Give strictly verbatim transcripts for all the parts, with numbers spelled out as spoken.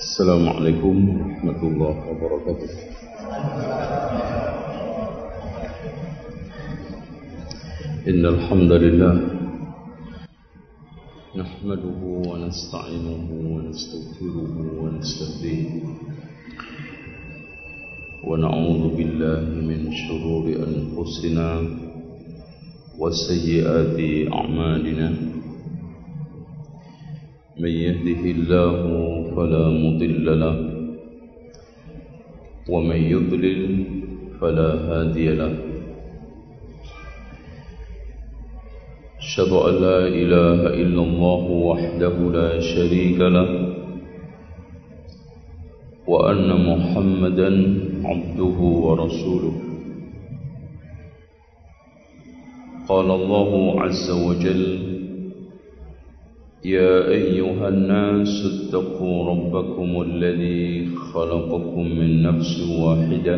Assalamualaikum warahmatullahi wabarakatuh. Innal hamdalillah nahmaduhu wa nasta'inuhu wa nastaghfiruhu wa nastahdihi wa na'udzu billahi min shururi anfusina wa sayyiati a'malina. من يهده الله فلا مضل له ومن يضلل فلا هادي له أشهد أن لا إله إلا الله وحده لا شريك له وأن محمدا عبده ورسوله قال الله عز وجل يا أيها الناس اتقوا ربكم الذي خلقكم من نفس واحدة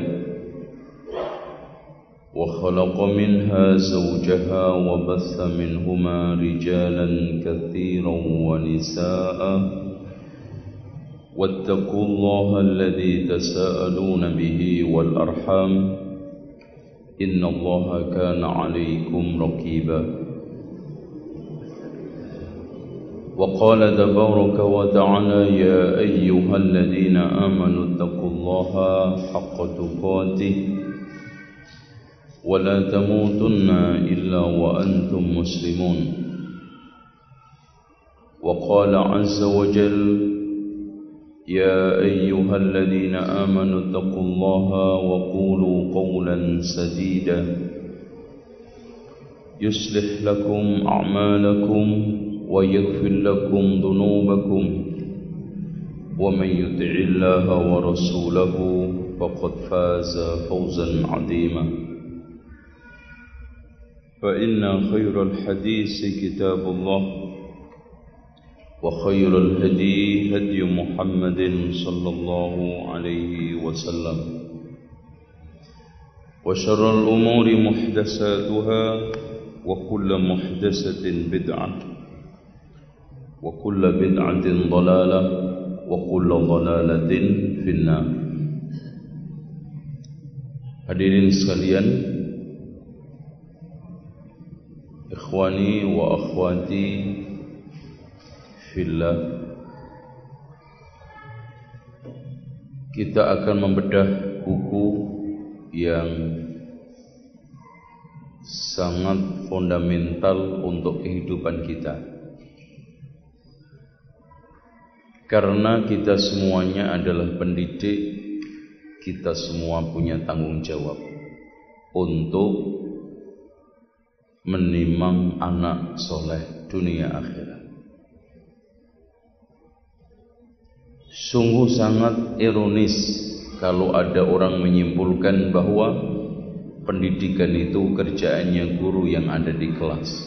وخلق منها زوجها وبث منهما رجالا كثيرا ونساء واتقوا الله الذي تساءلون به والأرحام إن الله كان عليكم رقيبا وقال تبارك وتعالى يا أيها الذين آمنوا اتقوا الله حق تقاته ولا تموتن إلا وأنتم مسلمون وقال عز وجل يا أيها الذين آمنوا اتقوا الله وقولوا قولا سديدا يصلح لكم أعمالكم ويغفر لكم ذنوبكم ومن يطع الله ورسوله فقد فاز فوزا عظيما فإن خير الحديث كتاب الله وخير الهدي هدي محمد صلى الله عليه وسلم وشر الأمور محدثاتها وكل محدثة بدعة وكل بدعة ضلالة وكل ضلالة في النار. Hadirin sekalian, ikhwani wa akhwati fillah, kita akan membedah buku yang sangat fundamental untuk kehidupan kita. Karena kita semuanya adalah pendidik, kita semua punya tanggung jawab untuk menimang anak soleh dunia akhirat. Sungguh sangat ironis kalau ada orang menyimpulkan bahwa pendidikan itu kerjaannya guru yang ada di kelas.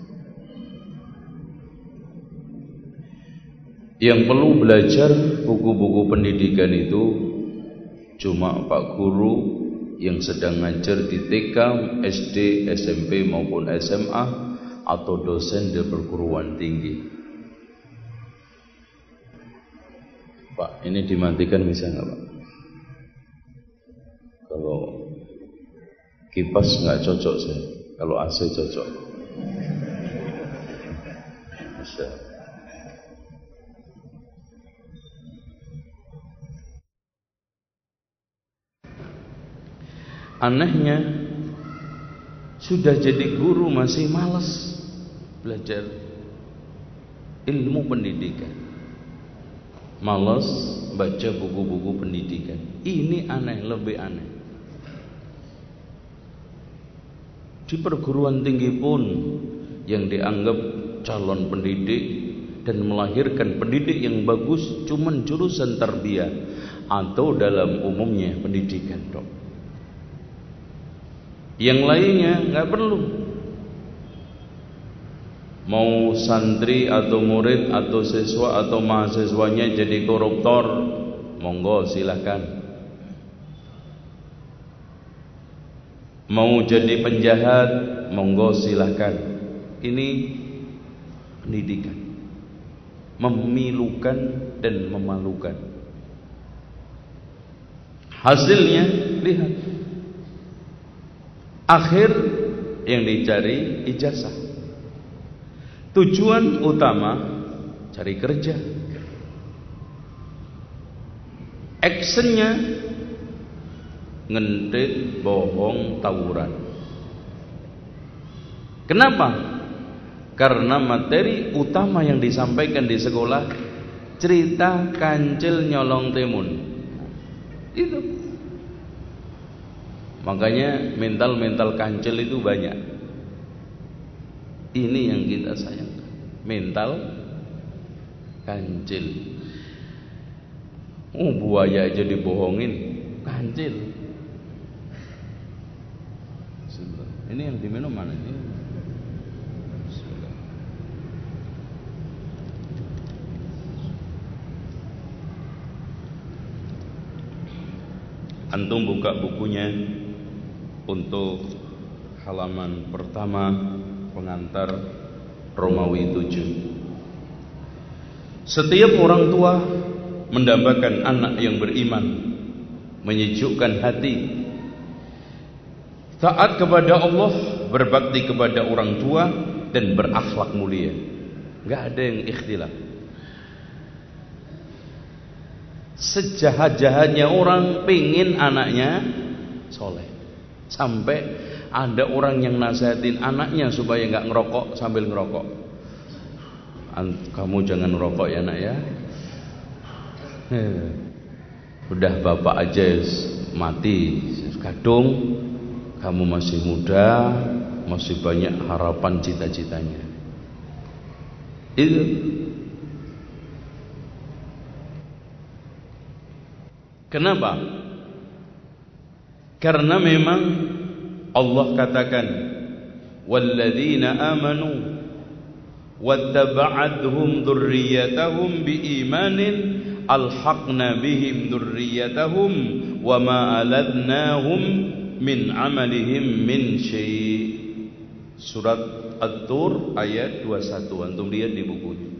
Yang perlu belajar buku-buku pendidikan itu cuma Pak Guru yang sedang ngajar di T K, S D, S M P maupun S M A atau dosen di perguruan tinggi. Pak, ini dimatikan bisa nggak Pak? Kalau kipas nggak cocok saya, kalau A C cocok. Bisa. Anehnya sudah jadi guru masih malas belajar ilmu pendidikan, malas baca buku-buku pendidikan. Ini aneh, lebih aneh. Di perguruan tinggi pun yang dianggap calon pendidik dan melahirkan pendidik yang bagus cuman jurusan tarbiyah atau dalam umumnya pendidikan dok. Yang lainnya nggak perlu. Mau santri atau murid atau siswa atau mahasiswanya jadi koruptor, monggo silahkan. Mau jadi penjahat, monggo silahkan. Ini pendidikan, memilukan dan memalukan. Hasilnya lihat. Akhir yang dicari ijazah. Tujuan utama cari kerja. Actionnya ngentit, bohong, tawuran. Kenapa? Karena materi utama yang disampaikan di sekolah cerita kancil nyolong timun. Itu. Makanya mental-mental kancil itu banyak. Ini yang kita sayangkan. Mental kancil. Oh, buaya aja dibohongin, kancil. Ini yang diminum mana ini? Antum buka bukunya untuk halaman pertama pengantar Romawi tujuh. Setiap orang tua mendambakan anak yang beriman, menyejukkan hati, taat kepada Allah, berbakti kepada orang tua, dan berakhlak mulia. Enggak ada yang ikhtilaf. Sejahat-jahatnya orang pingin anaknya soleh. Sampai ada orang yang nasihatin anaknya supaya enggak ngerokok sambil ngerokok. Kamu jangan ngerokok ya nak ya. Udah bapak aja mati kadung, kamu masih muda, masih banyak harapan cita-citanya. Itu. Kenapa? Karena memang Allah katakan walladzina amanu wattaba'athum dzurriyyatahum biimanin alhaqna bihim dzurriyyatahum wama aladnahum min amalihim min syai'. Surat At-Tur ayat dua puluh satu. Antum lihat di bukunya.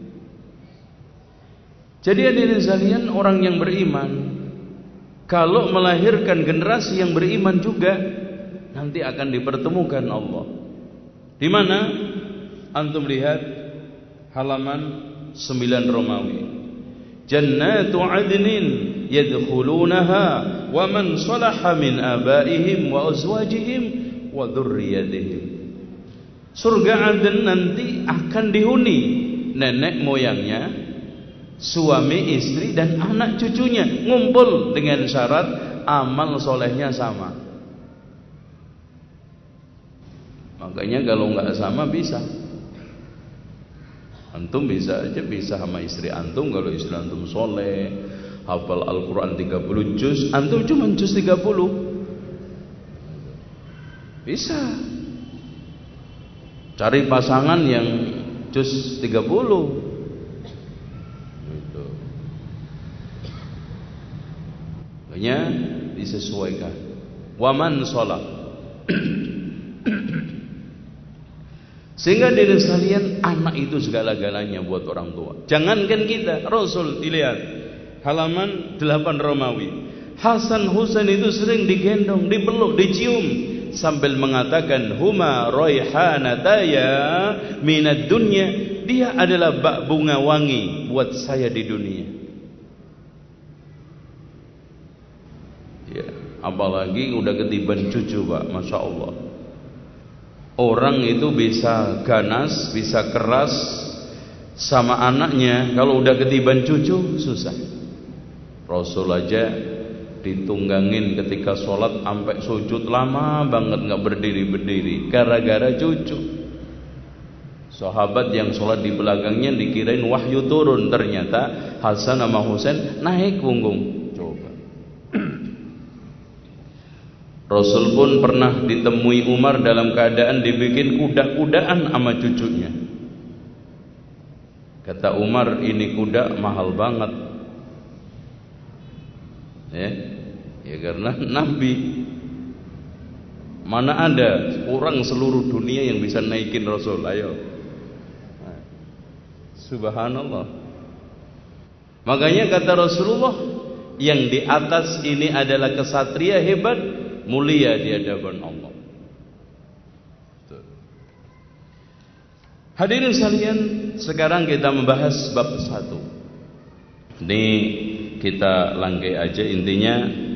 Jadi hadirin sekalian, orang yang beriman kalau melahirkan generasi yang beriman juga nanti akan dipertemukan Allah. Di mana? Antum lihat halaman sembilan Romawi. Jannatu adnin yadkhulunaha wa man salaha min abaihim wa azwajihim wa dzurriyyatihim. Surga Aden nanti akan dihuni nenek moyangnya, suami istri dan anak cucunya, ngumpul dengan syarat amal solehnya sama. Makanya kalau nggak sama bisa. Antum bisa aja bisa sama istri antum, kalau istri antum soleh, hafal Al-Quran tiga puluh juz, antum cuma juz tiga puluh. Bisa. Cari pasangan yang juz tiga puluh. Gitu. Makanya disesuaikan. Waman sholat. Sehingga diri sekalian, anak itu segala-galanya buat orang tua. Jangankan kita, Rasul dilihat halaman delapan Romawi. Hasan Husain itu sering digendong, dipeluk, dicium sambil mengatakan huma raihanataya minad dunya. Dia adalah bak bunga wangi buat saya di dunia. Ya, apalagi udah ketiban cucu, Pak, masya Allah. Orang itu bisa ganas, bisa keras sama anaknya, kalau udah ketiban cucu susah. Rasul aja ditunggangin ketika sholat sampai sujud lama banget nggak berdiri-berdiri gara-gara cucu. Sahabat yang sholat di belakangnya dikirain wahyu turun, ternyata Hasan sama Husain naik punggung. Rasul pun pernah ditemui Umar dalam keadaan dibikin kuda-kudaan sama cucunya. Kata Umar, ini kuda mahal banget. Ya, ya karena Nabi. Mana ada orang seluruh dunia yang bisa naikin Rasul? Ayo. Subhanallah. Makanya kata Rasulullah, yang di atas ini adalah kesatria hebat, mulia di hadapan Allah. Hadirin sekalian, sekarang kita membahas bab satu. Ini kita langkai aja, intinya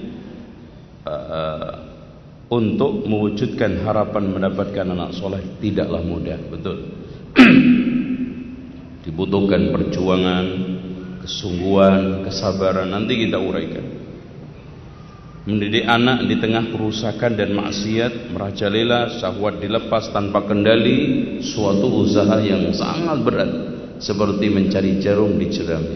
uh, untuk mewujudkan harapan mendapatkan anak soleh tidaklah mudah, betul. Dibutuhkan perjuangan, kesungguhan, kesabaran. Nanti kita uraikan. Mendidik anak di tengah kerusakan dan maksiat merajalela, syahwat dilepas tanpa kendali, suatu usaha yang sangat berat, seperti mencari jarum di jerami.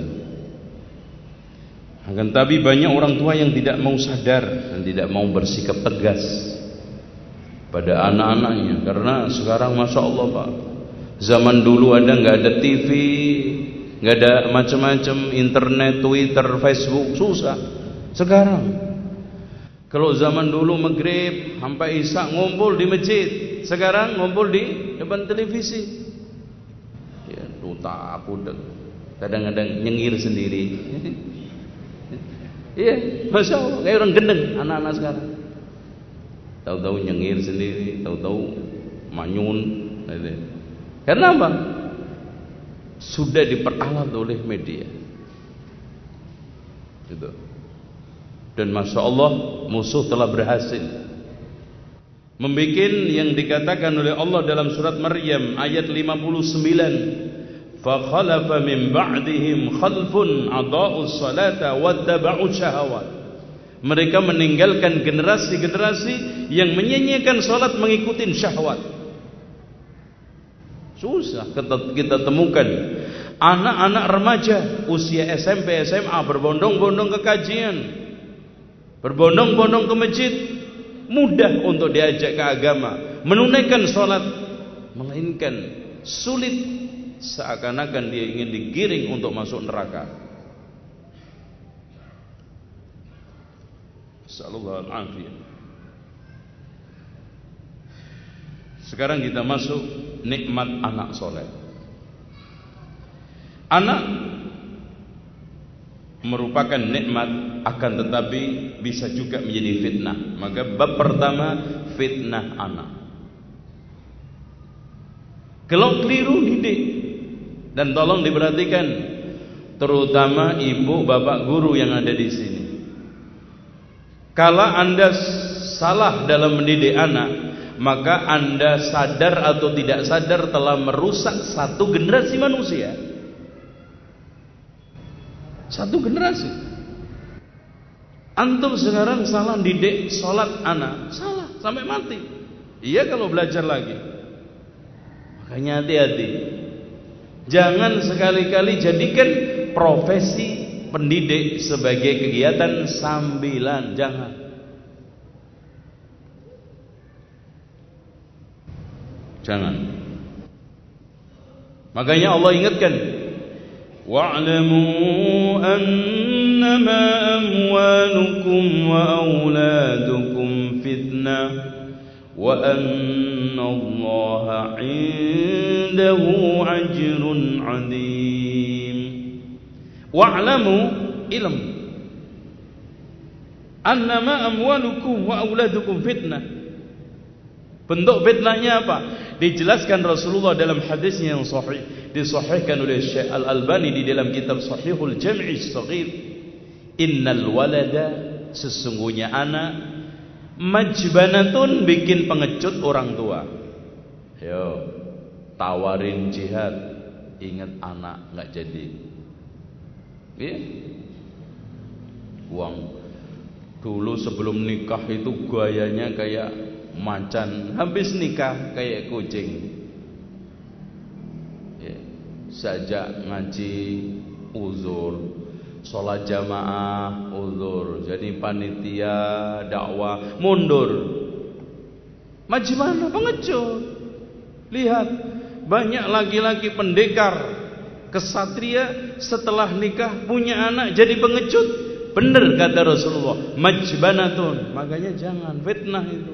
Akan tapi banyak orang tua yang tidak mau sadar dan tidak mau bersikap tegas pada anak-anaknya. Karena sekarang Masya Allah Pak, zaman dulu ada nggak ada T V, nggak ada macam-macam, internet, Twitter, Facebook, susah. Sekarang kalau zaman dulu maghrib sampai isya ngumpul di masjid, sekarang ngumpul di depan televisi. Ya, tuh tak aku kadang-kadang nyengir sendiri. Iya, Masya Allah, kayak orang gendeng anak-anak sekarang. Tahu-tahu nyengir sendiri, tahu-tahu manyun. Karena apa? Sudah diperalat oleh media. Gitu. Dan Masya Allah, musuh telah berhasil membikin yang dikatakan oleh Allah dalam surat Maryam ayat lima puluh sembilan. فَخَلَفَ مِنْ بَعْدِهِمْ خَلْفٌ أَضَاعُوا الصَّلَاةَ وَاتَّبَعُوا الشَّهَوَاتِ. Mereka meninggalkan generasi-generasi yang menyanyiakan salat, mengikuti syahwat. Susah kita temukan anak-anak remaja usia S M P, S M A berbondong-bondong ke kajian, berbondong-bondong ke masjid, mudah untuk diajak ke agama, menunaikan salat, melainkan sulit, seakan-akan dia ingin digiring untuk masuk neraka. Sallallahu alaihi wasallam. Sekarang kita masuk nikmat anak soleh. Anak merupakan nikmat, akan tetapi bisa juga menjadi fitnah. Maka bab pertama, fitnah anak. Kalau keliru didik. Dan tolong diperhatikan, terutama ibu bapak guru yang ada di sini. Kalau Anda salah dalam mendidik anak, maka Anda sadar atau tidak sadar telah merusak satu generasi manusia. Satu generasi. Antum sekarang salah didik sholat anak, salah sampai mati. Iya kalau belajar lagi. Makanya hati-hati. Jangan sekali-kali jadikan profesi pendidik sebagai kegiatan sambilan. Jangan. Jangan. Makanya Allah ingatkan, wa'lamu annama amwalukum wa auladukum fitnah wa anna Allaha 'indahu ajrun 'azim. Wa'lamu, ilm, annama amwalukum wa auladukum fitnah. Bentuk fitnahnya apa? Dijelaskan Rasulullah dalam hadisnya yang sahih, disahihkan oleh Syekh Al-Albani di dalam kitab Sahihul Jam'i Shaghir. Innal walada, sesungguhnya anak, majbanatun, bikin pengecut orang tua. Yo, tawarin jihad, ingat anak nggak jadi. Iya. Uang dulu sebelum nikah itu gayanya kayak macan, habis nikah kayak kucing. Ya, sajak ngaji uzur, sholat jamaah uzur, jadi panitia dakwah mundur. Majmana, pengecut. Lihat, banyak laki-laki pendekar kesatria setelah nikah punya anak jadi pengecut. Benar kata Rasulullah, majbanatun. Makanya jangan fitnah itu.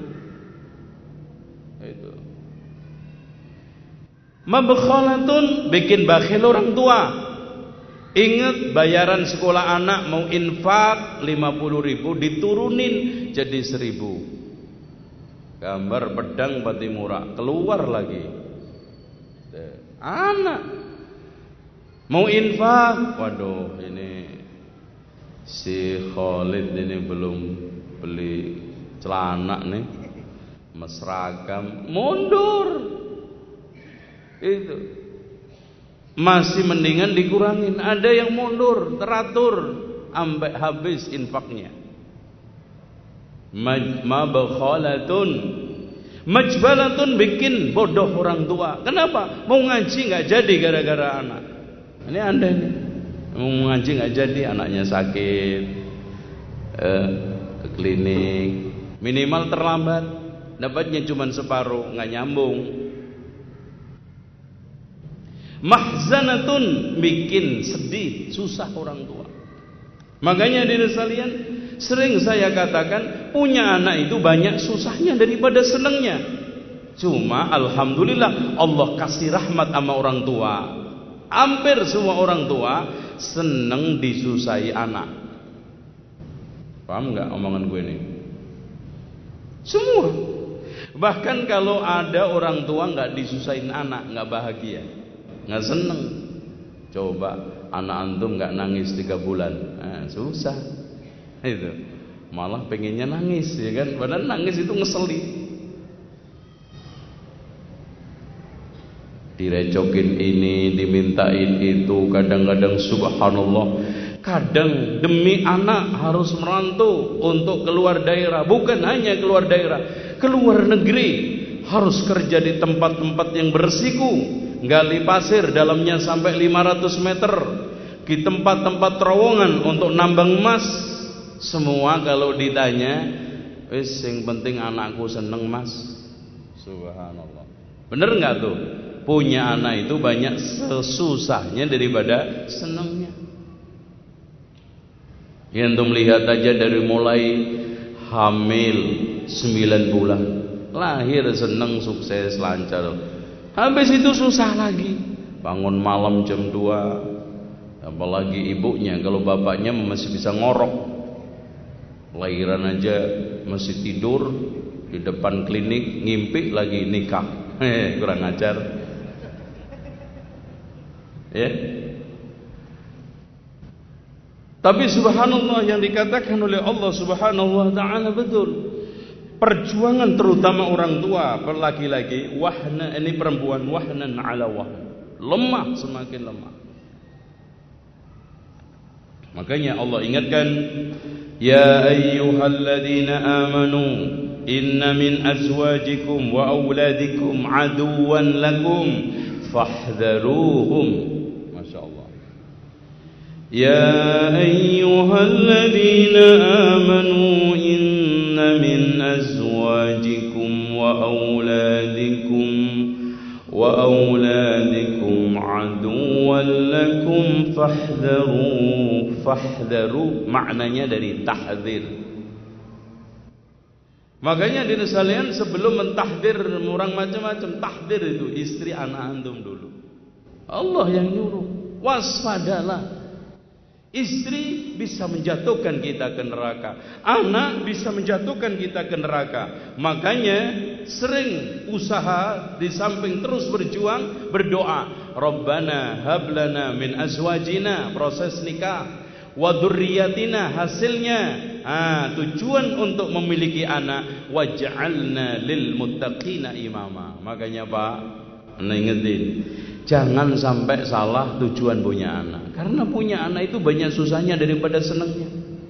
Itu. Mabkhalatun, bikin bakhil orang tua. Ingat bayaran sekolah anak mau infak lima puluh ribu diturunin jadi seribu. Gambar pedang Patimura keluar lagi. Anak mau infak, waduh ini si Khalid ini belum beli celana nih, seragam, mundur. Itu masih mendingan dikurangin. Ada yang mundur, teratur sampai habis infaknya. Mabkhalatun, majbalatun, bikin bodoh orang tua. Kenapa? Mau ngaji nggak jadi gara-gara anak. Ini Anda ini mau ngaji nggak jadi, anaknya sakit, eh, ke klinik, minimal terlambat, dapatnya cuma separuh, nggak nyambung. Mahzanatun, bikin sedih, susah orang tua. Makanya diri sekalian, sering saya katakan punya anak itu banyak susahnya daripada senangnya. Cuma alhamdulillah Allah kasih rahmat sama orang tua. Hampir semua orang tua senang disusahi anak. Paham nggak omongan gue ini? Semua. Bahkan kalau ada orang tua nggak disusahin anak, nggak bahagia, nggak seneng. Coba anak antum nggak nangis tiga bulan, nah, susah. Itu malah pengennya nangis, ya kan? Padahal nangis itu ngeselin. Direcokin ini, dimintain itu, kadang-kadang subhanallah. Kadang demi anak harus merantau untuk keluar daerah. Bukan hanya keluar daerah, keluar negeri. Harus kerja di tempat-tempat yang bersiku, gali pasir dalamnya sampai lima ratus meter, di tempat-tempat terowongan untuk nambang emas. Semua kalau ditanya, wis yang penting anakku seneng mas. Subhanallah. Bener nggak tuh? Punya anak itu banyak sesusahnya daripada senengnya. Yang tuh melihat aja dari mulai hamil sembilan bulan, lahir seneng, sukses, lancar. Habis itu susah lagi, bangun malam jam dua. Apalagi ibunya, kalau bapaknya masih bisa ngorok, lahiran aja masih tidur di depan klinik, ngimpi lagi nikah. Heh, kurang ajar. Ya. Tapi subhanallah, yang dikatakan oleh Allah Subhanahu wa taala betul. Perjuangan terutama orang tua, laki-laki, wahna, ini perempuan, wahnan ala wahn, lemah semakin lemah. Makanya Allah ingatkan, ya ayyuhalladzina amanu inna min azwajikum wa auladikum aduwan lakum fahdharuhum. Masyaallah. Ya ayyuhalladzina amanu inna min azwajikum wa auladikum wa auladikum aduwan lakum fahdharu. Fahdharu maknanya dari tahdzir. Makanya di sekalian, sebelum mentahdir orang macam-macam, tahdir itu istri anak antum dulu. Allah yang nyuruh, waspadalah. Istri bisa menjatuhkan kita ke neraka, anak bisa menjatuhkan kita ke neraka. Makanya sering usaha di samping terus berjuang, berdoa, Rabbana hablana min azwajina, proses nikah, wa dzurriyyatina, hasilnya, ah, tujuan untuk memiliki anak, waj'alna lil muttaqina imama. Makanya Pak, anda ingetin, jangan sampai salah tujuan punya anak. Karena punya anak itu banyak susahnya daripada senangnya.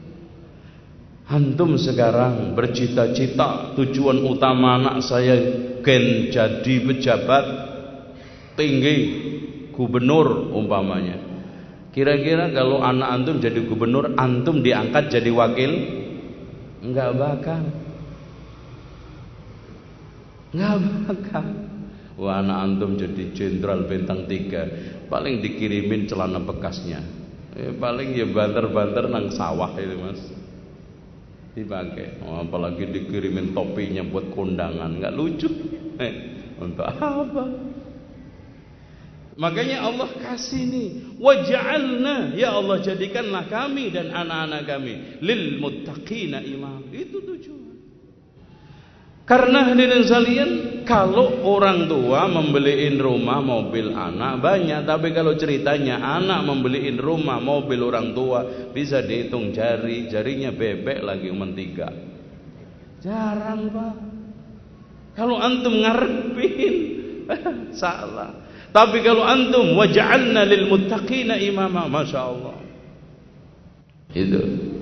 Antum sekarang bercita-cita, tujuan utama anak saya gen jadi pejabat tinggi, gubernur umpamanya. Kira-kira kalau anak antum jadi gubernur, antum diangkat jadi wakil? Enggak bakal. Enggak bakal. Wah, anak antum jadi jenderal bintang tiga, paling dikirimin celana bekasnya, eh, paling ya banter-banter nang sawah itu mas, dipakai. Oh, apalagi dikirimin topinya buat kondangan, nggak lucu. Eh, untuk apa? Makanya Allah kasih nih, waj'alna, ya Allah jadikanlah kami dan anak-anak kami lil muttaqina imam. Itu tujuan. Karena hadirin sekalian, kalau orang tua membeliin rumah, mobil anak banyak, tapi kalau ceritanya anak membeliin rumah, mobil orang tua, bisa dihitung jari, jarinya bebek lagi mentiga. Jarang, Pak. Kalau antum ngarepin salah. Tapi kalau antum waj'alna lil muttaqina imama, masya Allah. Itu.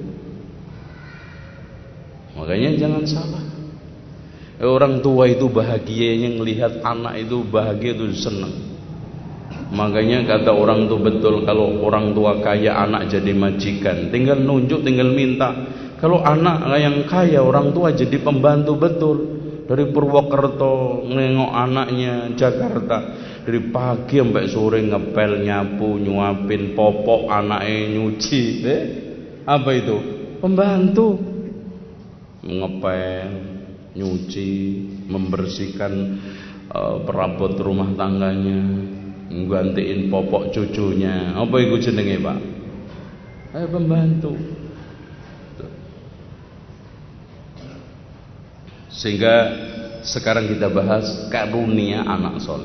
Makanya jangan salah. Orang tua itu bahagianya ngelihat anak itu bahagia itu senang. Makanya kata orang tuh betul, kalau orang tua kaya anak jadi majikan, tinggal nunjuk, tinggal minta. Kalau anak yang kaya orang tua jadi pembantu betul. Dari Purwokerto nengok anaknya Jakarta, dari pagi sampai sore ngepel, nyapu, nyuapin, popok anaknya, nyuci. Eh, apa itu? Pembantu. Ngepel, nyuci, membersihkan uh, perabot rumah tangganya, nggantiin popok cucunya. Apa itu jenenge, Pak? Eh, pembantu. Sehingga sekarang kita bahas karunia anak soleh.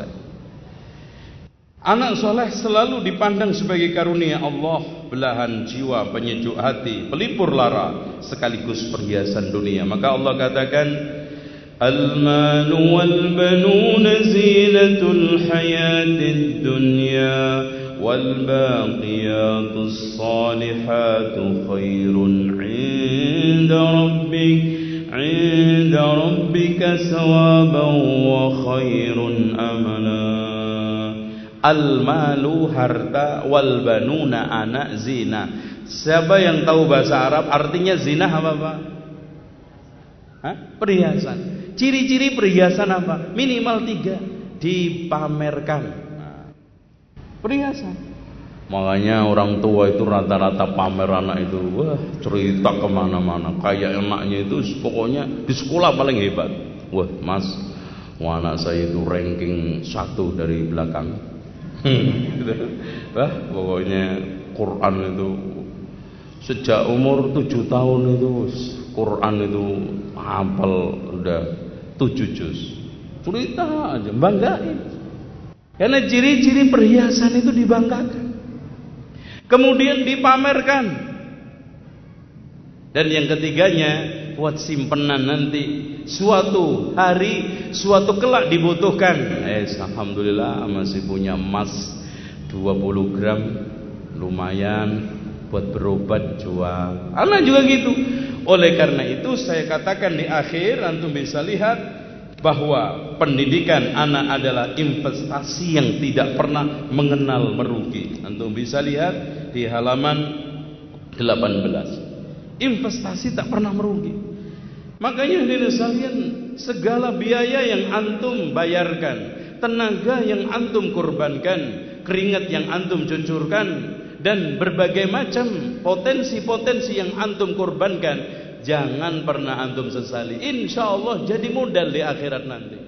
Anak soleh selalu dipandang sebagai karunia Allah, belahan jiwa, penyejuk hati, pelipur lara, sekaligus perhiasan dunia. Maka Allah katakan, al-malu wal banuna zinatul hayatid dunya wal baqiyatus salihatu khairun 'inda rabbik 'inda rabbika sawaban wa khairun amala. Al-malu harta, wal banuna anak, zina. Siapa yang tahu bahasa Arab artinya zina apa, Pak? Hah? Perhiasan. Ciri-ciri perhiasan apa? Minimal tiga, dipamerkan. Nah, perhiasan. Makanya orang tua itu rata-rata pamer anak itu, wah cerita kemana-mana. Kayak anaknya itu pokoknya di sekolah paling hebat. Wah mas, wah anak saya itu ranking satu dari belakang. Gitu. Wah pokoknya Quran itu sejak umur tujuh tahun itu Quran itu hafal udah tujuh juz. Cerita aja, banggain. Karena ciri-ciri perhiasan itu dibanggakan. Kemudian dipamerkan. Dan yang ketiganya, buat simpenan nanti, suatu hari, suatu kelak dibutuhkan. Eh, alhamdulillah masih punya emas dua puluh gram, lumayan buat berobat, jual. Anak juga gitu. Oleh karena itu saya katakan di akhir antum bisa lihat bahwa pendidikan anak adalah investasi yang tidak pernah mengenal merugi. Antum bisa lihat di halaman delapan belas. Investasi tak pernah merugi. Makanya hadirin sekalian, segala biaya yang antum bayarkan, tenaga yang antum korbankan, keringat yang antum cucurkan, dan berbagai macam potensi-potensi yang antum korbankan, jangan pernah antum sesali. Insya Allah jadi modal di akhirat nanti.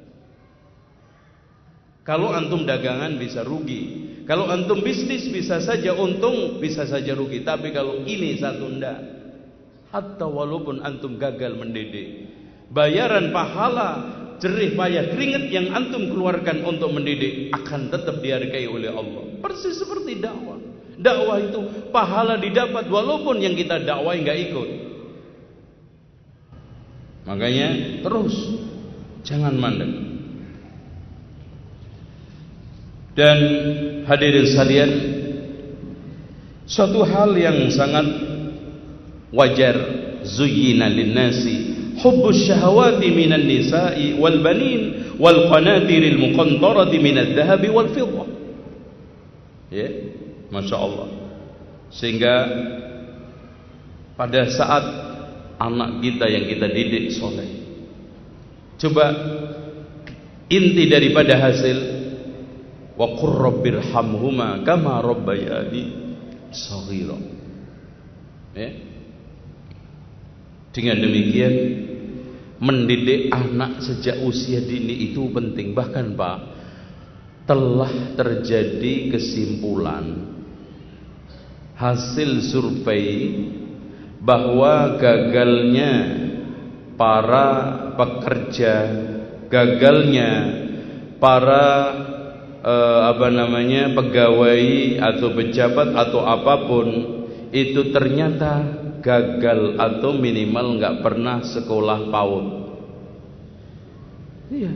Kalau antum dagangan bisa rugi, kalau antum bisnis bisa saja untung, bisa saja rugi. Tapi kalau ini satu ndak, hatta walaupun antum gagal mendidik, bayaran pahala jerih payah keringat yang antum keluarkan untuk mendidik akan tetap dihargai oleh Allah. Persis seperti dakwah. Dakwah itu pahala didapat walaupun yang kita dakwah nggak ikut. Makanya terus jangan mandek. Dan hadirin sekalian, suatu hal yang sangat wajar, zuyyina linnasi hubbus syahawati minan nisa'i wal banin wal qanatiril muqantarati minadh dhahabi wal fiddah. Ya, masya Allah. Sehingga pada saat anak kita yang kita didik soleh, coba inti daripada hasil wa qur rabbirhamhuma kama rabbayani shaghira. Ya. Dengan demikian mendidik anak sejak usia dini itu penting. Bahkan Pak, telah terjadi kesimpulan hasil survei bahwa gagalnya para pekerja, gagalnya para eh, apa namanya pegawai atau pejabat atau apapun itu ternyata gagal atau minimal nggak pernah sekolah PAUD. Iya.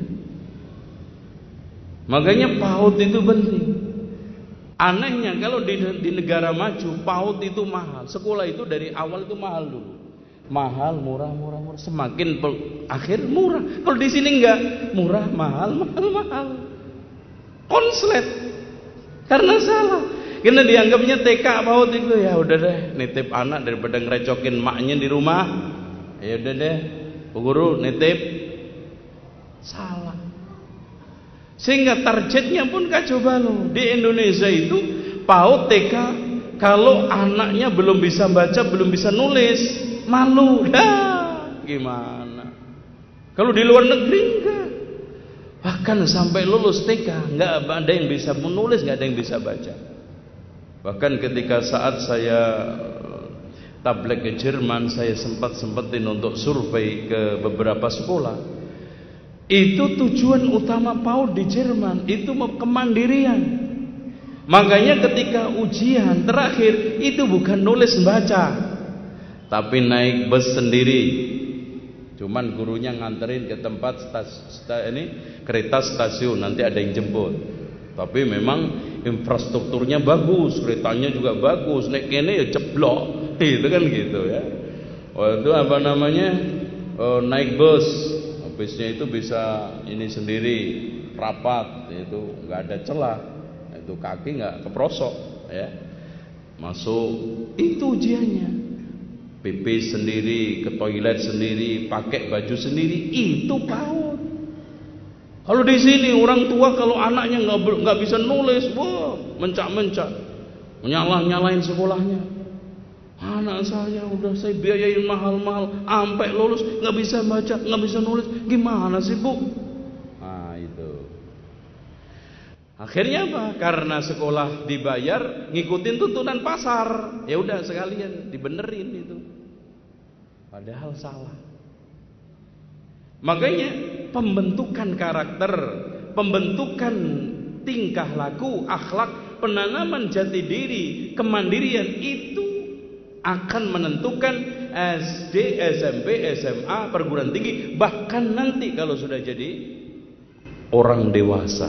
Makanya PAUD itu penting. Anehnya kalau di, di negara maju PAUD itu mahal. Sekolah itu dari awal itu mahal dulu. Mahal, murah, murah, murah. Semakin akhir murah. Kalau di sini enggak, murah, mahal, mahal, mahal. Konslet. Karena salah. Karena dianggapnya T K PAUD itu ya udah deh, nitip anak daripada ngerecokin maknya di rumah. Ya udah deh, Bu Guru nitip. Salah. Sehingga targetnya pun kacau balau. Di Indonesia itu PAUD T K kalau anaknya belum bisa baca, belum bisa nulis, malu. Dah, gimana? Kalau di luar negeri enggak. Bahkan sampai lulus T K enggak ada yang bisa menulis, enggak ada yang bisa baca. Bahkan ketika saat saya tabligh ke Jerman, saya sempat-sempetin untuk survei ke beberapa sekolah. Itu tujuan utama PAUD di Jerman, itu kemandirian. Makanya ketika ujian terakhir itu bukan nulis baca, tapi naik bus sendiri. Cuman gurunya nganterin ke tempat stas, sta, ini kereta stasiun, nanti ada yang jemput. Tapi memang infrastrukturnya bagus, keretanya juga bagus. Naik kene ya ceblok, itu kan gitu ya. Oh, itu apa namanya? Oh, naik bus. Bisnya itu bisa ini sendiri rapat, itu nggak ada celah, itu kaki nggak keprosok ya, masuk itu ujiannya, pipis sendiri, ke toilet sendiri, pakai baju sendiri, itu PAUD. Kalau di sini orang tua kalau anaknya nggak nggak bisa nulis, wah mencak-mencak, menyalah-nyalain sekolahnya. Anak saya udah saya biayain mahal-mahal, sampai lulus nggak bisa baca, nggak bisa nulis, gimana sih Bu? Nah itu. Akhirnya apa? Karena sekolah dibayar, ngikutin tuntunan pasar, ya udah sekalian dibenerin itu. Padahal salah. Makanya pembentukan karakter, pembentukan tingkah laku, akhlak, penanaman jati diri, kemandirian itu akan menentukan S D, S M P, S M A, perguruan tinggi, bahkan nanti kalau sudah jadi orang dewasa.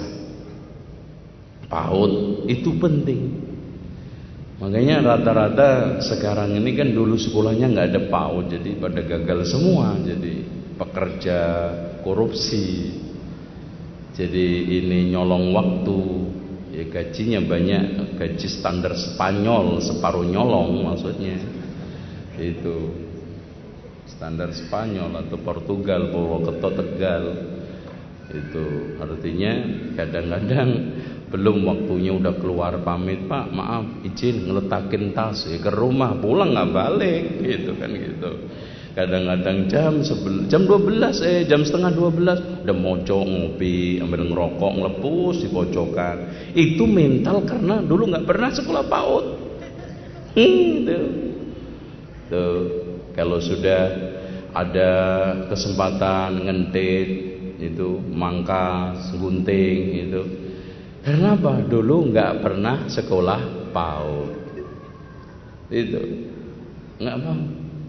PAUD itu penting. Makanya rata-rata sekarang ini kan dulu sekolahnya nggak ada PAUD, jadi pada gagal semua, jadi pekerja korupsi, jadi ini nyolong waktu. Ya gajinya banyak, gaji standar Spanyol, separuh nyolong maksudnya. Itu standar Spanyol atau Portugal, Purwokerto, Tegal. Itu artinya kadang-kadang belum waktunya udah keluar pamit, Pak maaf izin ngeletakin tas ya ke rumah, pulang nggak balik gitu kan gitu. Kadang-kadang jam sebel, jam dua belas eh jam setengah dua belas udah mocok ngopi, ambil ngerokok, ngelepus di pojokan. Itu mental karena dulu nggak pernah sekolah PAUD. Hmm, tuh. Tuh, kalau sudah ada kesempatan ngentit itu mangkas, gunting itu. Karena apa? Dulu nggak pernah sekolah PAUD. Itu nggak mau.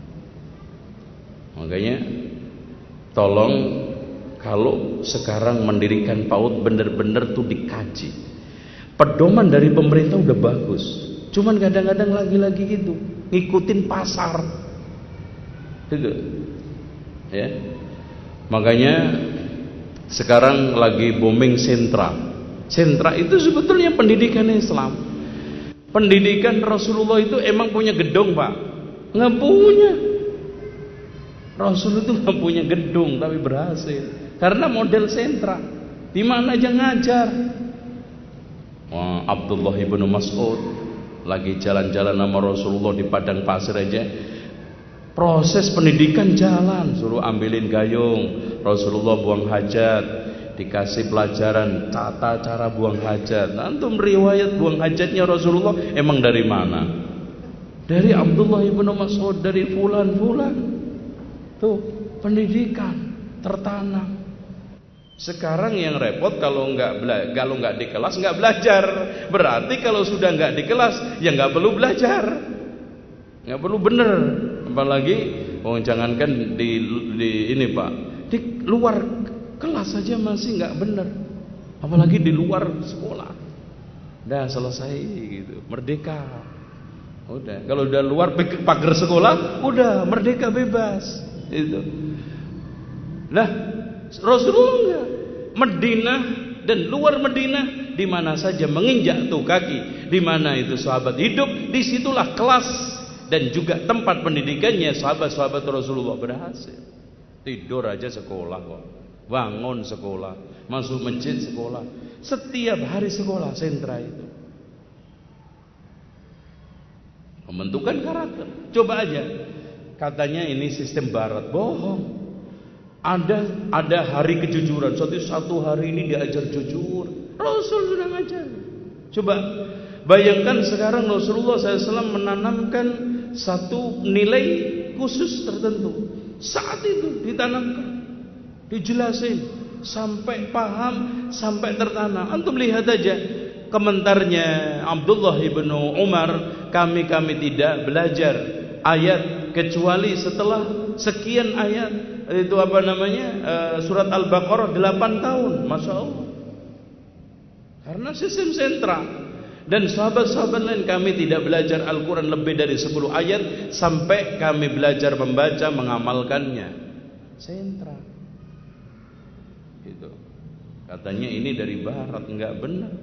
Makanya tolong kalau sekarang mendirikan PAUD benar-benar tuh dikaji. Pedoman dari pemerintah udah bagus. Cuman kadang-kadang lagi-lagi gitu, ngikutin pasar. Gitu. Ya. Makanya sekarang lagi booming sentra. Sentra itu sebetulnya pendidikan Islam. Pendidikan Rasulullah itu emang punya gedung, Pak? Nggak punya. Rasul itu nggak punya gedung tapi berhasil karena model sentra, di mana aja ngajar. Wah, Abdullah ibnu Mas'ud lagi jalan-jalan sama Rasulullah di padang pasir aja, proses pendidikan jalan, suruh ambilin gayung, Rasulullah buang hajat, dikasih pelajaran tata cara buang hajat. Antum riwayat buang hajatnya Rasulullah emang dari mana? Dari Abdullah ibnu Mas'ud, dari fulan-fulan. Tuh, pendidikan tertanam. Sekarang yang repot kalau nggak bela- kalau nggak di kelas nggak belajar. Berarti kalau sudah nggak di kelas ya nggak perlu belajar, nggak perlu bener. Apalagi, oh jangankan di, di ini Pak, di luar kelas saja masih nggak bener, apalagi di luar sekolah. Dah selesai gitu, merdeka. Udah, kalau udah luar pagar sekolah, udah merdeka bebas. Itu. Nah, Rasulullah enggak. Madinah dan luar Madinah, di mana saja menginjak tuh kaki, di mana itu sahabat hidup, disitulah kelas dan juga tempat pendidikannya sahabat-sahabat Rasulullah berhasil. Tidur aja sekolah kok. Bangun sekolah, masuk masjid sekolah, setiap hari sekolah sentra itu. Membentukkan karakter. Coba aja, katanya ini sistem barat, bohong. Ada ada hari kejujuran, satu satu hari ini diajar jujur. Rasul sudah ngajar. Coba bayangkan sekarang Rasulullah shallallahu alaihi wasallam menanamkan satu nilai khusus tertentu. Saat itu ditanamkan, dijelasin sampai paham, sampai tertanam. Antum lihat aja komentarnya Abdullah ibnu Umar, kami kami tidak belajar ayat kecuali setelah sekian ayat, itu apa namanya, uh, surat Al-Baqarah delapan tahun, masya Allah. Karena sistem sentra. Dan sahabat-sahabat lain, kami tidak belajar Al-Quran lebih dari sepuluh ayat sampai kami belajar membaca mengamalkannya. Sentra. Gitu. Katanya ini dari barat, enggak benar.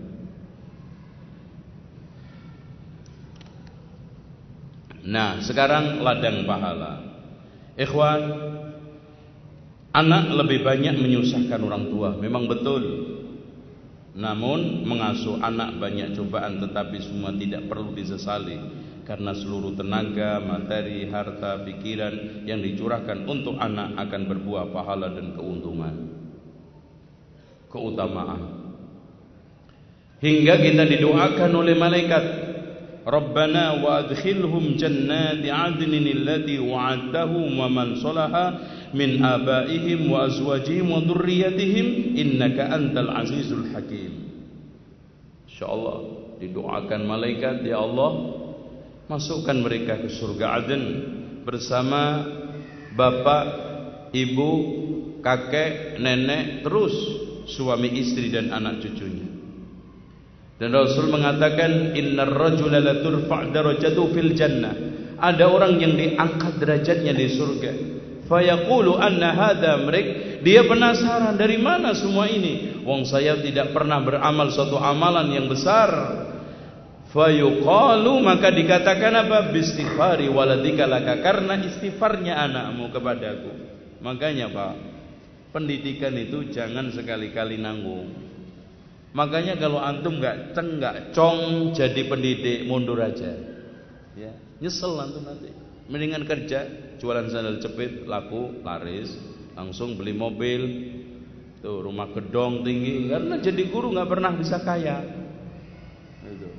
Nah, sekarang ladang pahala. Ikhwan, anak lebih banyak menyusahkan orang tua, memang betul. Namun mengasuh anak banyak cobaan, tetapi semua tidak perlu disesali, karena seluruh tenaga, materi, harta, pikiran yang dicurahkan untuk anak akan berbuah pahala dan keuntungan, keutamaan. Hingga kita didoakan oleh malaikat, Rabbana wa adkhilhum jannati adnin allati wa'adtahum wa man salaha min abaihim wa azwajihim wa dhurriyyatihim innaka antal azizul hakim. Insyaallah didoakan malaikat, ya Allah, masukkan mereka ke surga Aden bersama bapak, ibu, kakek, nenek, terus suami istri dan anak cucunya. Dan Rasul mengatakan, innar rajula la turfa' darajatuhu fil jannah. Ada orang yang diangkat derajatnya di surga. Fayaqulu anna hadza amrik. Dia penasaran, dari mana semua ini? Wong saya tidak pernah beramal suatu amalan yang besar. Fayuqalu, maka dikatakan apa? Bistighfari waladika laka, karena istighfarnya anakmu kepadaku. Makanya Pak, pendidikan itu jangan sekali-kali nanggung. Makanya kalau antum nggak ceng nggak cong jadi pendidik, mundur aja. Ya, nyesel antum nanti. Mendingan kerja, jualan sandal jepit, laku, laris, langsung beli mobil, tuh rumah gedong tinggi. Karena jadi guru nggak pernah bisa kaya. Itu,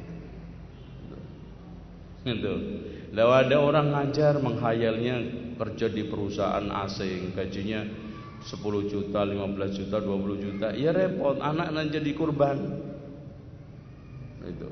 itu. Lalu ada orang ngajar menghayalnya kerja di perusahaan asing, gajinya sepuluh juta, lima belas juta, dua puluh juta, ya repot, anak nanti jadi kurban. Itu.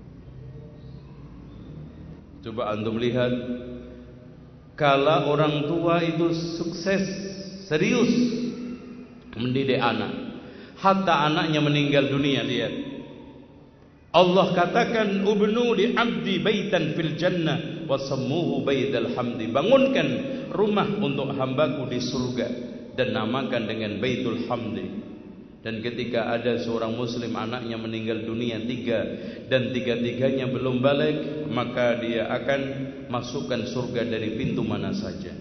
Coba antum lihat, kalau orang tua itu sukses, serius mendidik anak, hatta anaknya meninggal dunia, lihat. Allah katakan, ubnu li abdi baitan fil jannah wa sammuhu baital hamdi. Bangunkan rumah untuk hambaku di surga dan namakan dengan Baitul Hamdi. Dan ketika ada seorang muslim anaknya meninggal dunia tiga dan tiga-tiganya belum balik, maka dia akan masukkan surga dari pintu mana saja.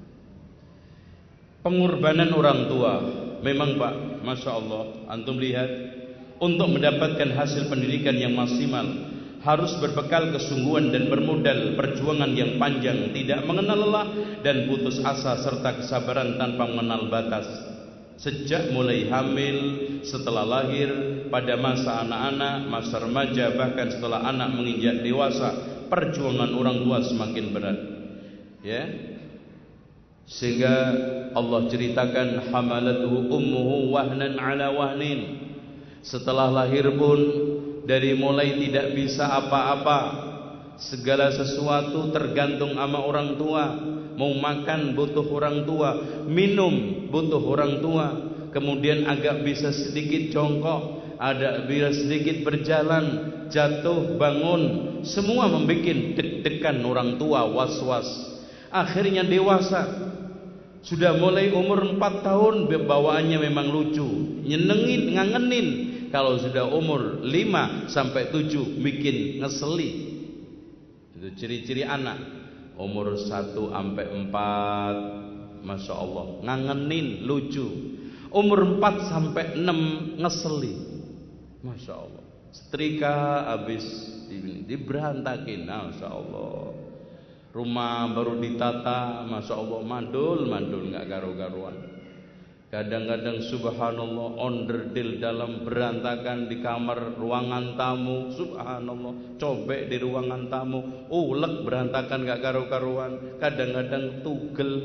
Pengorbanan orang tua, memang Pak, masya Allah, antum lihat, untuk mendapatkan hasil pendidikan yang maksimal harus berbekal kesungguhan dan bermodal perjuangan yang panjang, tidak mengenal lelah dan putus asa, serta kesabaran tanpa mengenal batas. Sejak mulai hamil, setelah lahir, pada masa anak-anak, masa remaja, bahkan setelah anak menginjak dewasa, perjuangan orang tua semakin berat. Ya. Sehingga Allah ceritakan hamalatuhu ummuhu wahnan ala wahnin. Setelah lahir pun dari mulai tidak bisa apa-apa, segala sesuatu tergantung sama orang tua. Mau makan butuh orang tua, minum butuh orang tua, kemudian agak bisa sedikit jongkok, ada bisa sedikit berjalan, jatuh, bangun, semua membuat deg-degan orang tua, was-was. Akhirnya dewasa, sudah mulai umur empat tahun bawaannya memang lucu, nyenengin, ngangenin. Kalau sudah umur lima sampai tujuh bikin ngeseli. Itu ciri-ciri anak. Umur satu sampai empat, Masya Allah, ngangenin, lucu. Umur empat sampai enam ngeseli, Masya Allah. Setrika habis diberantakin, Masya Allah. Rumah baru ditata, Masya Allah, mandul, mandul, nggak garu-garuan. Kadang-kadang subhanallah onderdil dalam berantakan di kamar ruangan tamu, subhanallah cobek di ruangan tamu, ulek berantakan gak karu-karuan. Kadang-kadang tugel,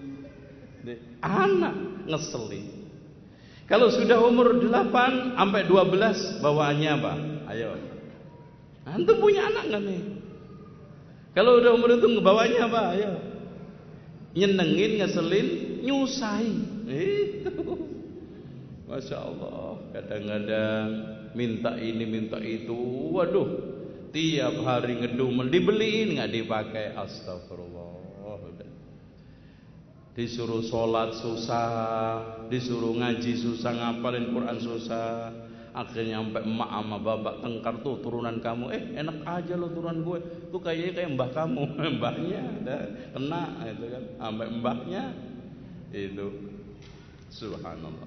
anak ngeseli. Kalau sudah umur delapan sampai dua belas bawaannya apa? Ayo, antum punya anak gak nih? Kalau udah umur itu bawaannya apa? Ayo, nyenengin, ngeselin, nyusahin. Itu Masya Allah. Kadang-kadang minta ini minta itu, waduh, tiap hari ngedumel, dibeliin nggak dipakai, astagfirullah. Disuruh sholat susah, disuruh ngaji susah, ngapalin Quran susah. Akhirnya sampai emak sama bapak tengkar, tuh turunan kamu, eh enak aja lo turunan gue, tuh kayaknya kayak mbah kamu, mbahnya ada kena itu kan, sampai mbahnya itu. Subhanallah.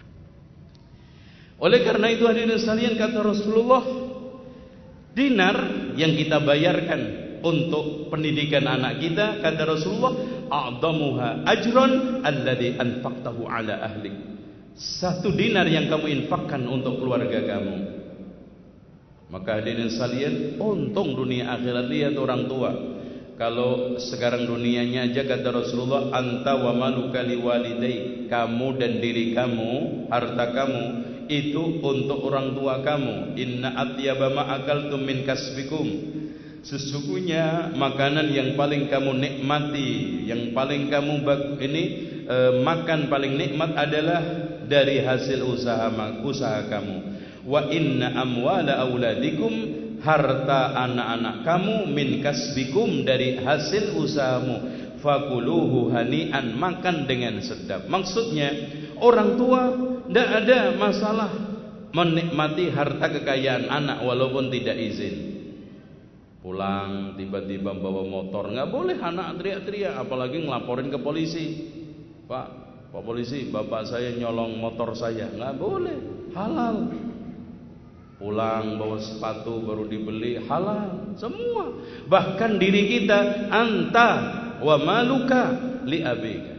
Oleh karena itu hadirin sekalian, kata Rasulullah, dinar yang kita bayarkan untuk pendidikan anak kita, kata Rasulullah, a'dhamuha ajran alladhi anfaqtahu ala ahlik. Satu dinar yang kamu infakkan untuk keluarga kamu. Maka hadirin sekalian, untung dunia akhirat. Lihat orang tua. Kalau sekarang dunianya aja, kata Rasulullah, anta wa maluka liwalidai, kamu dan diri kamu, harta kamu itu untuk orang tua kamu. Inna atyaba ma akaltum min kasbikum, sesungguhnya makanan yang paling kamu nikmati, yang paling kamu ini e, makan paling nikmat adalah dari hasil usaha usaha kamu. Wa inna amwala auladikum, harta anak-anak kamu, min kasbikum, dari hasil usahamu. Fakuluhu hani'an, makan dengan sedap. Maksudnya orang tua tidak ada masalah menikmati harta kekayaan anak walaupun tidak izin. Pulang tiba-tiba bawa motor, nggak boleh anak teriak-teriak, apalagi ngelaporin ke polisi. Pak, Pak polisi, bapak saya nyolong motor saya, nggak boleh, halal. Pulang bawa sepatu baru dibeli, halal semua. Bahkan diri kita, anta wa maluka li abika.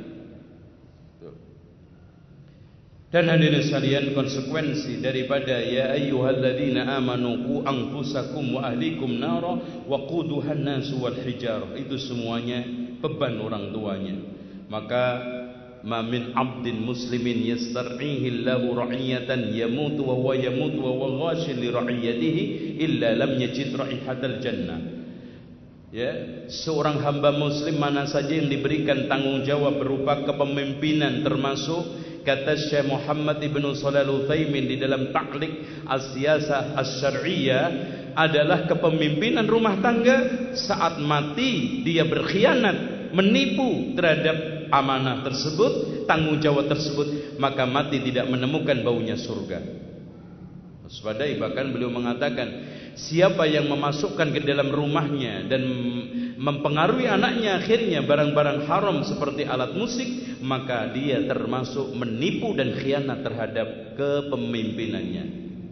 Dan hadirin sekalian, konsekuensi daripada ya ayyuhalladzina amanu qu anfusakum wa ahlikum nara wa quduhan nasu wal hijarah, itu semuanya beban orang tuanya. Maka ma min abdin muslimin yastar'ihi Allahu ra'iyatan yamutu wa huwa yamutu wa huwa ghashin li ra'iyatihi illa lam yajid ra'ihatal jannah. Ya, seorang hamba muslim mana saja yang diberikan tanggung jawab berupa kepemimpinan, termasuk kata Syekh Muhammad Ibnu Shalih Al-Utsaimin di dalam Ta'liq As-Siyasah Asy-Syar'iyyah, adalah kepemimpinan rumah tangga. Saat mati dia berkhianat, menipu terhadap amanah tersebut, tanggung jawab tersebut, maka mati tidak menemukan baunya surga. Waspadai, bahkan beliau mengatakan, siapa yang memasukkan ke dalam rumahnya dan mempengaruhi anaknya akhirnya barang-barang haram seperti alat musik, maka dia termasuk menipu dan khianat terhadap kepemimpinannya.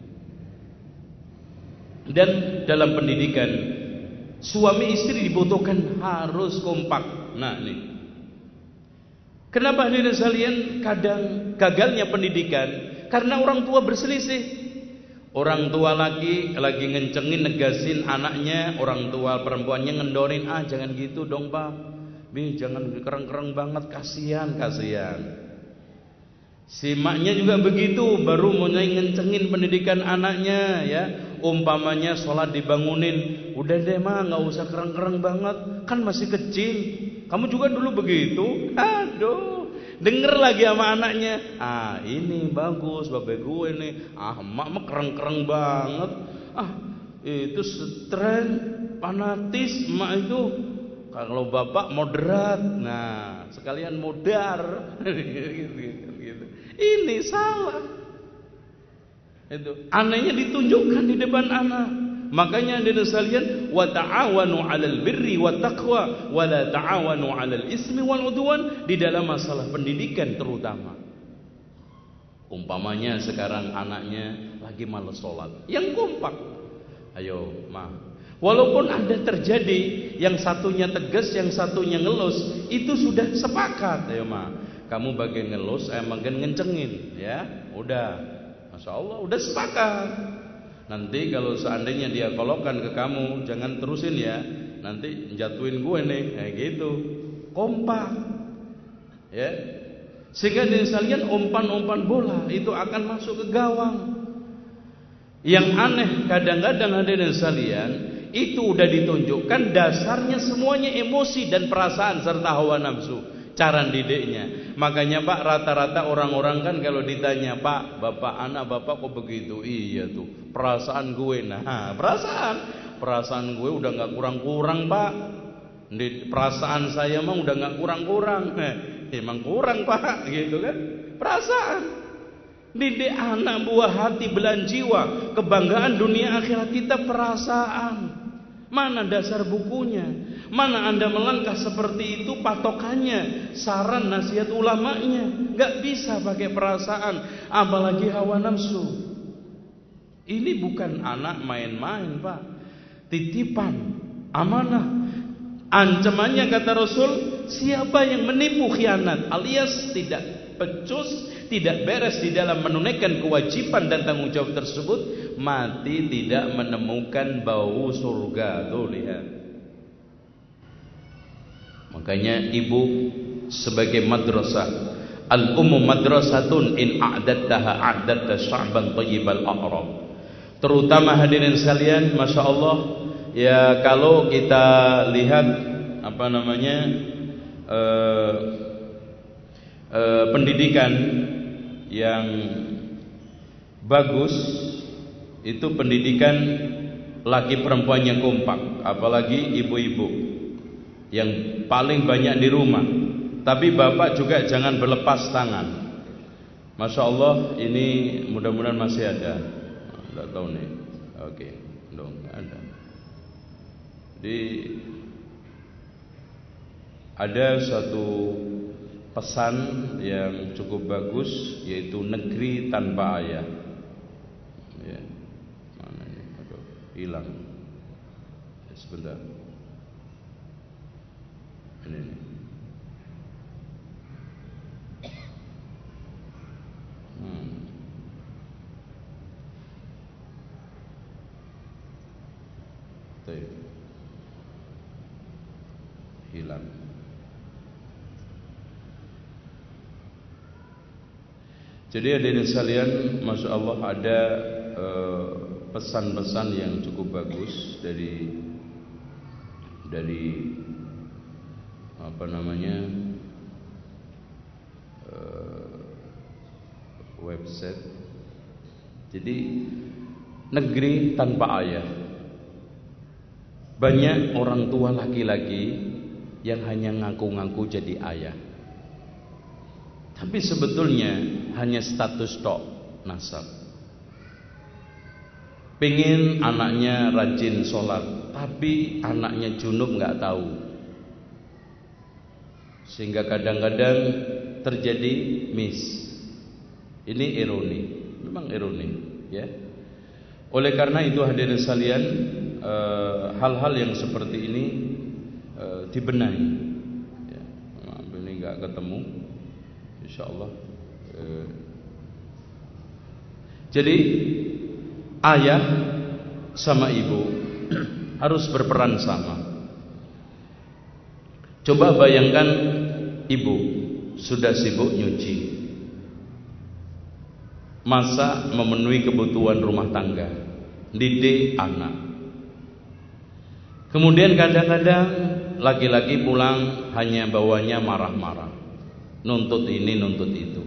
Dan dalam pendidikan, suami istri dibutuhkan harus kompak. Nah, nih Kenapa hadirin sekalian kadang gagalnya pendidikan? Karena orang tua berselisih. Orang tua laki lagi ngencengin negasin anaknya, orang tua perempuannya ngendorin, ah jangan gitu dong Pak, Bi jangan kereng-kereng banget, kasihan kasihan. Si maknya juga begitu, baru mulai ngencengin pendidikan anaknya ya. Umpamanya sholat dibangunin, udah deh mah nggak usah kereng-kereng banget, kan masih kecil. Kamu juga dulu begitu, aduh. Denger lagi sama anaknya, ah ini bagus babe gue nih, ah emak mah kereng-kereng banget, ah itu stren fanatis emak itu, kalau bapak moderat, nah sekalian modar, gitu, gitu, gitu. Ini salah, itu anehnya ditunjukkan di depan anak. Makanya ada sekalian, wa ta'awanu 'alal birri wat taqwa wa la ta'awanu 'alal ismi wal 'udwan, di dalam masalah pendidikan terutama. Umpamanya sekarang anaknya lagi malas sholat, yang kompak, ayo ma, walaupun ada terjadi yang satunya tegas yang satunya ngelus, itu sudah sepakat, ayo ma, kamu bagian ngelus saya bagian ngencengin ya, udah, masya Allah udah sepakat. Nanti kalau seandainya dia kolokkan ke kamu, jangan terusin ya, nanti jatuhin gue nih, kayak gitu. Kompak, ya. Sehingga di sekalian umpan-umpan bola itu akan masuk ke gawang. Yang aneh kadang-kadang hadirin sekalian, itu udah ditunjukkan dasarnya semuanya emosi dan perasaan serta hawa nafsu. Cara didiknya. Makanya Pak, rata-rata orang-orang kan kalau ditanya, Pak, bapak anak bapak kok begitu? Iya tuh, perasaan gue. Nah, perasaan perasaan gue udah gak kurang-kurang Pak. Perasaan saya mah udah gak kurang-kurang. Nah, emang kurang Pak, gitu kan? Perasaan. Didik anak buah hati, belahan jiwa, kebanggaan dunia akhirat kita perasaan. Mana dasar bukunya? Mana Anda melangkah seperti itu patokannya, saran nasihat ulamanya? Gak bisa pakai perasaan, apalagi hawa nafsu. Ini bukan anak main-main Pak, titipan, amanah. Ancamannya kata Rasul, siapa yang menipu khianat alias tidak pecus, tidak beres di dalam menunaikan kewajiban dan tanggung jawab tersebut, mati tidak menemukan bau surga. Tuh lihat. Makanya ibu sebagai madrasah, al-ummu madrasatun in a'dattaha a'datta sya'ban thayyibal a'rab. Terutama hadirin sekalian, masya Allah ya, kalau kita lihat apa namanya eh, eh, pendidikan yang bagus itu pendidikan laki perempuannya kompak, apalagi ibu-ibu yang paling banyak di rumah. Tapi bapak juga jangan berlepas tangan. Masya Allah, ini mudah-mudahan masih ada. Tidak tahu nih. Oke, dong, nggak ada. Jadi ada satu pesan yang cukup bagus, yaitu negeri tanpa ayah. Ya. Mana ini? Aduh, hilang. Ya, sebentar. Ini, ini. Hmm. Tuh. Hilang. Jadi hadirin sekalian, masya Allah ada pesan-pesan uh, yang cukup bagus dari dari apa namanya uh, website. Jadi negeri tanpa ayah. Banyak orang tua laki-laki yang hanya ngaku-ngaku jadi ayah, tapi sebetulnya hanya status tok, nasab. Pengen anaknya rajin sholat, tapi anaknya junub nggak tahu, sehingga kadang-kadang terjadi miss. Ini ironi, memang ironi, ya. Oleh karena itu hadirin sekalian, hal-hal yang seperti ini dibenahi. Ya, maaf ini nggak ketemu. insyaallah. Eh, jadi ayah sama ibu harus berperan sama. Coba bayangkan ibu sudah sibuk nyuci, masak, memenuhi kebutuhan rumah tangga, didik anak. Kemudian kadang-kadang laki-laki pulang hanya bawanya marah-marah, nuntut ini nuntut itu.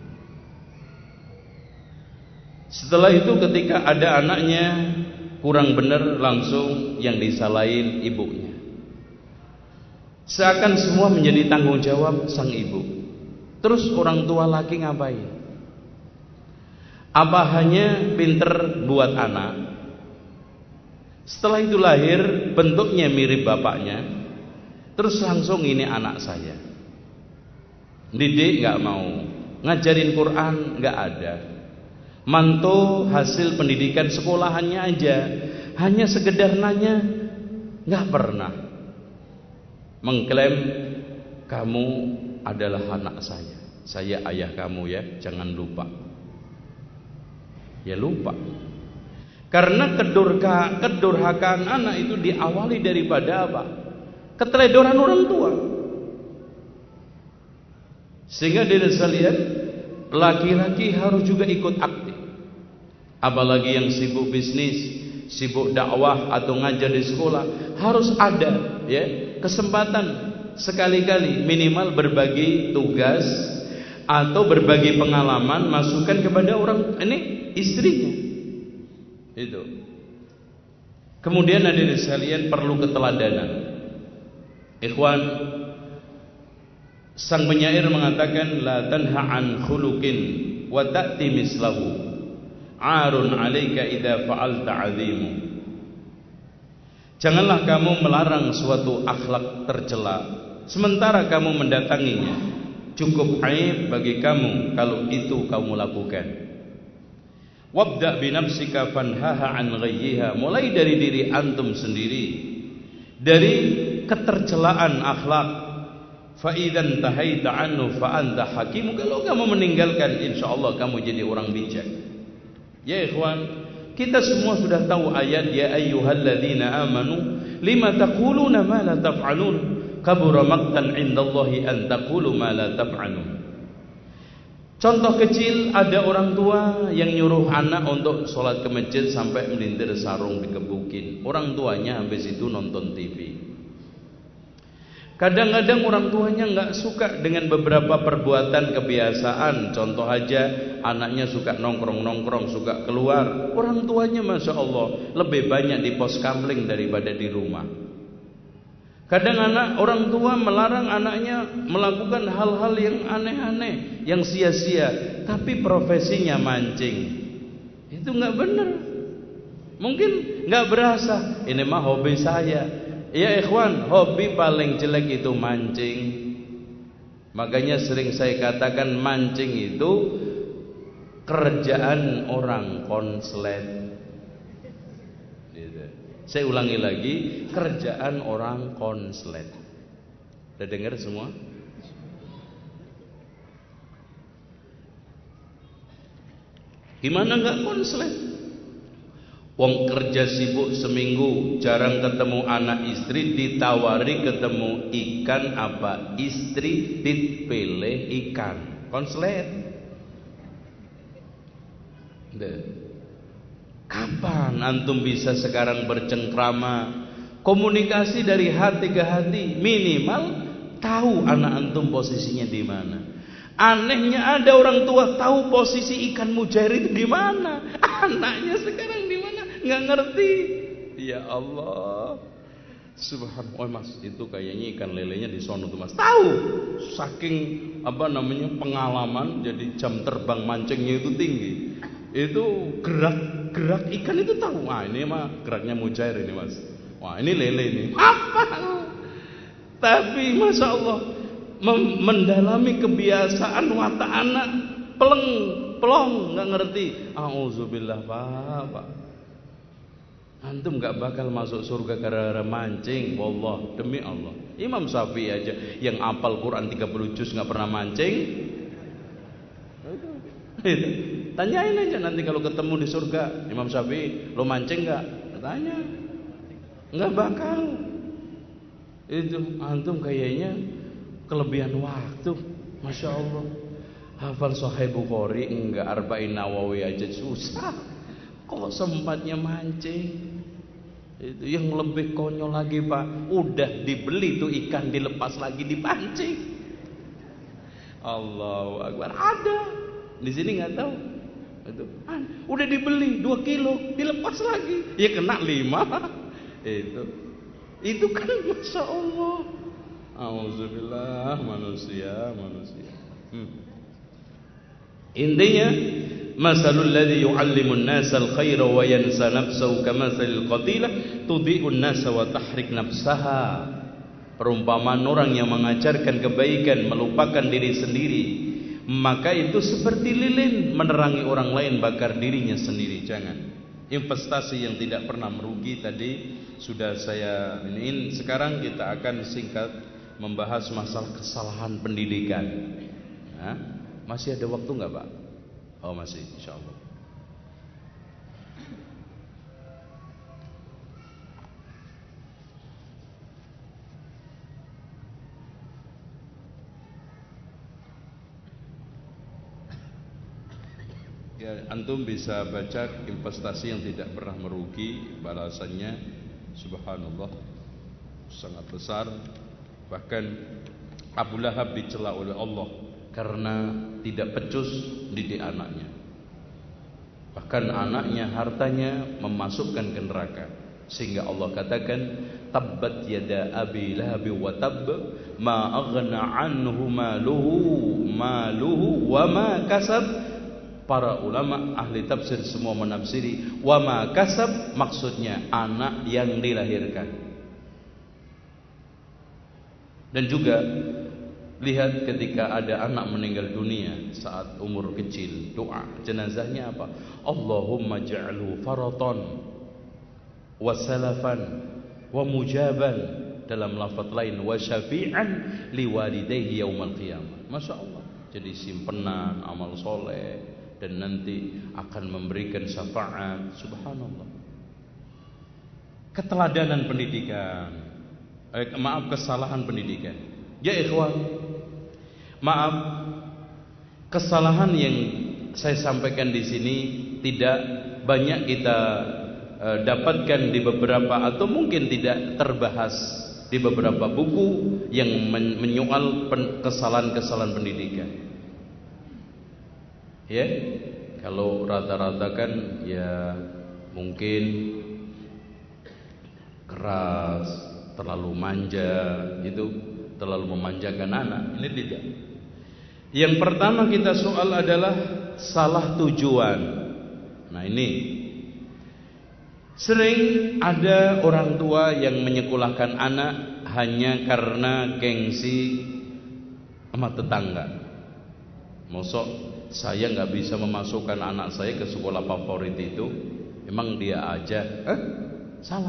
Setelah itu ketika ada anaknya kurang benar, langsung yang disalahin ibunya. Seakan semua menjadi tanggung jawab sang ibu. Terus orang tua laki ngapain? Apa hanya pinter buat anak? Setelah itu lahir, bentuknya mirip bapaknya, terus langsung ini anak saya. Didik gak mau, ngajarin Quran gak ada. Mantu hasil pendidikan sekolahannya aja, hanya sekedar nanya, gak pernah mengklaim kamu adalah anak saya, saya ayah kamu ya, jangan lupa. Ya lupa. Karena kedurka, kedurhakaan anak itu diawali daripada apa? Keteledoran orang tua. Sehingga dari sekalian, laki-laki harus juga ikut aktif. Apalagi yang sibuk bisnis, sibuk dakwah atau ngajar di sekolah, harus ada ya kesempatan sekali-kali minimal berbagi tugas atau berbagi pengalaman, masukan kepada orang ini istrinya. Itu. Kemudian hadirin sekalian, perlu keteladanan. Ikhwan, sang penyair mengatakan la tanha an khuluqin wa ta'ti mislahu arun 'alaika idza fa'alta 'azimu. Janganlah kamu melarang suatu akhlak tercela sementara kamu mendatanginya. Cukup aib bagi kamu kalau itu kamu lakukan. Wabda binafsika fanhaha an ghayyiha. Mulai dari diri antum sendiri, dari ketercelaan akhlak. Fa idzan tahaita anhu fa anta hakim. Kalau kamu meninggalkan, insyaallah kamu jadi orang bijak. Ya ikhwan, kita semua sudah tahu ayat ya ayyuhalladzina amanu lima taquluna ma la taf'alun kabura maqtan 'indallahi an taqulu ma la taf'alun. Contoh kecil, ada orang tua yang nyuruh anak untuk sholat ke masjid sampai melintir sarung dikebukin. Orang tuanya habis itu nonton T V. Kadang-kadang orang tuanya nggak suka dengan beberapa perbuatan kebiasaan. Contoh aja, anaknya suka nongkrong-nongkrong, suka keluar. Orang tuanya masya Allah lebih banyak di pos kamling daripada di rumah. Kadang anak orang tua melarang anaknya melakukan hal-hal yang aneh-aneh, yang sia-sia, tapi profesinya mancing. Itu nggak benar. Mungkin nggak berasa, ini mah hobi saya. Ya ikhwan, hobi paling jelek itu mancing. Makanya sering saya katakan mancing itu kerjaan orang konslet. Gitu. Saya ulangi lagi, kerjaan orang konslet. Udah dengar semua? Gimana nggak konslet? Wong kerja sibuk seminggu, jarang ketemu anak istri, ditawari ketemu ikan apa istri, dipilih ikan. Konslet. Kapan antum bisa sekarang bercengkrama, komunikasi dari hati ke hati, minimal tahu anak antum posisinya di mana. Anehnya ada orang tua tahu posisi ikan mujair itu di mana, anaknya sekarang di mana nggak ngerti. Ya Allah, subhanallah. Oh mas, itu kayaknya ikan lelenya di sono tuh mas. Tahu, saking apa namanya pengalaman, jadi jam terbang mancingnya itu tinggi. Itu gerak-gerak ikan itu tahu. Wah ini mah geraknya mujair ini mas. Wah ini lele ini. Apa? Tapi masya Allah, mendalami kebiasaan watak anak, peleng, pelong, nggak ngerti. Auzubillah pak, pak. Antum nggak bakal masuk surga gara-gara mancing, wallah, demi Allah. Imam Syafi'i aja yang hafal Quran tiga puluh juz nggak pernah mancing. Itu. Tanyain aja nanti kalau ketemu di surga, Imam Syafi'i, lo mancing nggak? Tanya. Nggak bakal. Itu antum kayaknya kelebihan waktu, masya Allah. Hafal Sahih Bukhari enggak, Arba'in Nawawi aja susah. Kok sempatnya mancing? Itu yang lebih konyol lagi Pak, udah dibeli tuh ikan dilepas lagi dipancing. Allahu Akbar. Ada di sini nggak tahu. Itu udah dibeli dua kilo dilepas lagi, ya kena lima. Itu itu kan masya Allah. Auzubillah, manusia manusia. Hmm. Intinya, masalul ladzi yu'allimun nasa al-khaira wa yansa nafsahu kamatsalil qatilah tudhi'un nasa wa tahrik nafsaha. Perumpamaan orang yang mengajarkan kebaikan melupakan diri sendiri, maka itu seperti lilin menerangi orang lain bakar dirinya sendiri. Jangan. Investasi yang tidak pernah merugi tadi sudah saya iniin. Sekarang kita akan singkat membahas masalah kesalahan pendidikan. Nah, masih ada waktu nggak Pak? Oh masih, insya Allah. Ya, antum bisa baca investasi yang tidak pernah merugi, balasannya subhanallah sangat besar. Bahkan Abu Lahab dicela oleh Allah karena tidak pecus didik anaknya. Bahkan anaknya hartanya memasukkan ke neraka, sehingga Allah katakan tabbat yada abi lahab wa tabb ma aghna anhu maluhu maluhu wa ma kasab. Para ulama ahli tafsir semua menafsiri wa ma kasab, maksudnya anak yang dilahirkan. Dan juga lihat ketika ada anak meninggal dunia saat umur kecil, doa jenazahnya apa? Allahumma ja'alhu faraton wa salafan wa mujaban, dalam lafaz lain wa syafi'an liwalidayhi yaumal qiyamah. Masya Allah, jadi simpenan amal soleh dan nanti akan memberikan syafaat. Subhanallah. Keteladanan pendidikan, eh, maaf kesalahan pendidikan. Ya ikhwan, maaf, kesalahan yang saya sampaikan di sini tidak banyak kita uh, dapatkan di beberapa, atau mungkin tidak terbahas di beberapa buku yang men menyoal kesalahan-kesalahan pendidikan. Ya, kalau rata-rata kan ya mungkin keras, terlalu manja, itu terlalu memanjakan anak. Ini tidak. Yang pertama kita soal adalah salah tujuan. Nah ini sering ada orang tua yang menyekolahkan anak hanya karena gengsi sama tetangga. Mosok saya nggak bisa memasukkan anak saya ke sekolah favorit itu, emang dia aja, eh salah.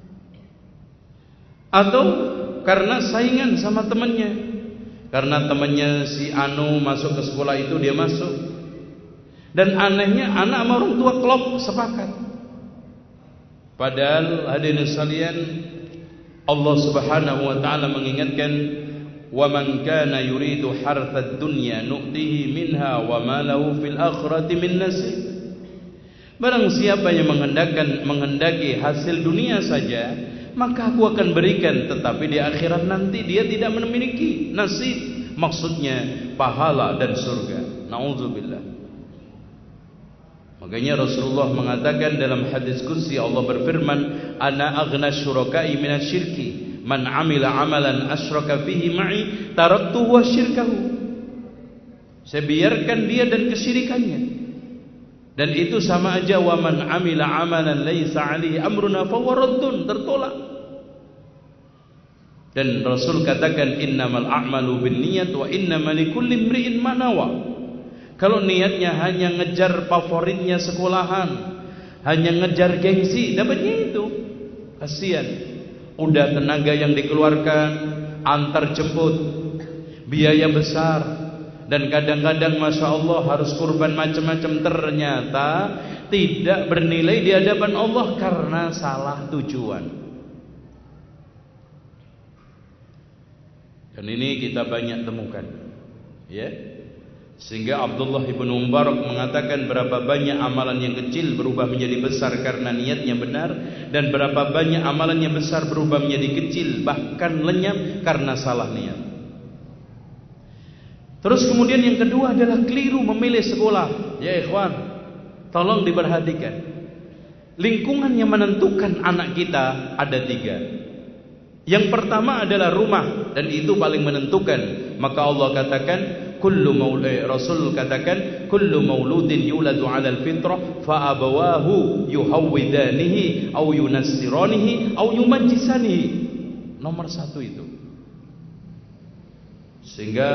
Atau karena saingan sama temannya, karena temannya si Anu masuk ke sekolah itu dia masuk. Dan anehnya anak sama orang tua klop sepakat. Padahal hadirin sekalian, Allah Subhanahu wa taala mengingatkan, wa man kana yuridu harthad dunya nu'tihi minha wa ma lahu fil akhirati min nasib. Barang siapa yang menghendakkan menghendaki hasil dunia saja, maka aku akan berikan, tetapi di akhirat nanti dia tidak memiliki nasib, maksudnya pahala dan surga. Nauzubillah. Makanya Rasulullah mengatakan dalam hadis qudsi, Allah berfirman, ana aghna syuraka'i minasyirki man amila amalan asyraka fihi ma'i taraktuhu wa syirkahu. Saya biarkan dia dan kesyirikannya, dan itu sama aja wa man amila amalan laisa alaihi amruna fahuwa raddun, tertolak. Dan Rasul katakan innamal a'malu binniyat wa innamal likulli imri'in ma nawa. Kalau niatnya hanya ngejar favoritnya sekolahan, hanya ngejar gengsi, dapatnya itu. Kasihan. Udah tenaga yang dikeluarkan, antar jemput, biaya besar, Dan kadang-kadang Masya Allah harus kurban macam-macam, ternyata tidak bernilai di hadapan Allah karena salah tujuan. Dan ini kita banyak temukan, ya. Sehingga Abdullah ibn Mubarak mengatakan berapa banyak amalan yang kecil berubah menjadi besar karena niatnya benar, dan berapa banyak amalan yang besar berubah menjadi kecil bahkan lenyap karena salah niat. Terus kemudian yang kedua adalah keliru memilih sekolah. Ya ikhwan, tolong diperhatikan. Lingkungan yang menentukan anak kita ada tiga. Yang pertama adalah rumah, dan itu paling menentukan. Maka Allah katakan kullu maulud, Rasul katakan kullu mauludin yuladu 'alal fitrah fa abawahu yuhawwidanihi aw yunassiranihi aw yumajjisanihi. Nomor satu itu. Sehingga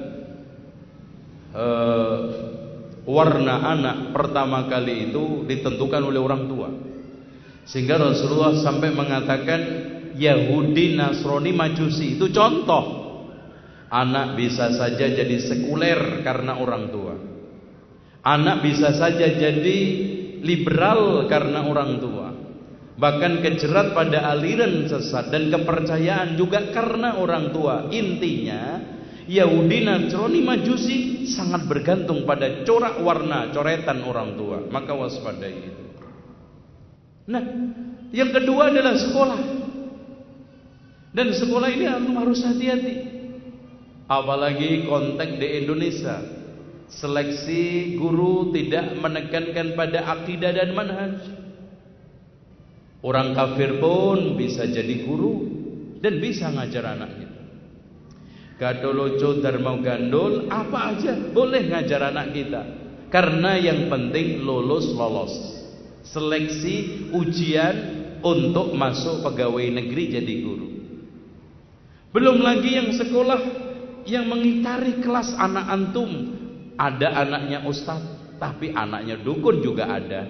uh, warna anak pertama kali itu ditentukan oleh orang tua. Sehingga Rasulullah sampai mengatakan Yahudi, Nasrani, Majusi itu contoh. Anak bisa saja jadi sekuler karena orang tua. Anak bisa saja jadi liberal karena orang tua. Bahkan kejerat pada aliran sesat dan kepercayaan juga karena orang tua. Intinya Yahudi, Nasrani, Majusi sangat bergantung pada corak warna, coretan orang tua. Maka waspadai itu. Nah, yang kedua adalah sekolah. Dan sekolah ini harus hati-hati. Apalagi konteks di Indonesia, seleksi guru tidak menekankan pada akidah dan manhaj. Orang kafir pun bisa jadi guru dan bisa ngajar anaknya. Gadoloco Dharma Gandul, apa aja boleh ngajar anak kita. Karena yang penting lulus lolos. Seleksi ujian untuk masuk pegawai negeri jadi guru. Belum lagi yang sekolah yang mengitari kelas anak antum. Ada anaknya ustadz, tapi anaknya dukun juga ada.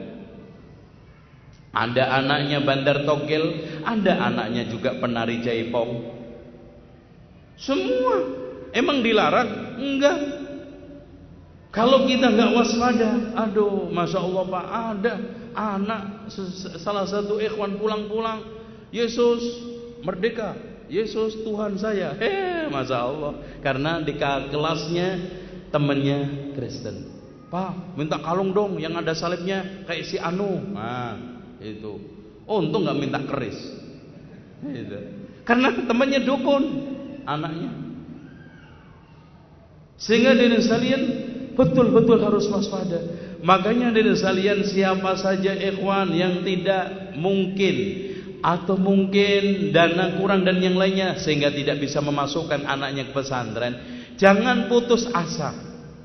Ada anaknya bandar togel, ada anaknya juga penari jaipong. Semua emang dilarang? Enggak. Kalau kita enggak waspada, aduh, masya Allah Pak, ada anak salah satu ikhwan pulang-pulang, Yesus merdeka, Yesus Tuhan saya. Eh, masya Allah. Karena di kelasnya temennya Kristen. Pak, minta kalung dong yang ada salibnya kayak si Anu. Nah, itu. Oh, untung nggak minta keris. Itu. Karena temannya dukun, anaknya. Sehingga dari sekalian betul-betul harus waspada. Makanya dari sekalian siapa saja ikhwan yang tidak mungkin atau mungkin dana kurang dan yang lainnya sehingga tidak bisa memasukkan anaknya ke pesantren, jangan putus asa.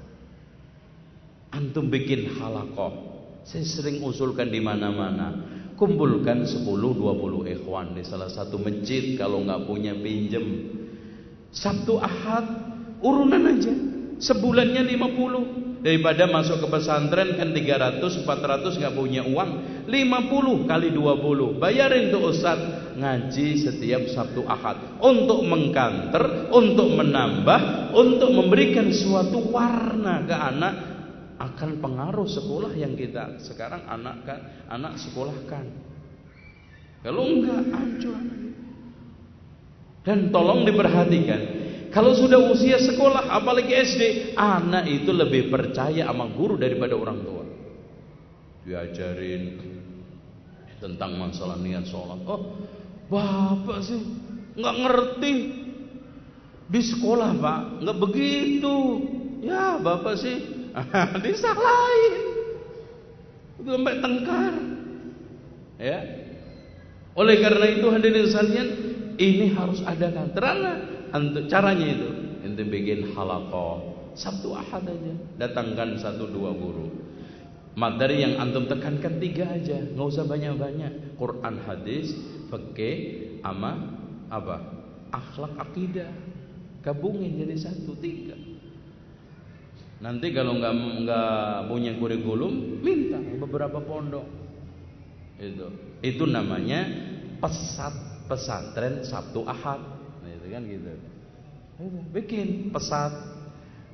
Antum bikin halaqah. Saya sering usulkan di mana-mana, kumpulkan sepuluh dua puluh ikhwan di salah satu masjid. Kalau nggak punya pinjem, Sabtu Ahad urunan aja, sebulannya lima puluh. Daripada masuk ke pesantren kan tiga ratus empat ratus nggak punya uang, lima puluh kali dua puluh bayarin tuh ustadz ngaji setiap Sabtu Ahad untuk mengkanter, untuk menambah, untuk memberikan suatu warna ke anak, akan pengaruh sekolah yang kita sekarang anak kan anak sekolahkan. Kalau enggak hancur. Dan tolong diperhatikan, kalau sudah usia sekolah, apalagi S D, anak itu lebih percaya sama guru daripada orang tua. Diajarin tentang masalah niat sholat. Oh, bapak sih nggak ngerti. Di sekolah pak nggak begitu. Ya bapak sih disalahin, sampai tengkar. Ya. Oleh karena itu hadirin sekalian, ini harus ada kantorana. Untuk caranya itu, ente bikin halaqah Sabtu Ahad aja, datangkan satu dua guru. Materi yang antum tekankan tiga aja, nggak usah banyak-banyak. Quran, hadis, fikih, ama apa? Akhlak, akidah. Gabungin jadi satu tiga. Nanti kalau nggak nggak punya kurikulum, minta beberapa pondok. Itu, itu namanya pesat pesantren Sabtu Ahad. Kan gitu. Bikin pesat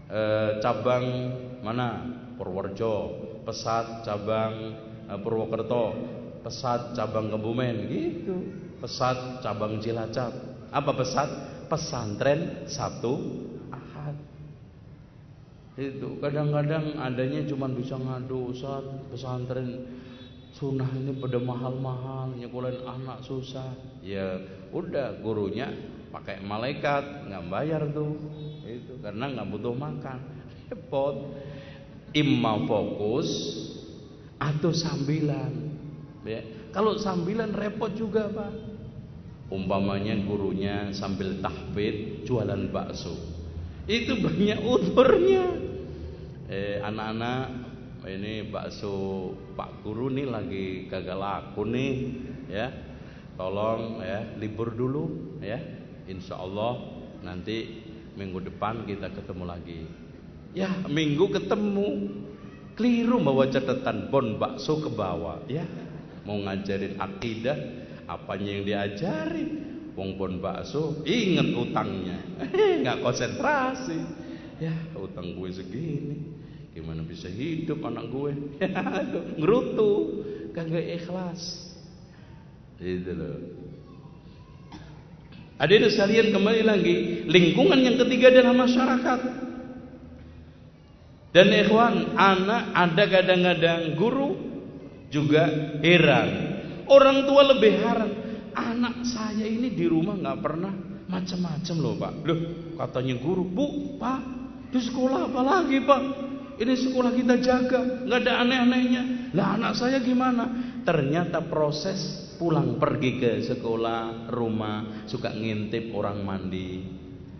eh, cabang mana? Purworejo, Pesat cabang eh, Purwokerto, Pesat cabang Kebumen gitu. Pesat cabang Cilacap. Apa Pesat? Pesantren Sabtu Ahad. Itu kadang-kadang adanya cuma bisa ngadu, Ustaz, pesantren sunnah ini pada mahal-mahal, nyekolahin anak susah. Ya udah, gurunya pakai malaikat, nggak bayar tuh. Itu karena nggak butuh makan. Repot. Imma fokus atau sambilan. Ya. Kalau sambilan repot juga, Pak. Umpamanya gurunya sambil tahfidz jualan bakso, itu banyak uturnya. Eh, anak-anak, ini bakso Pak Guru nih lagi gagal laku nih, ya. Tolong ya libur dulu, ya. Insya Allah nanti minggu depan kita ketemu lagi. Ya minggu ketemu, keliru bawa catatan bon bakso ke bawah, ya. Mau ngajarin akidah, apanya yang diajari? Wong bon bakso, inget utangnya, nggak konsentrasi. Ya utang gue segini, gimana bisa hidup anak gue? Ngerutu, kagak ikhlas. Itu loh. Hadirin sekalian, kembali lagi, lingkungan yang ketiga adalah masyarakat. Dan ikhwan, anak ada kadang-kadang guru juga heran. Orang tua lebih heran, anak saya ini di rumah nggak pernah macam-macam loh Pak. Loh katanya guru, Bu, Pak, di sekolah apa lagi Pak? Ini sekolah kita jaga, nggak ada aneh-anehnya. Lah anak saya gimana? Ternyata proses pulang pergi ke sekolah, rumah, suka ngintip orang mandi.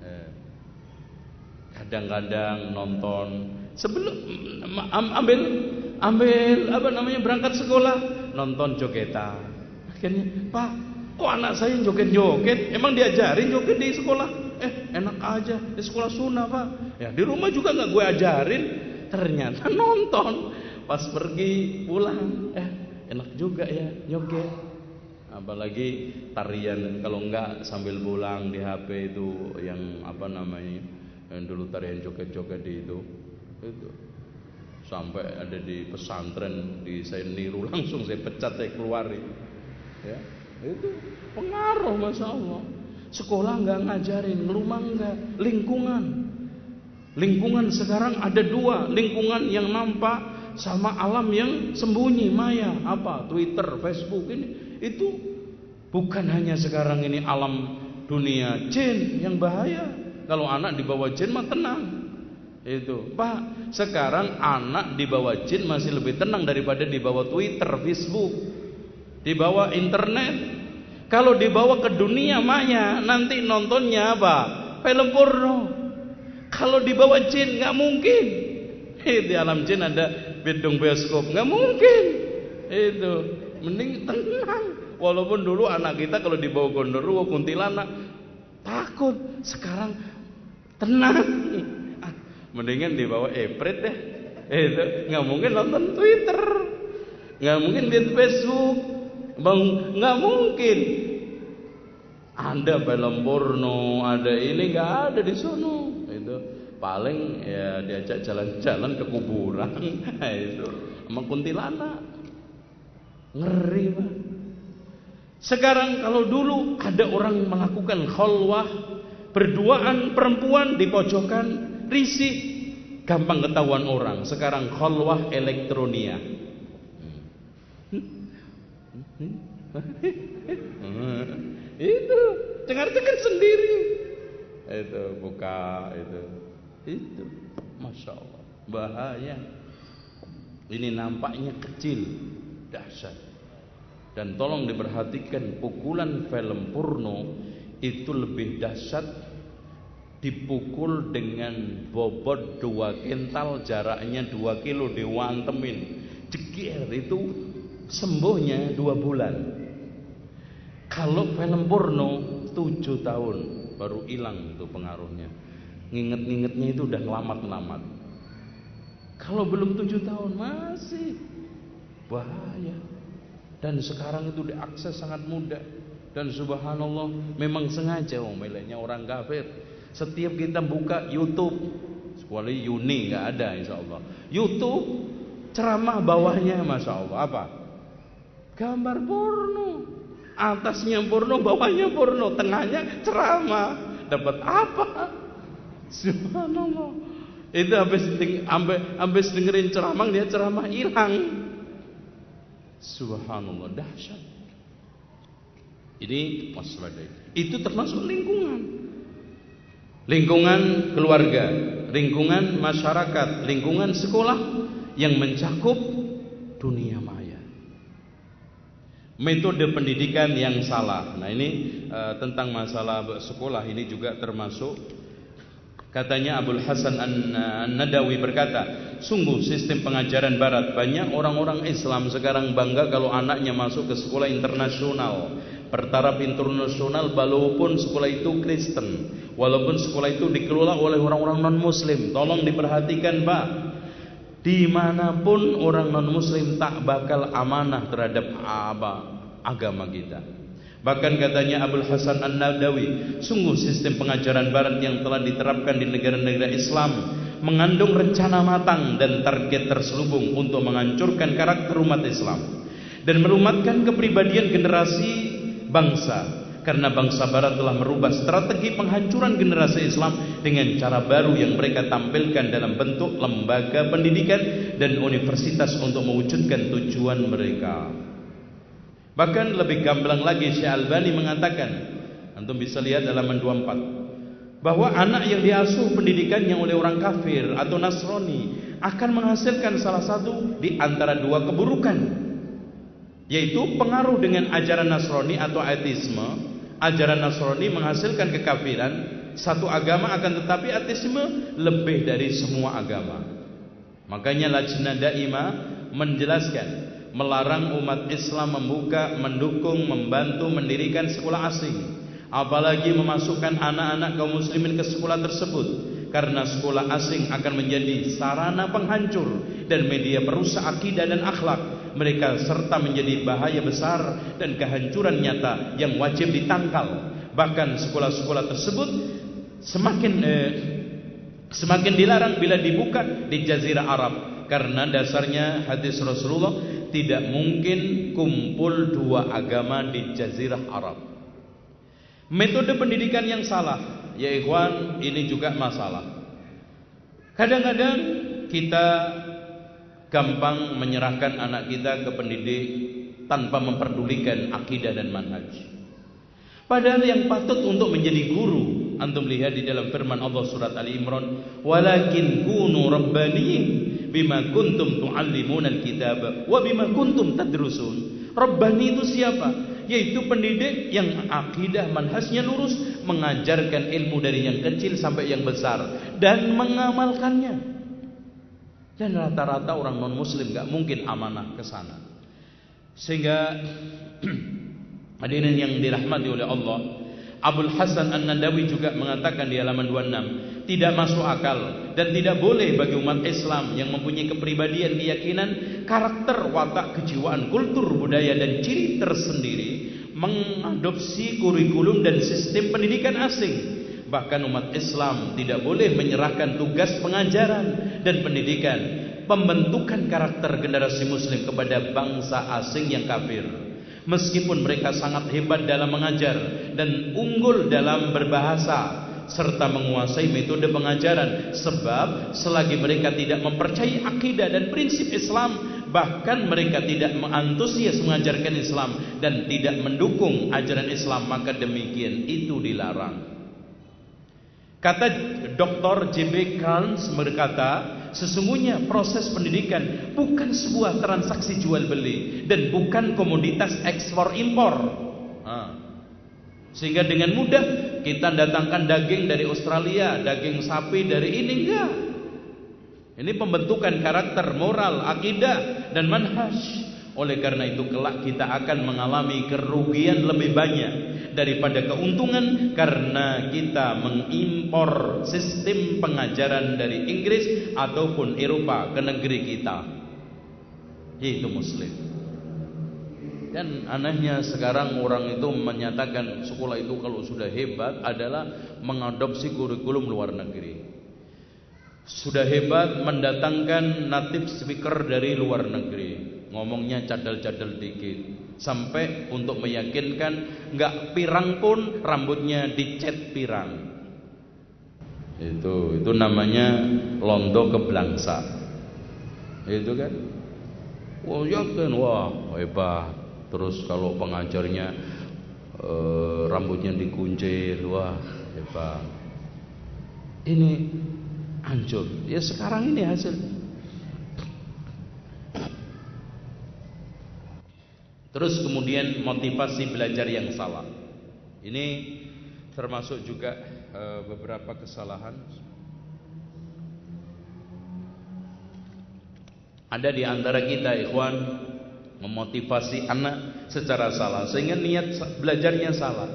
Kadang-kadang nonton sebelum ambil ambil apa namanya berangkat sekolah, nonton jogetan. Akhirnya, Pak, kok anak saya joget-joget? Emang diajarin joget di sekolah? Eh, enak aja di sekolah sunnah Pak. Ya di rumah juga nggak gue ajarin. Ternyata nonton. Pas pergi pulang, eh enak juga ya joget. Apalagi tarian, kalau enggak sambil pulang di H P itu yang apa namanya, yang dulu tarian joget-joget di itu, itu sampai ada di pesantren, di saya niru langsung, saya pecat, saya keluarin. Ya, itu pengaruh, masya Allah. Sekolah enggak ngajarin, rumah enggak, lingkungan. Lingkungan sekarang ada dua, lingkungan yang nampak sama alam yang sembunyi, maya, apa Twitter, Facebook ini. Itu bukan hanya sekarang ini alam dunia jin yang bahaya. Kalau anak dibawa jin mah tenang. Itu, Pak, sekarang anak dibawa jin masih lebih tenang daripada dibawa Twitter, Facebook, dibawa internet. Kalau dibawa ke dunia maya, nanti nontonnya apa? Film porno. Kalau dibawa jin nggak mungkin. Di alam jin ada gedung bioskop, nggak mungkin. Itu mending tenang. Walaupun dulu anak kita kalau dibawa gondoruo, kuntilanak takut, sekarang tenang. Mendingan dibawa epret deh. Itu nggak mungkin nonton Twitter, nggak mungkin lihat Facebook, bang, nggak mungkin. Ada film porno, ada ini, nggak ada di sono. Itu paling ya diajak jalan-jalan ke kuburan. Itu sama kuntilanak, ngeri Pak. Sekarang kalau dulu ada orang melakukan khalwah, berduaan perempuan di pojokan, risih, gampang ketahuan orang. Sekarang khalwah elektronia. Itu dengar-dengar sendiri. Itu buka itu. Itu masya Allah, bahaya. Ini nampaknya kecil, dahsyat. Dan tolong diperhatikan, pukulan film porno itu lebih dahsyat. Dipukul dengan bobot dua kintal, jaraknya dua kilo, diwantemin, jegir, itu sembuhnya dua bulan. Kalau film porno tujuh tahun baru hilang itu pengaruhnya. Nginget-ngingetnya itu udah ngelamat-ngelamat. Kalau belum tujuh tahun masih bahaya. Dan sekarang itu diakses sangat mudah. Dan subhanallah, memang sengaja oh, miliknya orang kafir. Setiap kita buka YouTube, Sekolah Uni nggak ada, insya Allah. YouTube ceramah bawahnya, masya Allah apa? Gambar porno. Atasnya porno, bawahnya porno, tengahnya ceramah. Dapat apa? Subhanallah. Itu habis habis dengerin ceramah, dia ceramah hilang. Subhanallah, dahsyat. Ini waspadai. Itu termasuk lingkungan. Lingkungan keluarga, lingkungan masyarakat, lingkungan sekolah yang mencakup dunia maya. Metode pendidikan yang salah. Nah, ini uh, tentang masalah sekolah ini juga termasuk. Katanya Abul Hasan An-Nadawi berkata, sungguh sistem pengajaran barat, banyak orang-orang Islam sekarang bangga kalau anaknya masuk ke sekolah internasional, bertaraf internasional, walaupun sekolah itu Kristen, walaupun sekolah itu dikelola oleh orang-orang non-Muslim. Tolong diperhatikan, Pak, dimanapun orang non-Muslim tak bakal amanah terhadap apa agama kita. Bahkan katanya Abul Hasan An-Nadawi, sungguh sistem pengajaran barat yang telah diterapkan di negara-negara Islam mengandung rencana matang dan target terselubung untuk menghancurkan karakter umat Islam dan merumatkan kepribadian generasi bangsa. Karena bangsa barat telah merubah strategi penghancuran generasi Islam dengan cara baru yang mereka tampilkan dalam bentuk lembaga pendidikan dan universitas untuk mewujudkan tujuan mereka. Bahkan lebih gamblang lagi, Syekh Albani mengatakan, antum bisa lihat halaman dua puluh empat, bahwa anak yang diasuh pendidikannya oleh orang kafir atau Nasrani akan menghasilkan salah satu di antara dua keburukan, yaitu pengaruh dengan ajaran Nasrani atau ateisme. Ajaran Nasrani menghasilkan kekafiran satu agama, akan tetapi ateisme lebih dari semua agama. Makanya Lajnah Daimah menjelaskan, melarang umat Islam membuka, mendukung, membantu mendirikan sekolah asing, apalagi memasukkan anak-anak kaum muslimin ke sekolah tersebut, karena sekolah asing akan menjadi sarana penghancur dan media perusak akidah dan akhlak mereka, serta menjadi bahaya besar dan kehancuran nyata yang wajib ditangkal. Bahkan sekolah-sekolah tersebut semakin eh, semakin dilarang bila dibuka di Jazirah Arab, karena dasarnya hadis Rasulullah, tidak mungkin kumpul dua agama di Jazirah Arab. Metode pendidikan yang salah, ya ikhwan, ini juga masalah. Kadang-kadang kita gampang menyerahkan anak kita ke pendidik tanpa memperdulikan akidah dan manhaj. Padahal yang patut untuk menjadi guru, antum lihat di dalam firman Allah surat Ali Imran, walakin kunu rabbaniyin bima kuntum tuallimunal kitab wa bima kuntum tadrusun. Rabbani itu siapa? Yaitu pendidik yang akidah manhajnya lurus, mengajarkan ilmu dari yang kecil sampai yang besar dan mengamalkannya. Dan rata-rata orang non muslim gak mungkin amanah ke sana. Sehingga hadirin yang dirahmati oleh Allah, Abul Hasan An-Nadawi juga mengatakan di halaman dua puluh enam, tidak masuk akal dan tidak boleh bagi umat Islam yang mempunyai kepribadian, keyakinan, karakter, watak, kejiwaan, kultur, budaya dan ciri tersendiri mengadopsi kurikulum dan sistem pendidikan asing. Bahkan umat Islam tidak boleh menyerahkan tugas pengajaran dan pendidikan, pembentukan karakter generasi muslim kepada bangsa asing yang kafir. Meskipun mereka sangat hebat dalam mengajar dan unggul dalam berbahasa serta menguasai metode pengajaran, sebab selagi mereka tidak mempercayai akidah dan prinsip Islam, bahkan mereka tidak mengantusias mengajarkan Islam dan tidak mendukung ajaran Islam, maka demikian itu dilarang. Kata Doktor J B Carnes berkata, sesungguhnya proses pendidikan bukan sebuah transaksi jual beli dan bukan komoditas ekspor impor. Nah, sehingga dengan mudah kita datangkan daging dari Australia, daging sapi dari ini, enggak. Ini pembentukan karakter, moral, akidah dan manhaj. Oleh karena itu kelak kita akan mengalami kerugian lebih banyak daripada keuntungan, karena kita mengimpor sistem pengajaran dari Inggris ataupun Eropa ke negeri kita, yaitu muslim. Dan anehnya sekarang orang itu menyatakan sekolah itu kalau sudah hebat adalah mengadopsi kurikulum luar negeri. sudah hebat mendatangkan native speaker dari luar negeri, ngomongnya cadel-cadel dikit, sampai untuk meyakinkan nggak pirang pun rambutnya dicet pirang. Itu itu namanya londo keblangsa. Itu kan, wah yakin, wah hebat. Terus kalau pengajarnya eh, rambutnya dikuncir, wah hebat. Ini hancur. Ya sekarang ini hasil. Terus kemudian motivasi belajar yang salah. Ini termasuk juga e, beberapa kesalahan. Ada di antara kita ikhwan memotivasi anak secara salah sehingga niat belajarnya salah.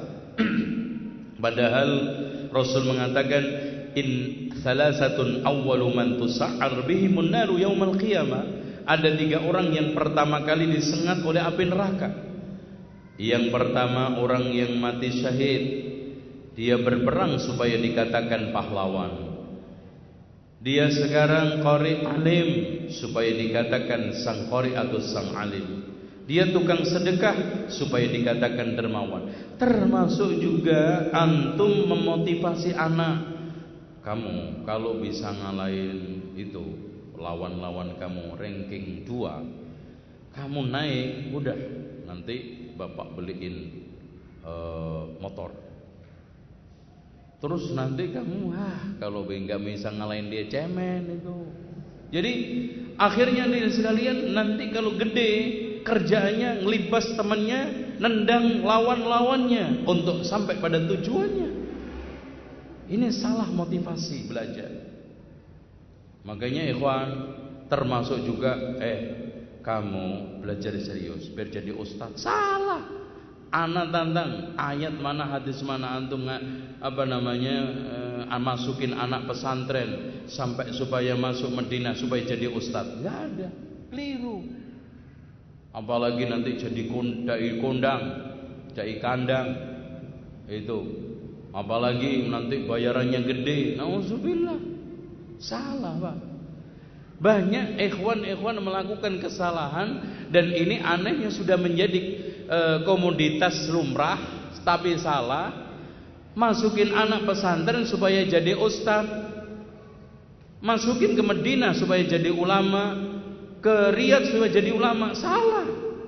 Padahal Rasul mengatakan in salasatun awwalu man tus'ar bihimun naru yaumal qiyamah. Ada tiga orang yang pertama kali disengat oleh api neraka. Yang pertama orang yang mati syahid, dia berperang supaya dikatakan pahlawan. Dia sekarang qari alim supaya dikatakan sang qari atau sang alim. Dia tukang sedekah supaya dikatakan dermawan. Termasuk juga antum memotivasi anak. Kamu kalau bisa ngalahin itu lawan-lawan kamu ranking dua, kamu naik, udah nanti bapak beliin uh, motor. Terus nanti kamu, ah kalau nggak bisa ngalahin dia cemen itu. Jadi akhirnya nih sekalian nanti kalau gede kerjaannya ngelibas temannya, nendang lawan-lawannya untuk sampai pada tujuannya. Ini salah motivasi belajar. Makanya ikhwan termasuk juga eh kamu belajar serius biar jadi ustaz. Salah. Anak tantang ayat mana hadis mana antum apa namanya eh, masukin anak pesantren sampai supaya masuk Madinah supaya jadi ustaz. Enggak ada. Keliru. Apalagi nanti jadi dai kondang, dai kandang. Itu. Apalagi nanti bayarannya gede. Nauzubillah. Salah Pak. Banyak ikhwan-ikhwan melakukan kesalahan dan ini anehnya sudah menjadi e, komoditas lumrah tapi salah. Masukin anak pesantren supaya jadi ustaz, masukin ke Madinah supaya jadi ulama, ke Riyadh supaya jadi ulama. Salah.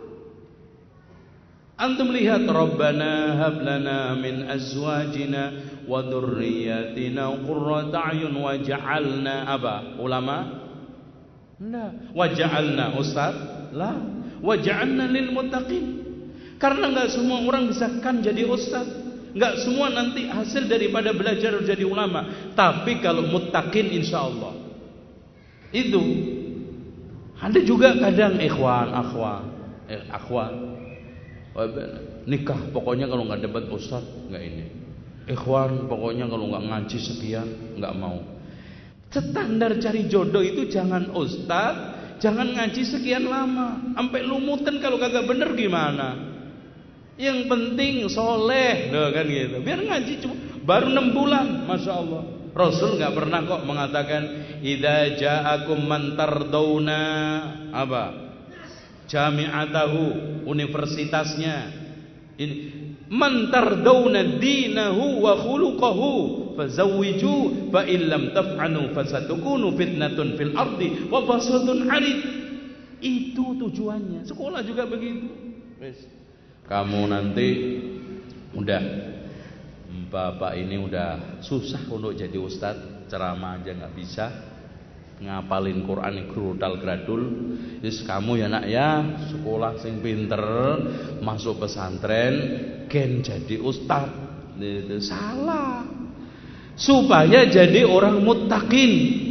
Antum lihat Rabbana hab lana min azwajina wa dzurriyyatina qurrata a'yun waj'alna apa? Ulama? Enggak. Waj'alna ustaz? La. Waj'alna lil muttaqin. Karena enggak semua orang bisa kan jadi ustaz. Enggak semua nanti hasil daripada belajar jadi ulama. Tapi kalau muttaqin insyaallah. Itu. Ada juga kadang ikhwan, akhwat, eh, akhwat nikah pokoknya kalau nggak dapat ustaz nggak ini. Ikhwan pokoknya kalau nggak ngaji sekian nggak mau. Standar cari jodoh itu jangan ustaz, jangan ngaji sekian lama, sampai lumutan kalau kagak bener gimana. Yang penting soleh, loh kan gitu. Biar ngaji cuma baru enam bulan, masya Allah. Rasul nggak pernah kok mengatakan idza ja'akum man tardawna apa? Jami'atahu, universitasnya. Ini man tardawna dinahu wa khuluquhu fazawwiju fa illam taf'alu fasatukunu fitnatun fil ardi wa fasadun 'arid. Itu tujuannya. Sekolah juga begitu. Wes. Kamu nanti udah bapak ini udah susah untuk jadi ustaz, ceramah aja nggak bisa. Ngapalin Quran grudal gradul. Terus kamu ya nak ya sekolah sing pinter, masuk pesantren, gen jadi ustaz. Itu salah. Supaya jadi orang muttaqin.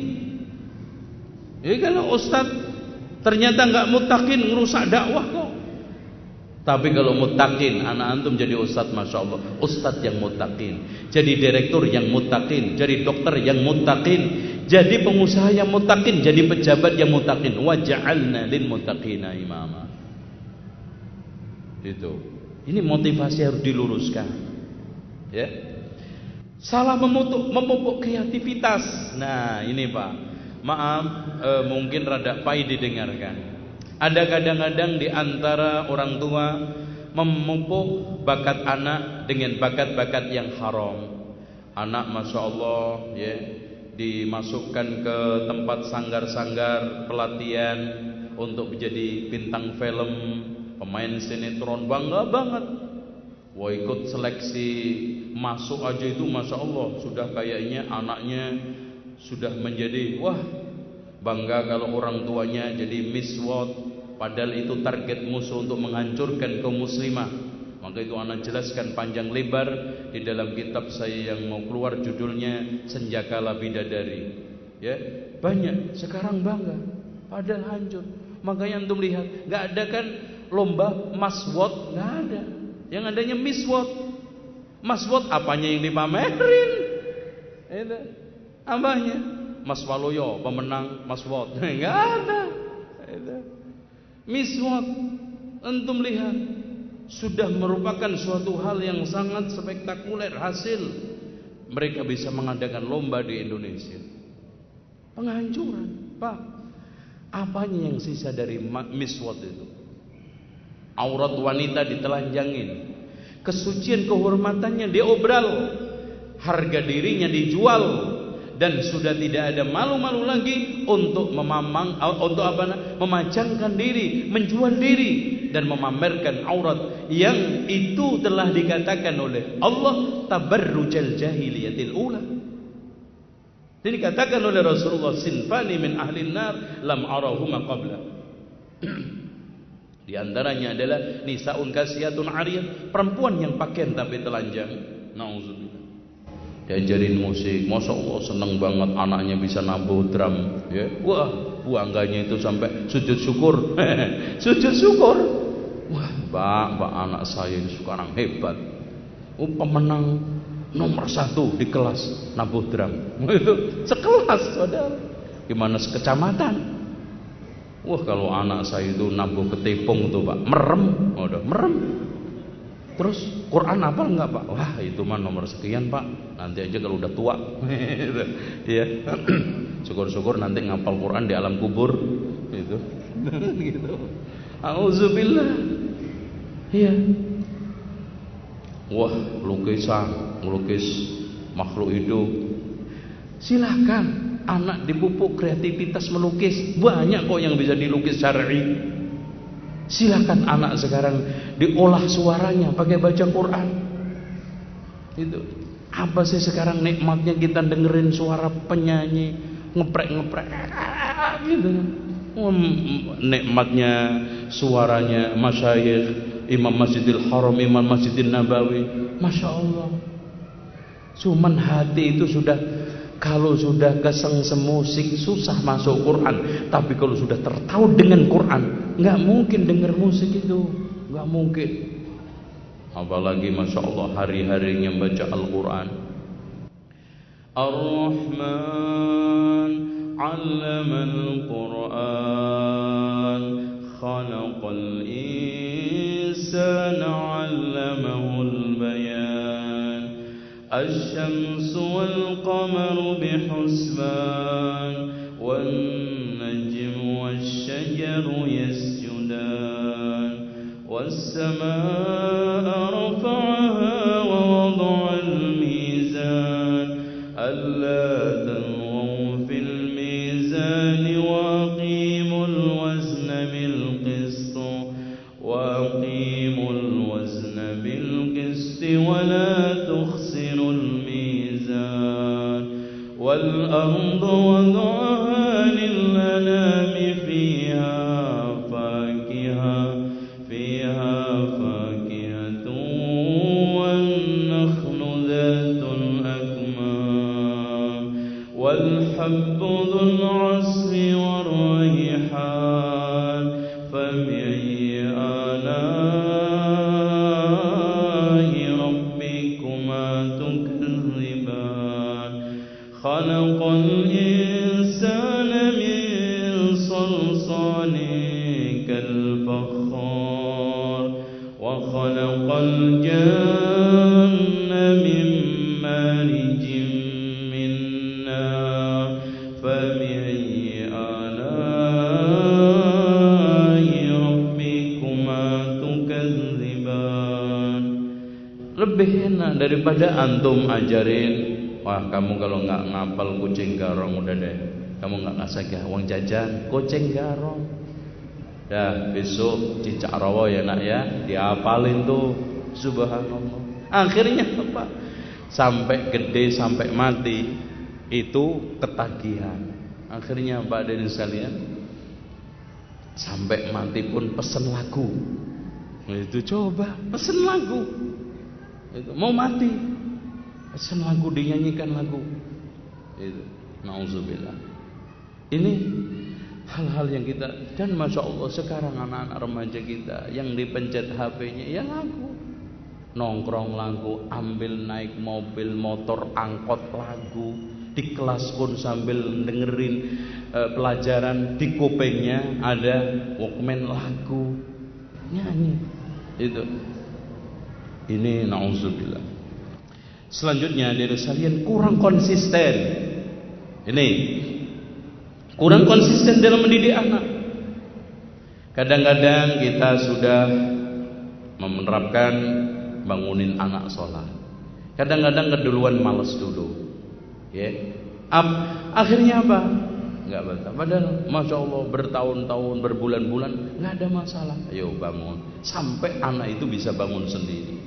Jadi kalau ustaz ternyata nggak muttaqin, ngerusak dakwah kok. Tapi kalau muttaqin, anak antum jadi ustaz, masya Allah, ustaz yang muttaqin, jadi direktur yang muttaqin, jadi dokter yang muttaqin, jadi pengusaha yang muttaqin, jadi pejabat yang muttaqin. Wa ja'alna lil muttaqina imama. Itu. Ini motivasi harus diluruskan. Ya. Salah memupuk, memupuk kreativitas. Nah ini Pak, maaf eh, mungkin rada pahit didengarkan. Ada kadang-kadang di antara orang tua memupuk bakat anak dengan bakat-bakat yang haram. Anak Masya Allah ya, dimasukkan ke tempat sanggar-sanggar pelatihan untuk menjadi bintang film, pemain sinetron, bangga banget. Wah ikut seleksi masuk aja itu Masya Allah, sudah kayaknya anaknya sudah menjadi, wah bangga kalau orang tuanya jadi Miss World. Padahal itu target musuh untuk menghancurkan kaum muslimah. Maka itu anak jelaskan panjang lebar di dalam kitab saya yang mau keluar, judulnya Senjakala Bidadari. Ya, banyak sekarang bangga, padahal hancur. Makanya antum lihat, nggak ada kan lomba Mas World, nggak ada. Yang adanya Miss World. Mas World apanya yang dipamerin? Itu apanya? Mas Waloyo pemenang Mas World, nggak ada. Itu. Miss World, antum lihat, sudah merupakan suatu hal yang sangat spektakuler hasil mereka bisa mengadakan lomba di Indonesia. Penghancuran, Pak. Apanya yang sisa dari Miss World itu? Aurat wanita ditelanjangin, kesucian kehormatannya diobral, harga dirinya dijual, dan sudah tidak ada malu-malu lagi untuk memamang, untuk apa? Memajangkan diri, menjual diri dan memamerkan aurat yang itu telah dikatakan oleh Allah tabarrujal jahiliyatil ula. Dan dikatakan oleh Rasulullah, sinfani min ahlin nar lam arahuma qabla. Di antaranya adalah nisaun kasiyatun ariyah, perempuan yang pakaian tapi telanjang. Nauzubillah. Diajarin musik, Masya Allah seneng banget anaknya bisa nabuh drum, ya. Wah, bangganya itu sampai sujud syukur. Sujud syukur. Wah, Pak, Pak anak saya ini sekarang hebat. Oh, pemenang nomor satu di kelas nabuh drum. Itu sekelas, saudara. Gimana sekecamatan? Wah, kalau anak saya itu nabuh ketepung tuh Pak, merem, udah merem. Terus Quran hafal enggak Pak? Wah itu mah nomor sekian Pak, nanti aja kalau udah tua. Ya, syukur-syukur nanti ngapal Quran di alam kubur. Gitu. Gitu. Auzubillah. Iya. Wah lukisan, melukis makhluk hidup. Silahkan. Anak dipupuk kreativitas melukis, banyak kok yang bisa dilukis syar'i. Silakan anak sekarang diolah suaranya pakai baca Quran. Itu apa sih sekarang nikmatnya kita dengerin suara penyanyi ngeprek-ngeprek gitu. Nikmatnya suaranya masyayikh, Imam Masjidil Haram, Imam Masjidil Nabawi, Masya Allah. Cuman hati itu sudah, kalau sudah kesengsem musik susah masuk Quran. Tapi kalau sudah tertaut dengan Quran, nggak mungkin dengar musik itu, nggak mungkin. Apalagi Masya Allah hari-harinya baca Al-Quran. Ar-Rahman 'allama al-Quran, khalaqal insana 'allamahul bayan. الشمس والقمر بحسبان والنجم والشجر يسجدان والسماء رفعها ووضع الميزان ألا تطغوا في الميزان وأقيموا الوزن بالقسط وأقيموا الوزن بالقسط ولا تخسروا الميزان والأرض وضعها للأنام فيها فاكهة فيها فاكهة والنخل ذات الأكمام والحب ذو العصف والريحان فبأي آلاء ربكما تكذبان خلق الإنسان من صلصال كالفخار وخلق الجن من مارج Nah, daripada antum ajarin, wah kamu kalau nggak ngapal kucing garong udah deh, kamu nggak ngasih uang jajan kucing garong. Dah besok cicak rawa ya nak ya, diapalin tuh, subhanallah. Akhirnya apa? Sampai gede sampai mati itu ketagihan. Akhirnya Pak Hadirin sekalian, sampai mati pun pesen lagu. Itu coba pesen lagu. Itu mau mati pesen lagu, dinyanyikan lagu. Itu nauzubillah. Ini hal-hal yang kita, dan masya Allah sekarang anak-anak remaja kita yang dipencet H P-nya ya lagu, nongkrong lagu, ambil naik mobil, motor, angkot lagu, di kelas pun sambil dengerin e, pelajaran, di kupingnya ada Walkman lagu, nyanyi. Itu ini nauzubillah. Selanjutnya dari sekalian kurang konsisten. Ini kurang konsisten dalam mendidik anak. Kadang-kadang kita sudah menerapkan bangunin anak sholat, kadang-kadang keduluan males dulu, ya. Ab, akhirnya apa? Nggak betah. Padahal masya Allah bertahun-tahun, berbulan-bulan nggak ada masalah. Ayo bangun, sampai anak itu bisa bangun sendiri,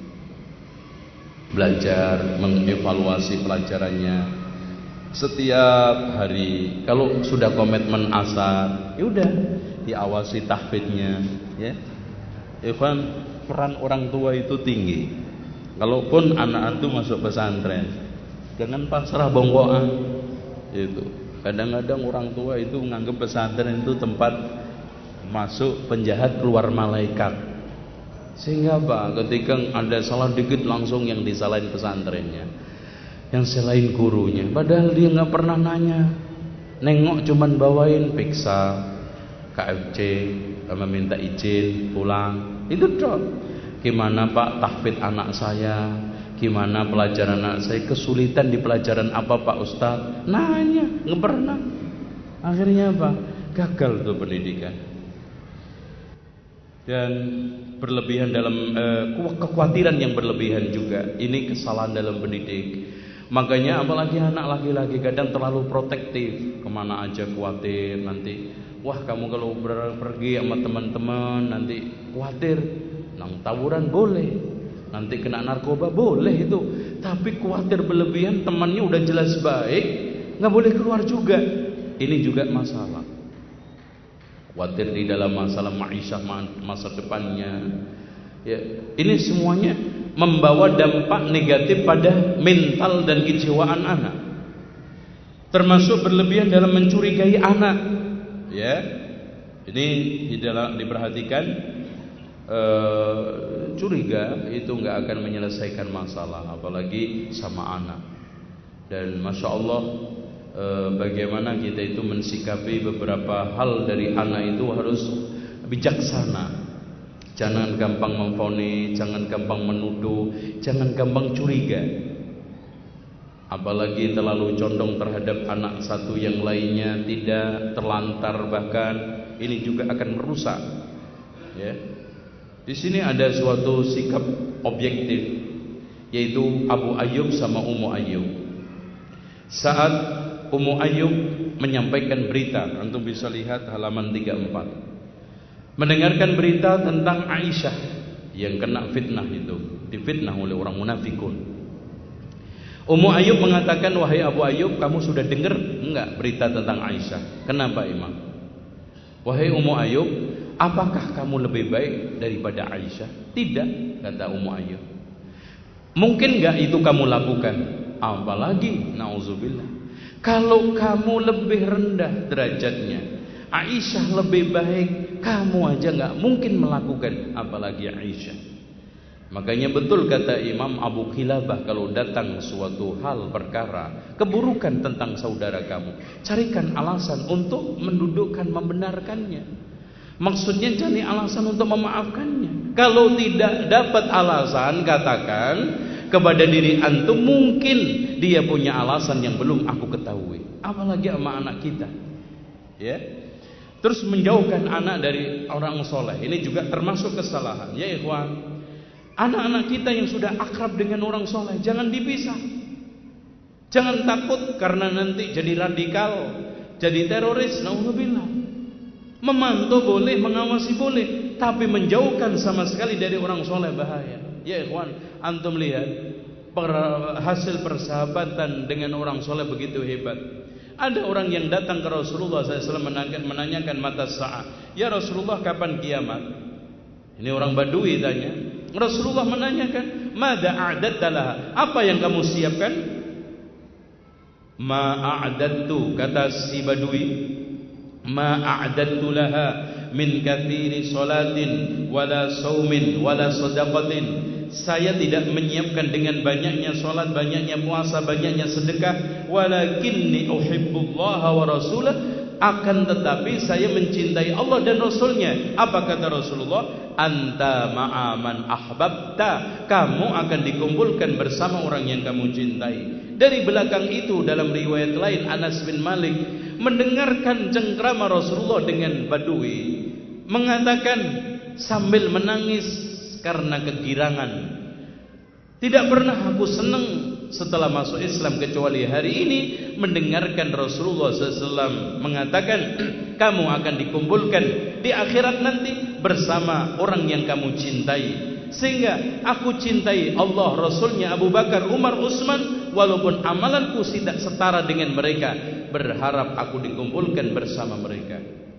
belajar, mengevaluasi pelajarannya setiap hari. Kalau sudah komitmen asar, ya udah diawasi tahfidnya, ya. Ikhwan, peran orang tua itu tinggi. Kalaupun anak itu masuk pesantren, jangan pasrah bongkoan. Itu kadang-kadang orang tua itu menganggap pesantren itu tempat masuk penjahat keluar malaikat. Sehingga apa? Ketika ada salah dikit langsung yang disalahin pesantrennya, yang selain gurunya. Padahal dia nggak pernah nanya, nengok cuman bawain piksa, K F C, sama minta izin pulang. Itu dong. Gimana Pak tahfidz anak saya? Gimana pelajaran anak saya? Kesulitan di pelajaran apa Pak Ustadz? Nanya, nggak pernah. Akhirnya apa? Gagal tuh pendidikan. Dan berlebihan dalam eh, kekhawatiran yang berlebihan juga. Ini kesalahan dalam pendidik. Makanya apalagi anak laki-laki kadang terlalu protektif. Kemana aja khawatir nanti. Wah kamu kalau pergi sama teman-teman nanti khawatir. Nang tawuran boleh. Nanti kena narkoba boleh itu, tapi khawatir berlebihan, temannya udah jelas baik, nggak boleh keluar juga. Ini juga masalah. Khawatir di dalam masalah ma'isyah, masa depannya. Ya, ini semuanya membawa dampak negatif pada mental dan kejiwaan anak. Termasuk berlebihan dalam mencurigai anak. Ya, ini di dalam diperhatikan. Uh, curiga itu nggak akan menyelesaikan masalah, apalagi sama anak. Dan masya Allah, uh, bagaimana kita itu mensikapi beberapa hal dari anak itu harus bijaksana. Jangan gampang memvonis, jangan gampang menuduh, jangan gampang curiga. Apalagi terlalu condong terhadap anak satu yang lainnya, tidak terlantar, bahkan ini juga akan merusak. Ya. Di sini ada suatu sikap objektif, yaitu Abu Ayyub sama Ummu Ayyub. Saat Ummu Ayyub menyampaikan berita, antum bisa lihat halaman tiga puluh empat. Mendengarkan berita tentang Aisyah yang kena fitnah itu, difitnah oleh orang munafikun. Ummu Ayyub mengatakan, wahai Abu Ayyub, kamu sudah dengar enggak berita tentang Aisyah? Kenapa Imam? Wahai Ummu Ayyub, apakah kamu lebih baik daripada Aisyah? Tidak, kata Ummu Ayyub. Mungkin enggak itu kamu lakukan? Apalagi, na'udzubillah, kalau kamu lebih rendah derajatnya, Aisyah lebih baik, kamu aja enggak mungkin melakukan, apalagi Aisyah. Makanya betul kata Imam Abu Khilabah, kalau datang suatu hal perkara keburukan tentang saudara kamu, carikan alasan untuk mendudukkan, membenarkannya. Maksudnya cari alasan untuk memaafkannya. Kalau tidak dapat alasan, katakan kepada diri antum, mungkin dia punya alasan yang belum aku ketahui. Apalagi sama anak kita, ya. Terus menjauhkan anak dari orang soleh, ini juga termasuk kesalahan. Ya ikhwan, Anak-anak kita yang sudah akrab dengan orang soleh, jangan dipisah. Jangan takut karena nanti jadi radikal, jadi teroris. Nauzubillah. Memantau boleh, mengawasi boleh, tapi menjauhkan sama sekali dari orang soleh bahaya. Ya ikhwan, antum lihat per, hasil persahabatan dengan orang soleh begitu hebat. Ada orang yang datang ke Rasulullah shallallahu alaihi wasallam menanyakan, menanyakan mata sa'ah. Ya Rasulullah, kapan kiamat? Ini orang Badui tanya. Rasulullah menanyakan, mada a'dadta laha? Apa yang kamu siapkan? Ma a'dadtu, kata si Badui. Ma a'dadtu laha min kathiri salatin wala saumin wala sadaqatin. Saya tidak menyiapkan dengan banyaknya salat, banyaknya puasa, banyaknya sedekah. Walakinni uhibbullaha wa rasulah. Akan tetapi saya mencintai Allah dan Rasulnya. Apa kata Rasulullah? Anta ma'aman ahbabta. Kamu akan dikumpulkan bersama orang yang kamu cintai. Dari belakang itu dalam riwayat lain, Anas bin Malik mendengarkan cengkrama Rasulullah dengan Badui, mengatakan sambil menangis karena kegirangan, tidak pernah aku senang setelah masuk Islam kecuali hari ini mendengarkan Rasulullah shallallahu alaihi wasallam mengatakan kamu akan dikumpulkan di akhirat nanti bersama orang yang kamu cintai. Sehingga aku cintai Allah, Rasulnya, Abu Bakar, Umar, Utsman, walaupun amalanku tidak setara dengan mereka, berharap aku dikumpulkan bersama mereka.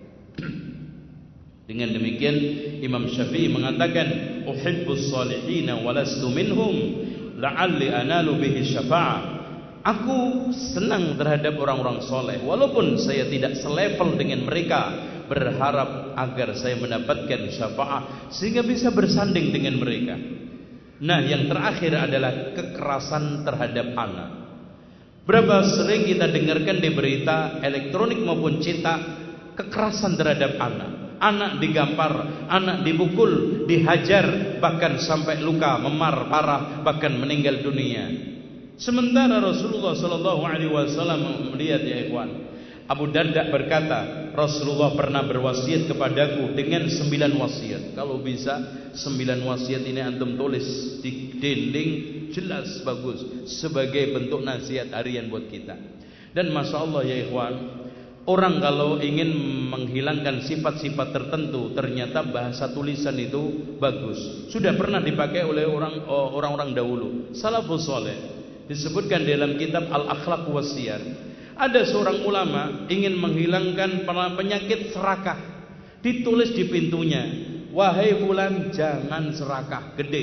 Dengan demikian Imam Syafi'i mengatakan, uhibbus salihina walastu minhum la'alli analu bihi syafa'ah. Aku senang terhadap orang-orang soleh walaupun saya tidak selevel dengan mereka, berharap agar saya mendapatkan syafaat sehingga bisa bersanding dengan mereka. Nah, yang terakhir adalah kekerasan terhadap anak. Berapa sering kita dengarkan di berita elektronik maupun cetak kekerasan terhadap anak. Anak digampar, anak dipukul, dihajar, bahkan sampai luka, memar parah, bahkan meninggal dunia. Sementara Rasulullah Sallallahu Alaihi Wasallam melihat, ya ikhwan, Abu Darda berkata, Rasulullah pernah berwasiat kepadaku dengan sembilan wasiat. Kalau bisa sembilan wasiat ini antum tulis di dinding, jelas bagus, sebagai bentuk nasihat harian buat kita. Dan masya Allah ya ikhwan, orang kalau ingin menghilangkan sifat-sifat tertentu, ternyata bahasa tulisan itu bagus. Sudah pernah dipakai oleh orang orang-orang dahulu, salafus saleh. Disebutkan dalam kitab Al-Akhlaq Wasiyar. Ada seorang ulama ingin menghilangkan penyakit serakah. Ditulis di pintunya, wahai fulan jangan serakah, gede.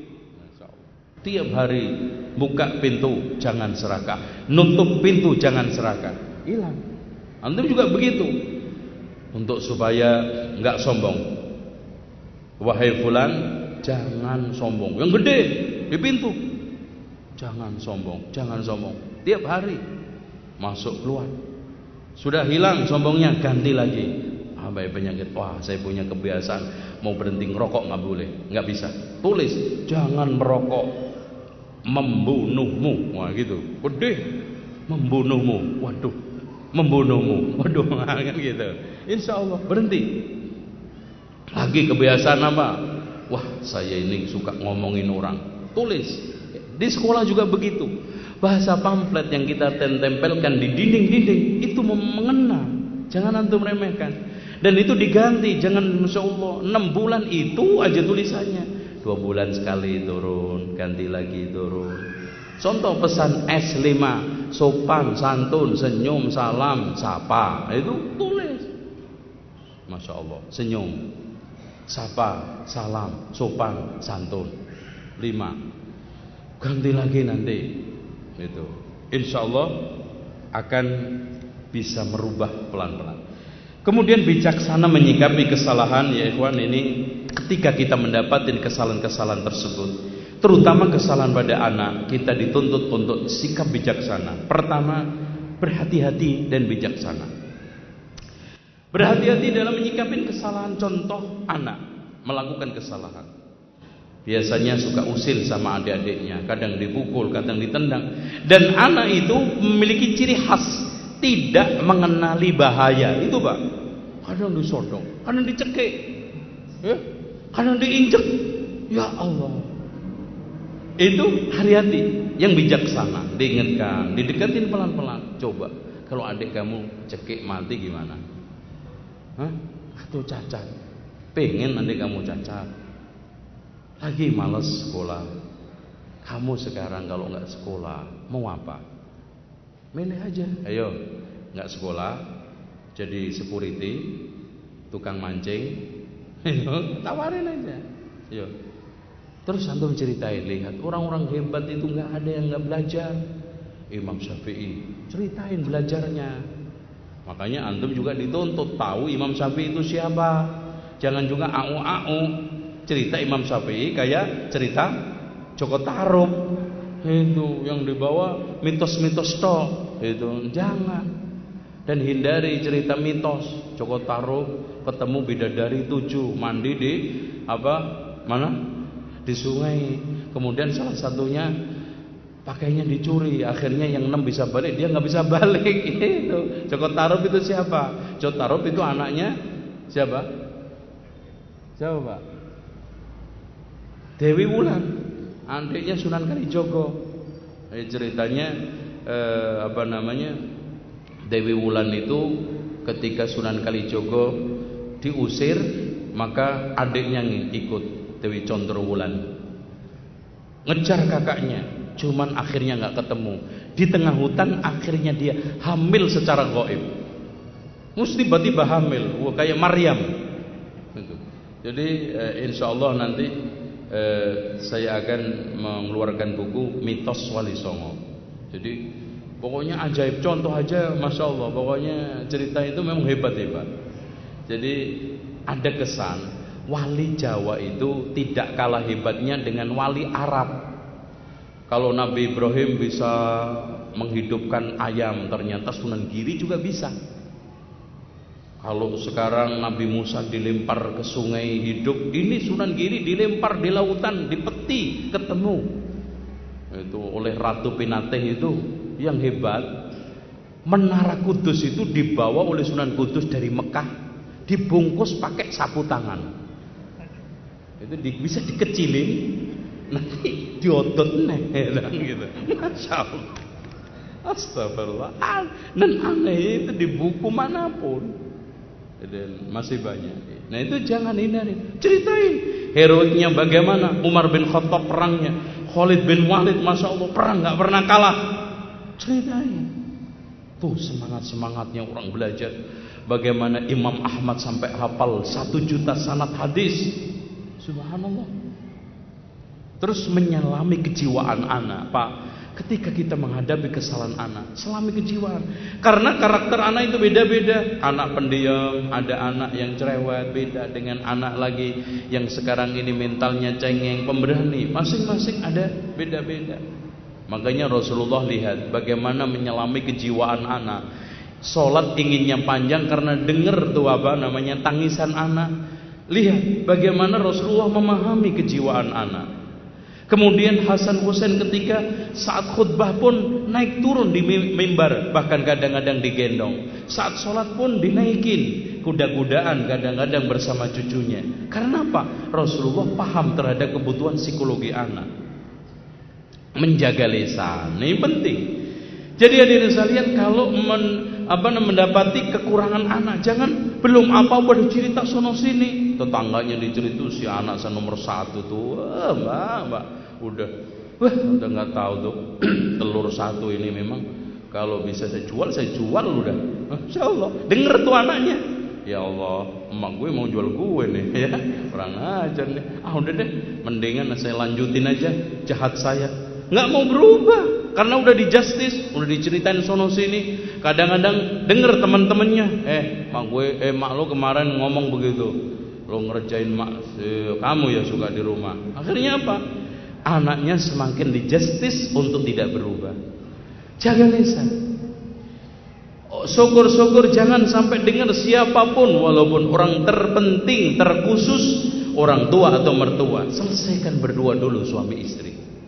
Tiap hari buka pintu jangan serakah, nutup pintu jangan serakah. Hilang. Antum juga begitu. Untuk supaya enggak sombong. Wahai fulan jangan sombong. Yang gede di pintu. Jangan sombong, jangan sombong. Tiap hari masuk keluar. Sudah hilang sombongnya, ganti lagi. Ah, baik penyakit. Wah, saya punya kebiasaan mau berhenti ngerokok nggak boleh, nggak bisa. Tulis, jangan merokok, membunuhmu. Wah gitu. Gede, membunuhmu. Waduh, membunuhmu. Waduh, kan gitu. Insya Allah berhenti. Lagi kebiasaan apa? Wah, saya ini suka ngomongin orang. Tulis. Di sekolah juga begitu. Bahasa pamflet yang kita tempelkan di dinding-dinding itu mengena. Jangan antum remehkan. Dan itu diganti. Jangan, masya Allah, enam bulan itu aja tulisannya. Dua bulan sekali turun, ganti lagi turun. Contoh pesan S lima, sopan, santun, senyum, salam, sapa. Itu tulis. Masya Allah, senyum, sapa, salam, sopan, santun. Lima. Ganti lagi nanti. Itu. Insya Allah akan bisa merubah pelan-pelan. Kemudian bijaksana menyikapi kesalahan, ya ikhwan, ini ketika kita mendapatkan kesalahan-kesalahan tersebut, terutama kesalahan pada anak, kita dituntut untuk sikap bijaksana. Pertama, berhati-hati dan bijaksana. Berhati-hati dalam menyikapi kesalahan. Contoh anak melakukan kesalahan, biasanya suka usil sama adik-adiknya, kadang dipukul, kadang ditendang. Dan anak itu memiliki ciri khas, tidak mengenali bahaya. Itu Pak, kadang disodong, kadang dicekik, ya, kadang diinjek. Ya Allah, Itu hati-hati, yang bijaksana, diingatkan, dideketin pelan-pelan. Coba kalau adik kamu cekik mati gimana? Hah? Atau cacat? Pengen adik kamu cacat, lagi males sekolah. Kamu sekarang kalau nggak sekolah mau apa? Milih aja. Ayo, nggak sekolah, jadi security, tukang mancing. Ayo, tawarin aja. Ayo. Terus antum ceritain, lihat orang-orang hebat itu nggak ada yang nggak belajar. Imam Syafi'i, ceritain belajarnya. Makanya antum juga dituntut tahu Imam Syafi'i itu siapa. Jangan juga au-au cerita Imam Syafi'i kayak cerita Joko Tarub. Itu yang dibawa mitos-mitos toh. Itu jangan. Dan hindari cerita mitos. Joko Tarub ketemu bidadari tujuh, mandi di apa? Mana? Di sungai, kemudian salah satunya pakainya dicuri, akhirnya yang enam bisa balik, dia nggak bisa balik. Itu Joko Tarub itu siapa? Joko Tarub itu anaknya siapa? Siapa Pak? Dewi Wulan, adiknya Sunan Kalijogo. Eh, ceritanya eh, apa namanya? Dewi Wulan itu ketika Sunan Kalijogo diusir, maka adiknya ikut. Dewi Condrowulan ngejar kakaknya, cuman akhirnya nggak ketemu. Di tengah hutan akhirnya dia hamil secara gaib. Mesti tiba-tiba hamil, wah kayak Maryam. Jadi eh, insya Allah nanti eh, saya akan mengeluarkan buku Mitos Wali Songo. Jadi pokoknya ajaib, contoh aja, masya Allah. Pokoknya cerita itu memang hebat-hebat. Jadi ada kesan wali Jawa itu tidak kalah hebatnya dengan wali Arab. Kalau Nabi Ibrahim bisa menghidupkan ayam, ternyata Sunan Giri juga bisa. Kalau sekarang Nabi Musa dilempar ke sungai hidup, ini Sunan Giri dilempar di lautan, di peti ketemu. Itu oleh Ratu Pinateh itu yang hebat. Menara Kudus itu dibawa oleh Sunan Kudus dari Mekah, dibungkus pakai sapu tangan. Itu di, bisa dikecilin, nanti diodot nih, gitu. Masya Allah, astagfirullah. Dan aneh itu di buku manapun, dan masih banyak. Nah itu jangan hindari, ceritain heroiknya bagaimana Umar bin Khattab perangnya, Khalid bin Walid, masya Allah perang nggak pernah kalah. Ceritain, tuh semangat semangatnya orang belajar. Bagaimana Imam Ahmad sampai hafal satu juta sanad hadis. Subhanallah. Terus menyelami kejiwaan anak, Pak. Ketika kita menghadapi kesalahan anak, selami kejiwaan. Karena karakter anak itu beda-beda. Anak pendiam, ada anak yang cerewet, beda dengan anak lagi yang sekarang ini mentalnya cengeng, pemberani. Masing-masing ada beda-beda. Makanya Rasulullah lihat bagaimana menyelami kejiwaan anak. Sholat inginnya panjang karena dengar tuh apa namanya tangisan anak. Lihat bagaimana Rasulullah memahami kejiwaan anak. Kemudian Hasan Husain ketika saat khutbah pun naik turun di mimbar, bahkan kadang-kadang digendong. Saat sholat pun dinaikin kuda-kudaan, kadang-kadang bersama cucunya. Karena apa? Rasulullah paham terhadap kebutuhan psikologi anak. Menjaga lisan ini penting. Jadi hadirin sekalian, kalau men, apa, mendapati kekurangan anak, jangan belum apa-apa dicerita sono sini. Tetangganya diceritu si anak saya nomor satu tuh, wah mbak, mbak, udah, wah udah nggak tahu tuh telur satu ini memang kalau bisa saya jual, saya jual udah. Insya Allah, denger tuh anaknya. Ya Allah, emak gue mau jual gue nih, ya kurang ajar nih. Ah udah deh, mendingan saya lanjutin aja jahat saya. Nggak mau berubah karena udah di justice, udah diceritain sono sini. Kadang-kadang denger teman-temannya, eh mak gue, eh mak lo kemarin ngomong begitu, lo ngerjain mak eh, kamu ya suka di rumah. Akhirnya apa? Anaknya semakin di justice untuk tidak berubah. Jaga lisan. Oh, syukur-syukur jangan sampai dengar siapapun, walaupun orang terpenting, terkhusus, orang tua atau mertua. Selesaikan berdua dulu suami istri.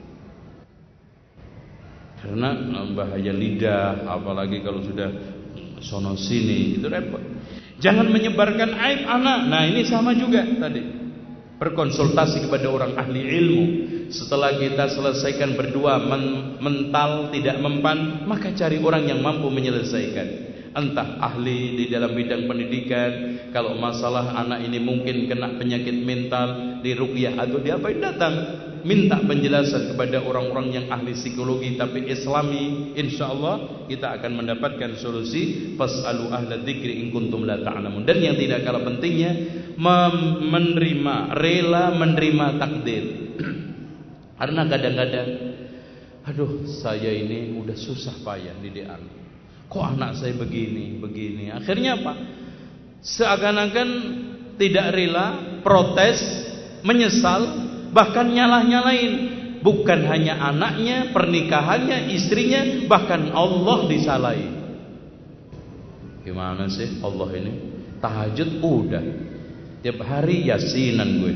Karena bahaya lidah, apalagi kalau sudah sono sini, itu repot. Jangan menyebarkan aib anak. Nah ini sama juga tadi, berkonsultasi kepada orang ahli ilmu. Setelah kita selesaikan berdua men mental tidak mempan, maka cari orang yang mampu menyelesaikan. Entah ahli di dalam bidang pendidikan, kalau masalah anak ini mungkin kena penyakit mental, di ruqyah atau di apa, datang minta penjelasan kepada orang-orang yang ahli psikologi tapi islami, insyaallah kita akan mendapatkan solusi. Fas'alu ahla dzikri in kuntum la ta'lamun. Dan yang tidak kalah pentingnya, menerima, rela menerima takdir. Karena kadang-kadang, aduh saya ini udah susah payah didik anak, kok anak saya begini, begini. Akhirnya apa? Seakan-akan tidak rela, protes, menyesal, bahkan nyalah-nyalain. Bukan hanya anaknya, pernikahannya, istrinya, bahkan Allah disalahi. Gimana sih Allah ini? Tahajud udah, tiap hari yasinan gue,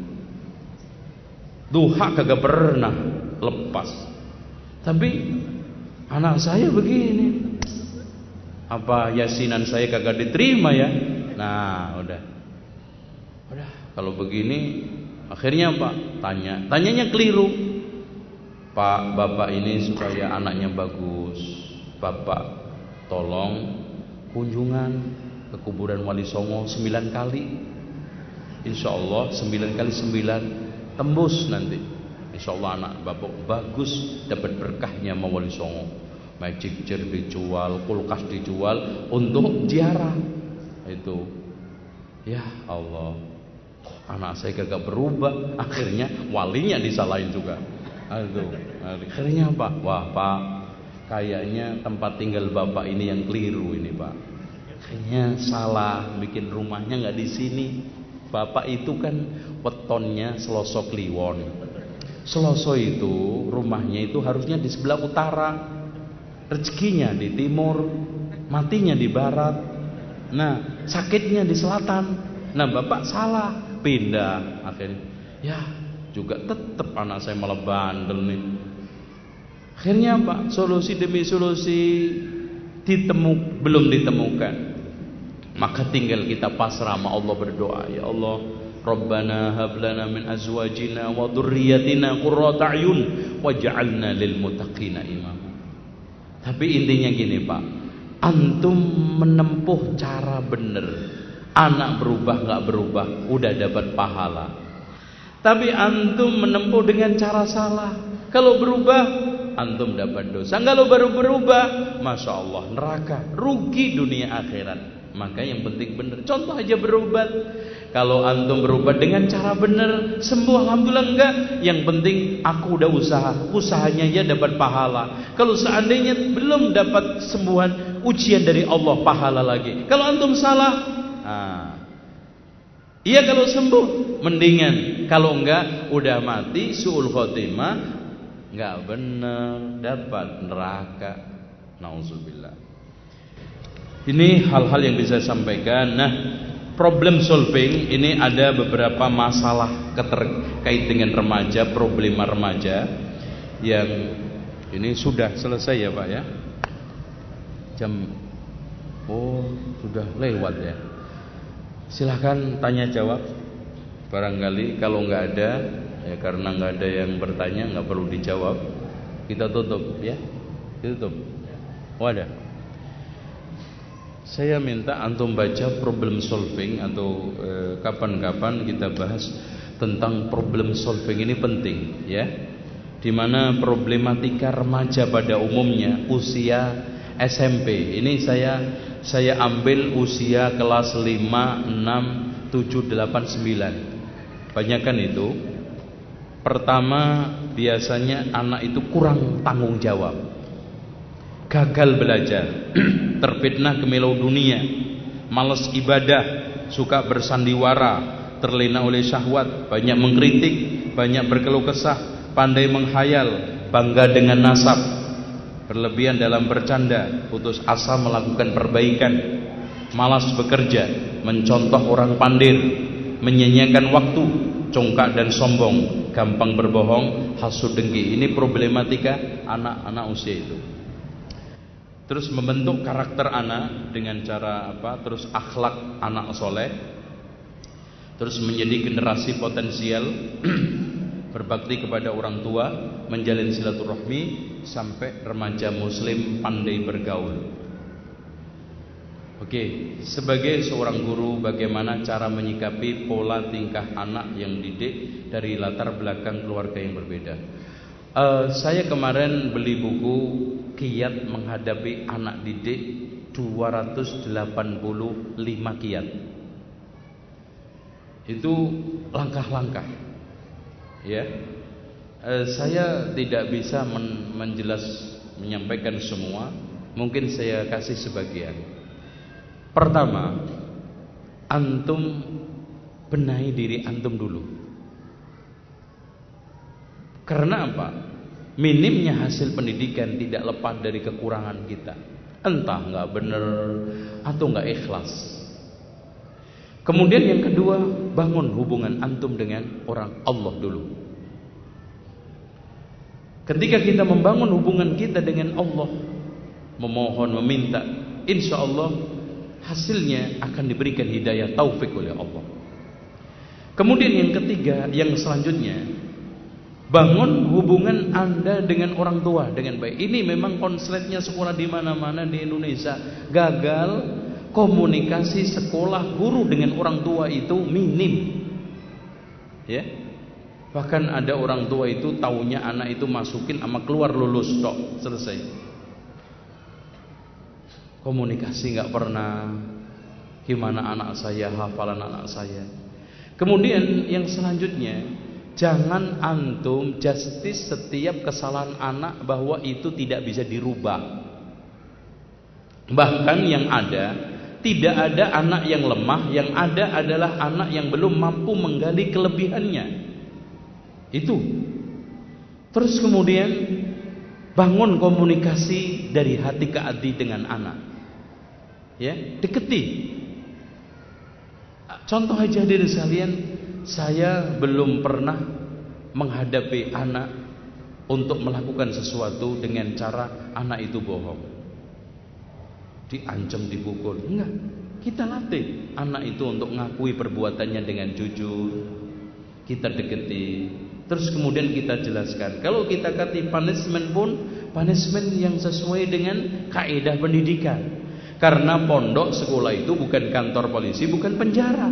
duha kagak pernah lepas, tapi anak saya begini. Apa yasinan saya kagak diterima ya? Nah udah, udah kalau begini akhirnya apa? Tanya, tanyanya keliru. Pak, bapak ini supaya anaknya bagus, bapak tolong kunjungan ke kuburan Wali Songo sembilan kali. Insya Allah sembilan kali sembilan tembus nanti. Insya Allah anak bapak bagus, dapat berkahnya sama Wali Songo. Magic jar dijual, kulkas dijual untuk ziarah. Itu ya Allah, anak saya kagak berubah. Akhirnya walinya disalahin juga. Aduh, akhirnya Pak, wah Pak, kayaknya tempat tinggal bapak ini yang keliru ini Pak. Kayaknya salah, bikin rumahnya nggak di sini. Bapak itu kan wetonnya Seloso Kliwon. Seloso itu rumahnya itu harusnya di sebelah utara, rezekinya di timur, matinya di barat. Nah, sakitnya di selatan. Nah, bapak salah, pindah akhirnya. Ya, juga tetap anak saya malah bandel nih. Akhirnya Pak, solusi demi solusi ditemu belum ditemukan. Maka tinggal kita pasrah sama Allah, berdoa, ya Allah, Rabbana hab lana min azwajina wa dzurriyyatina qurrata a'yun waj'alna lil muttaqina imama. Tapi intinya gini Pak, antum menempuh cara benar, anak berubah nggak berubah udah dapat pahala. Tapi antum menempuh dengan cara salah, kalau berubah antum dapat dosa. Kalau baru berubah, masya Allah neraka, rugi dunia akhirat. Maka yang penting benar. Contoh aja berobat. Kalau antum berobat dengan cara benar, sembuh alhamdulillah enggak. Yang penting aku udah usaha, usahanya ya dapat pahala. Kalau seandainya belum dapat sembuhan, ujian dari Allah, pahala lagi. Kalau antum salah, ah, iya kalau sembuh mendingan. Kalau enggak udah mati suul khotimah, enggak benar, dapat neraka. Nauzubillah. Ini hal-hal yang bisa saya sampaikan. Nah, problem solving ini ada beberapa masalah terkait dengan remaja, problema remaja yang ini sudah selesai ya Pak ya. Jam oh sudah lewat ya. Silahkan tanya jawab. Barangkali kalau nggak ada ya, karena nggak ada yang bertanya nggak perlu dijawab. Kita tutup ya. Tutup. Oh ada. Saya minta antum baca problem solving atau kapan-kapan eh, kita bahas tentang problem solving ini penting ya. Dimana problematika remaja pada umumnya usia S M P. Ini saya saya ambil usia kelas lima, enam, tujuh, delapan, sembilan. Banyakan itu. Pertama biasanya anak itu kurang tanggung jawab, gagal belajar, terfitnah kemilau dunia, malas ibadah, suka bersandiwara, terlena oleh syahwat, banyak mengkritik, banyak berkeluh kesah, pandai menghayal, bangga dengan nasab, berlebihan dalam bercanda, putus asa melakukan perbaikan, malas bekerja, mencontoh orang pandir, menyanyiakan waktu, congkak dan sombong, gampang berbohong, hasud dengki. Ini problematika anak-anak usia itu. Terus membentuk karakter anak dengan cara apa? Terus akhlak anak soleh. Terus menjadi generasi potensial. berbakti kepada orang tua, menjalin silaturahmi, sampai remaja muslim pandai bergaul. Oke, sebagai seorang guru, bagaimana cara menyikapi pola tingkah anak yang didik dari latar belakang keluarga yang berbeda? Uh, saya kemarin beli buku Kiat Menghadapi Anak Didik, dua ratus delapan puluh lima kiat. Itu langkah-langkah. Ya, uh, saya tidak bisa men menjelas menyampaikan semua. Mungkin saya kasih sebagian. Pertama, antum benahi diri antum dulu. Karena apa? Minimnya hasil pendidikan tidak lepas dari kekurangan kita. Entah nggak benar atau nggak ikhlas. Kemudian yang kedua, bangun hubungan antum dengan orang Allah dulu. Ketika kita membangun hubungan kita dengan Allah, memohon, meminta, insya Allah hasilnya akan diberikan hidayah taufik oleh Allah. Kemudian yang ketiga, yang selanjutnya, bangun hubungan Anda dengan orang tua dengan baik. Ini memang konsletnya sekolah di mana-mana di Indonesia gagal. Komunikasi sekolah guru dengan orang tua itu minim. Ya. Bahkan ada orang tua itu taunya anak itu masukin sama keluar lulus tok, selesai. Komunikasi nggak pernah. Gimana anak saya, hafalan anak saya. Kemudian yang selanjutnya, jangan antum justice setiap kesalahan anak bahwa itu tidak bisa dirubah. Bahkan yang ada, tidak ada anak yang lemah, yang ada adalah anak yang belum mampu menggali kelebihannya. Itu. Terus kemudian bangun komunikasi dari hati ke hati dengan anak. Ya, deketi. Contoh aja diri sekalian, saya belum pernah menghadapi anak untuk melakukan sesuatu dengan cara anak itu bohong, diancam, dipukul. Enggak, kita latih anak itu untuk ngakui perbuatannya dengan jujur. Kita deketi, terus kemudian kita jelaskan. Kalau kita kasih punishment pun punishment yang sesuai dengan kaidah pendidikan. Karena pondok sekolah itu bukan kantor polisi, bukan penjara.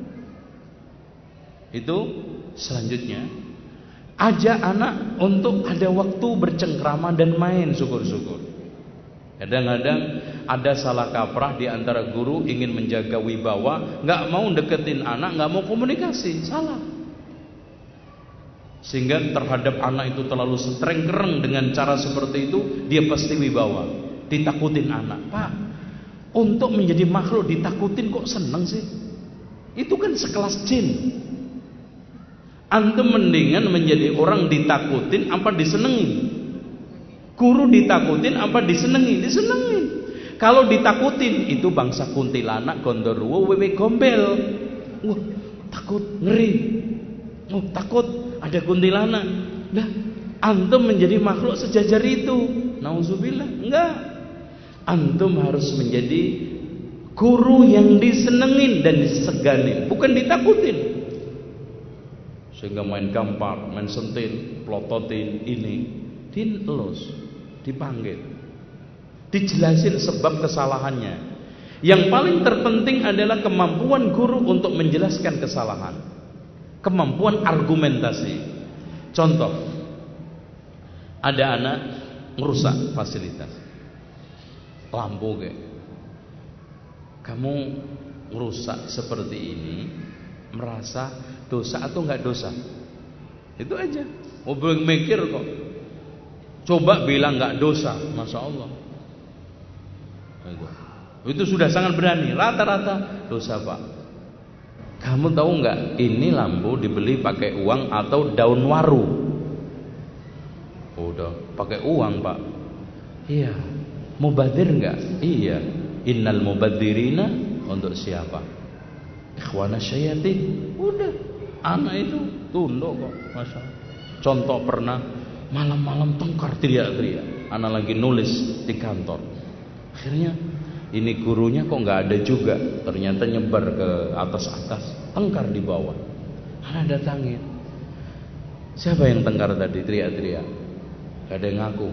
Itu selanjutnya, ajak anak untuk ada waktu bercengkrama dan main, syukur-syukur. Kadang-kadang ada salah kaprah di antara guru ingin menjaga wibawa, nggak mau deketin anak, nggak mau komunikasi, salah. Sehingga terhadap anak itu terlalu strengkereng dengan cara seperti itu, dia pasti wibawa, ditakutin anak. Pak, untuk menjadi makhluk ditakutin kok seneng sih? Itu kan sekelas jin. Antum mendingan menjadi orang ditakutin apa disenengin? Guru ditakutin apa disenengin? Disenengin. Kalau ditakutin itu bangsa kuntilanak, gondoruo, wewe gombel. Wah, takut, ngeri. Oh, takut ada kuntilanak. Nah, antum menjadi makhluk sejajar itu. Nauzubillah. Enggak. Antum harus menjadi guru yang disenengin dan diseganin, bukan ditakutin. Sehingga main gampar, main sentil, plototin ini, dielus, dipanggil, dijelasin sebab kesalahannya. Yang paling terpenting adalah kemampuan guru untuk menjelaskan kesalahan, kemampuan argumentasi. Contoh, ada anak merusak fasilitas, lampu kayak, kamu merusak seperti ini, merasa dosa atau enggak dosa? Itu aja. Mau mikir kok. Coba bilang enggak dosa, masya Allah. Itu. Itu sudah sangat berani. Rata-rata dosa, Pak. Kamu tahu enggak? Ini lampu dibeli pakai uang atau daun waru? Oh, udah pakai uang, Pak. Iya. Mubadir enggak? Iya. Innal mubadzirina untuk siapa? Ikhwana syayatin. Udah, anak itu tunduk kok, masya Allah. Contoh pernah malam-malam tengkar teriak-teriak. Anak lagi nulis di kantor. Akhirnya ini gurunya kok nggak ada juga. Ternyata nyebar ke atas-atas, tengkar di bawah. Anak datangin. Siapa yang tengkar tadi teriak-teriak? Gak ada yang ngaku.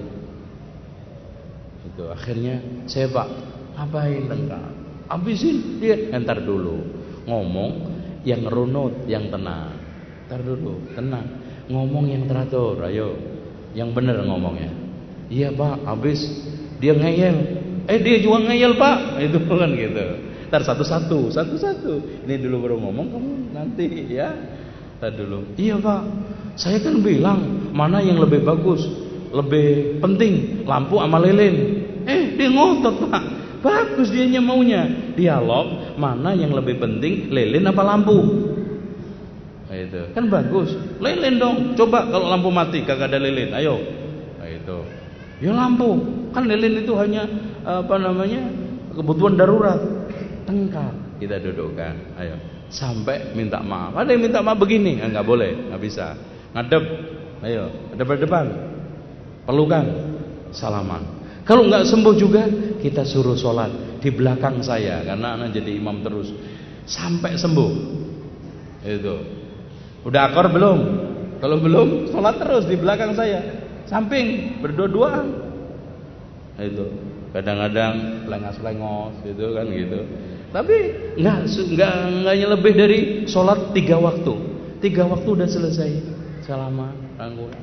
Itu akhirnya saya Pak, ngapain tengkar? Habisin dia. Entar dulu ngomong yang runut, yang tenang. Entar dulu tenang. Ngomong yang teratur, ayo. Yang benar ngomongnya. Iya Pak, habis dia ngeyel. Eh dia juga ngeyel Pak. Itu kan gitu. Entar satu-satu, satu-satu. Ini dulu baru ngomong, kamu nanti ya. Entar dulu. Iya Pak, saya kan bilang mana yang lebih bagus, lebih penting, lampu sama lilin. Eh dia ngotot Pak. Bagus dianya maunya. Dialog mana yang lebih penting, lilin apa lampu? Nah, itu kan bagus. Lilin dong. Coba kalau lampu mati kagak ada lilin, ayo. Nah, itu. Ya lampu. Kan lilin itu hanya apa namanya? Kebutuhan darurat. Tengkar. Kita dudukkan. Ayo. Sampai minta maaf. Ada yang minta maaf begini, enggak boleh, enggak bisa. Ngadep. Ayo, hadap depan. Pelukan. Salaman. Kalau nggak sembuh juga, kita suruh sholat di belakang saya, karena anak jadi imam terus sampai sembuh. Itu. Udah akor belum? Kalau belum, sholat terus di belakang saya, samping berdua-duaan. Itu. Kadang-kadang lengos-lengos, gitu kan gitu. Tapi nggak nggak nggaknya lebih dari sholat tiga waktu. Tiga waktu udah selesai. Salaman, rangkulan.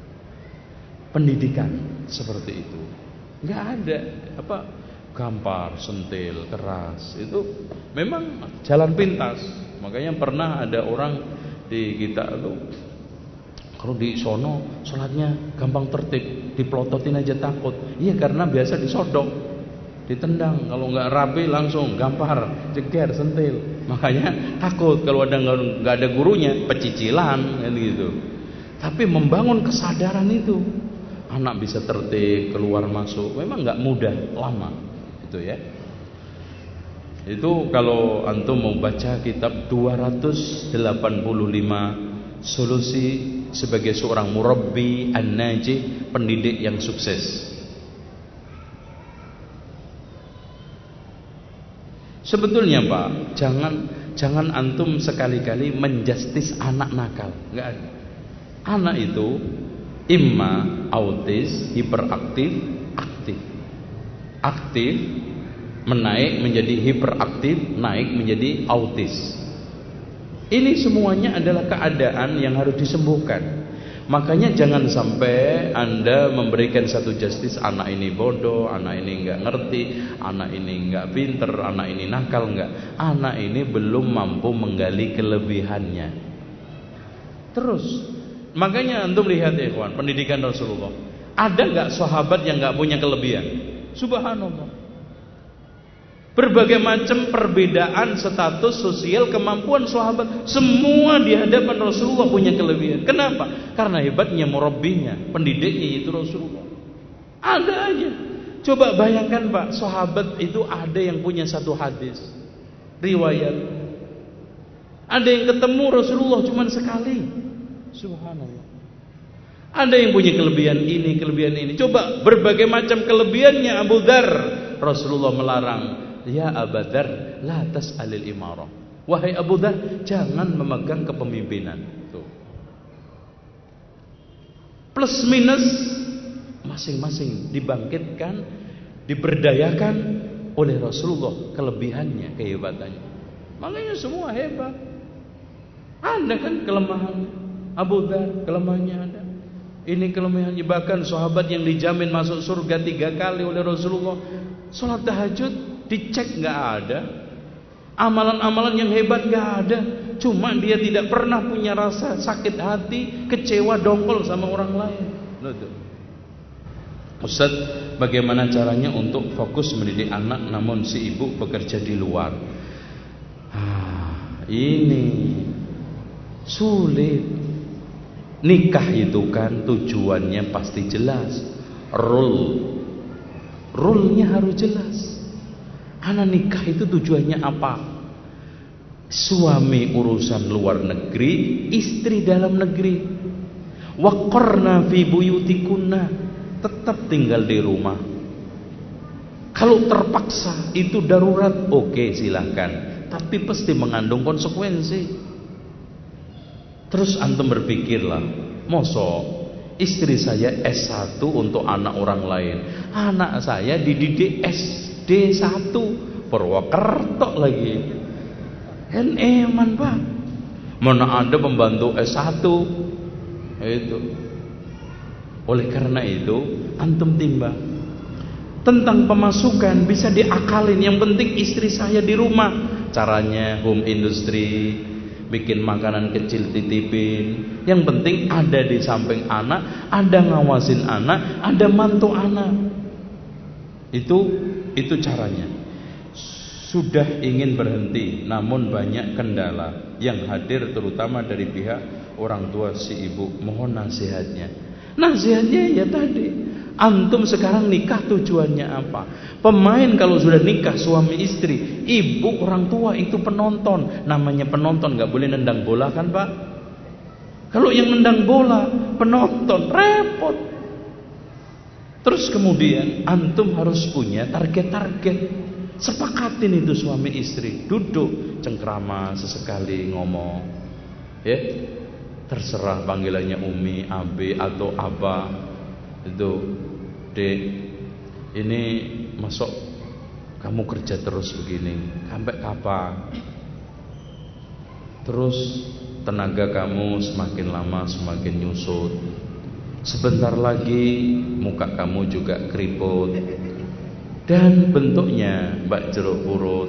Pendidikan seperti itu. Nggak ada apa gampar, sentil, keras. Itu memang jalan pintas. Makanya pernah ada orang di kita tuh, kalau di sono sholatnya gampang tertib, diplototin aja takut. Iya karena biasa disodok, ditendang. Kalau nggak rapi langsung gampar, jeger, sentil. Makanya takut kalau ada nggak ada gurunya, pecicilan kan gitu. Tapi membangun kesadaran itu. Anak bisa tertib, keluar masuk, memang nggak mudah, lama, itu ya. Itu kalau antum mau baca kitab dua ratus delapan puluh lima solusi sebagai seorang murabbi an-najih, pendidik yang sukses. Sebetulnya Pak, jangan jangan antum sekali-kali menjustis anak nakal, nggak ada. Anak itu imma autis, hiperaktif, aktif. Aktif menaik menjadi hiperaktif, naik menjadi autis. Ini semuanya adalah keadaan yang harus disembuhkan. Makanya jangan sampai Anda memberikan satu justice, anak ini bodoh, anak ini enggak ngerti, anak ini enggak pinter, anak ini nakal, enggak. Anak ini belum mampu menggali kelebihannya. Terus makanya antum lihat ya ikhwan, pendidikan Rasulullah. Ada enggak sahabat yang enggak punya kelebihan? Subhanallah. Berbagai macam perbedaan status sosial, kemampuan sahabat, semua di hadapan Rasulullah punya kelebihan. Kenapa? Karena hebatnya murabbinya, pendidiknya itu Rasulullah. Ada aja. Coba bayangkan Pak, sahabat itu ada yang punya satu hadis riwayat. Ada yang ketemu Rasulullah cuma sekali. Subhanallah. Ada yang punya kelebihan ini, kelebihan ini. Coba berbagai macam kelebihannya Abu Dzar, Rasulullah melarang. Ya Abu Dzar, la tas'alil imarah. Wahai Abu Dzar, jangan memegang kepemimpinan. Tuh. Plus minus masing-masing dibangkitkan, diberdayakan oleh Rasulullah, kelebihannya, kehebatannya. Makanya semua hebat. Ada kan kelemahannya. Abu Dzar kelemahannya ada. Ini kelemahannya, bahkan sahabat yang dijamin masuk surga tiga kali oleh Rasulullah. Salat tahajud dicek nggak ada, amalan-amalan yang hebat nggak ada. Cuma dia tidak pernah punya rasa sakit hati, kecewa, dongkol sama orang lain. Ustaz, bagaimana caranya untuk fokus mendidik anak namun si ibu bekerja di luar? Ah, ini sulit. Nikah itu kan tujuannya pasti jelas, rule, rule-nya harus jelas. Anak nikah itu tujuannya apa? Suami urusan luar negeri, istri dalam negeri. Waqarna fi buyutikunna, tetap tinggal di rumah. Kalau terpaksa itu darurat, oke okay, silahkan, tapi pasti mengandung konsekuensi. Terus antum berpikirlah, Mosok istri saya S satu untuk anak orang lain, anak saya dididik S D satu Purwokerto lagi. Kan eman Pak. Mana ada pembantu S satu. Itu. Oleh karena itu antum timbang tentang pemasukan bisa diakalin. Yang penting istri saya di rumah. Caranya home industry, bikin makanan kecil titipin. Yang penting ada di samping anak, ada ngawasin anak, ada mantu anak. Itu itu caranya. Sudah ingin berhenti, namun banyak kendala yang hadir terutama dari pihak orang tua si ibu. Mohon nasihatnya. Nasihatnya ya tadi, antum sekarang nikah tujuannya apa? Pemain kalau sudah nikah suami istri, ibu orang tua itu penonton. Namanya penonton, gak boleh nendang bola kan Pak? Kalau yang nendang bola penonton repot. Terus kemudian antum harus punya target-target. Sepakatin itu suami istri, duduk cengkrama sesekali ngomong, ya terserah panggilannya Umi, Abi atau apa. Itu Dek, ini masuk kamu kerja terus begini sampai kapan? Terus tenaga kamu semakin lama semakin nyusut. Sebentar lagi muka kamu juga keriput dan bentuknya bak jeruk purut.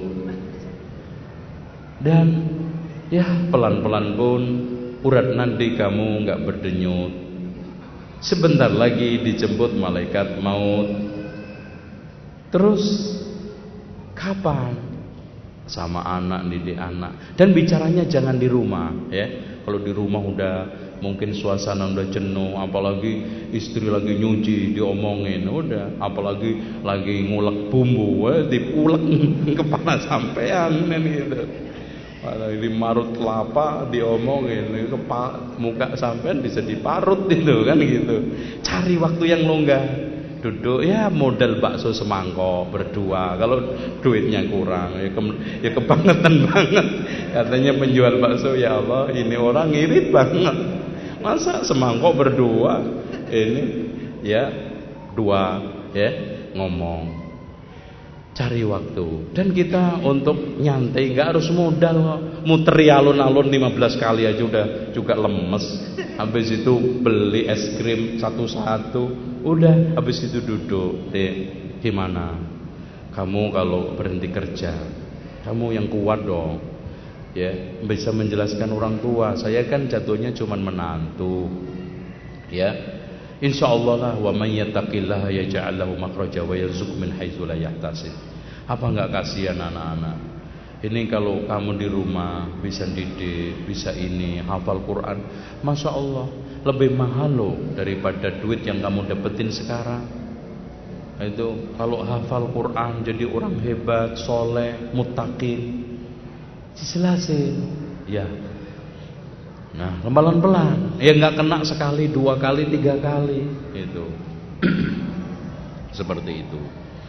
Dan ya pelan-pelan pun urat nadi kamu nggak berdenyut. Sebentar lagi dijemput malaikat maut. Terus kapan? Sama anak, didik anak. Dan bicaranya jangan di rumah, ya. Kalau di rumah udah mungkin suasana udah jenuh, apalagi istri lagi nyuci diomongin, udah. Apalagi lagi ngulek bumbu, wah diulek kepala sampean gitu. Kalau ini marut kelapa diomongin, kepala, muka sampean bisa diparut itu kan gitu. Cari waktu yang longgar. Duduk ya modal bakso semangkok berdua. Kalau duitnya kurang ya, ke, ya kebangetan banget. Katanya penjual bakso, ya Allah ini orang ngirit banget. Masa semangkok berdua? Ini ya dua ya ngomong. Cari waktu. Dan kita untuk nyantai nggak harus modal, muteri alun-alun lima belas kali aja udah juga lemes. Habis itu beli es krim satu-satu. Udah, habis itu duduk. Dek, gimana? Kamu kalau berhenti kerja, kamu yang kuat dong. Ya, bisa menjelaskan orang tua. Saya kan jatuhnya cuman menantu. Ya. Insyaallah lah, wa may yattaqillaha yaj'al lahu makhraja wa yarzuqhu min haitsu la yahtasib. Apa enggak kasihan anak-anak? Ini kalau kamu di rumah bisa didik, bisa ini, hafal Quran, Masya Allah, lebih mahal loh daripada duit yang kamu dapetin sekarang. Itu kalau hafal Quran jadi orang hebat, soleh, muttaqin, dijelasin, ya. Nah, pelan-pelan, ya nggak kena sekali, dua kali, tiga kali, itu. Seperti itu.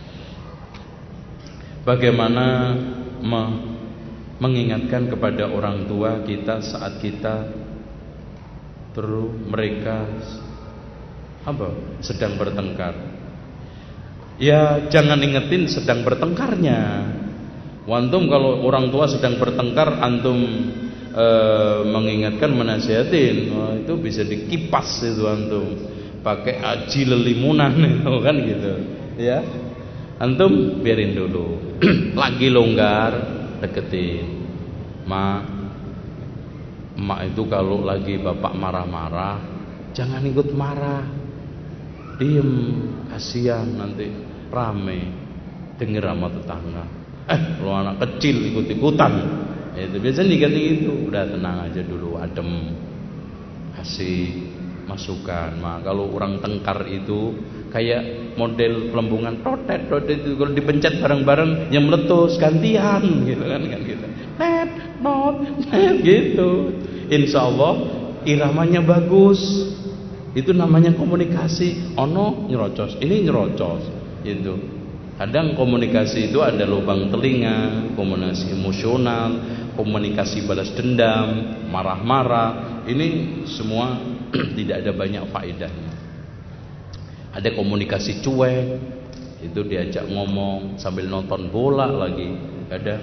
Bagaimana me mengingatkan kepada orang tua kita saat kita terus mereka apa sedang bertengkar? Ya jangan ingetin sedang bertengkarnya. Antum kalau orang tua sedang bertengkar, antum e, mengingatkan, menasihatin, oh, itu bisa dikipas itu antum pakai aji lelimunan itu kan gitu, ya. Antum biarin dulu. Lagi longgar, deketin. Ma, emak itu kalau lagi bapak marah-marah, jangan ikut marah. Diem, kasihan nanti rame denger sama tetangga. Eh, lo anak kecil ikut-ikutan. Itu biasanya diganti itu. Udah tenang aja dulu, adem. Kasih masukan. Ma, kalau orang tengkar itu kayak model pelembungan totet, totet itu kalau dipencet bareng-bareng yang meletus gantian gitu kan kan gitu. Net, not, net gitu. Insya Allah iramanya bagus. Itu namanya komunikasi. Ono nyerocos, ini nyerocos gitu. Kadang komunikasi itu ada lubang telinga, komunikasi emosional, komunikasi balas dendam, marah-marah. Ini semua tidak ada banyak faedahnya. Ada komunikasi cuek, itu diajak ngomong sambil nonton bola lagi. Ada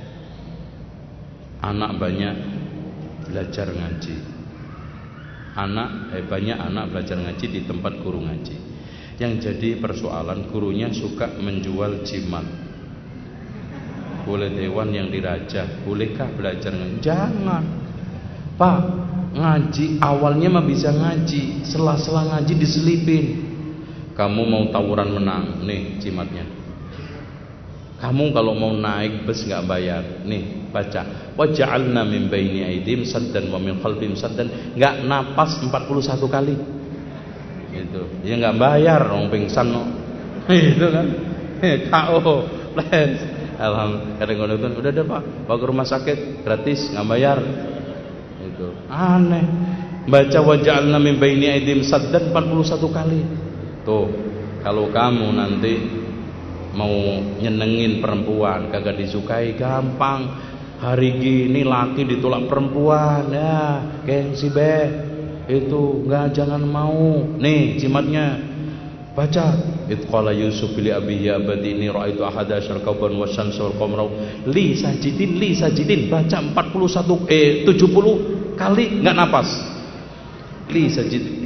anak banyak belajar ngaji. Anak eh, banyak anak belajar ngaji di tempat guru ngaji. Yang jadi persoalan, gurunya suka menjual jimat. Boleh dewan yang dirajah, bolehkah belajar ngaji? Jangan. Pak, ngaji awalnya mah bisa ngaji, setelah-setelah ngaji diselipin. Kamu mau tawuran menang, nih jimatnya. Kamu kalau mau naik bus nggak bayar, nih baca. Wa ja'alna min baini aydihim saddan wa min khalfihim saddan, nggak napas empat puluh satu kali. Gitu. Ya nggak bayar, orang pingsan no. Itu kan. K O les. Alhamdulillah. Kadang-kadang udah deh Pak, bawa ke rumah sakit gratis, nggak bayar. Itu aneh. Baca wa ja'alna min baini aydihim saddan empat puluh satu kali. Tuh, kalau kamu nanti mau nyenengin perempuan kagak disukai, gampang. Hari gini laki ditolak perempuan, ya gengsi be. Itu enggak, jangan mau. Nih jimatnya, baca. Itqala Yusuf li abihi ya abadi inni ra'aitu ahada asyara kauban wasyamsa wal qamara li sajidin li sajidin. Baca empat puluh satu eh tujuh puluh kali enggak napas. Li sajidin.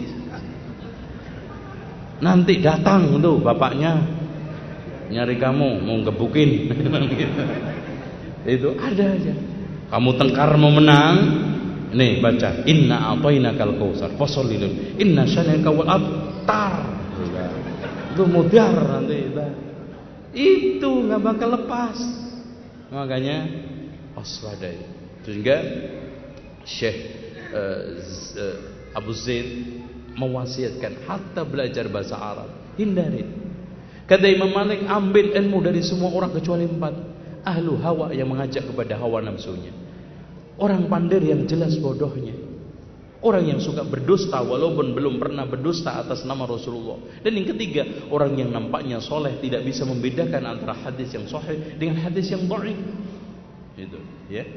Nanti datang tuh bapaknya nyari kamu, mau gebukin. Itu ada aja. Kamu tengkar mau menang, nih baca inna a'tainakal kautsar fasholli lil inna syanaka wal abtar. Itu mudar nanti itu. Itu nggak bakal lepas. Makanya waspadai. Sehingga Syekh uh, uh, Abu Zaid mewasiatkan hatta belajar bahasa Arab, hindari. Kata Imam Malik, ambil ilmu dari semua orang kecuali empat. Ahlu hawa yang mengajak kepada hawa nafsunya, orang pandai yang jelas bodohnya, orang yang suka berdusta walaupun belum pernah berdusta atas nama Rasulullah. Dan yang ketiga, orang yang nampaknya soleh tidak bisa membedakan antara hadis yang sahih dengan hadis yang dhaif. Itu, ya.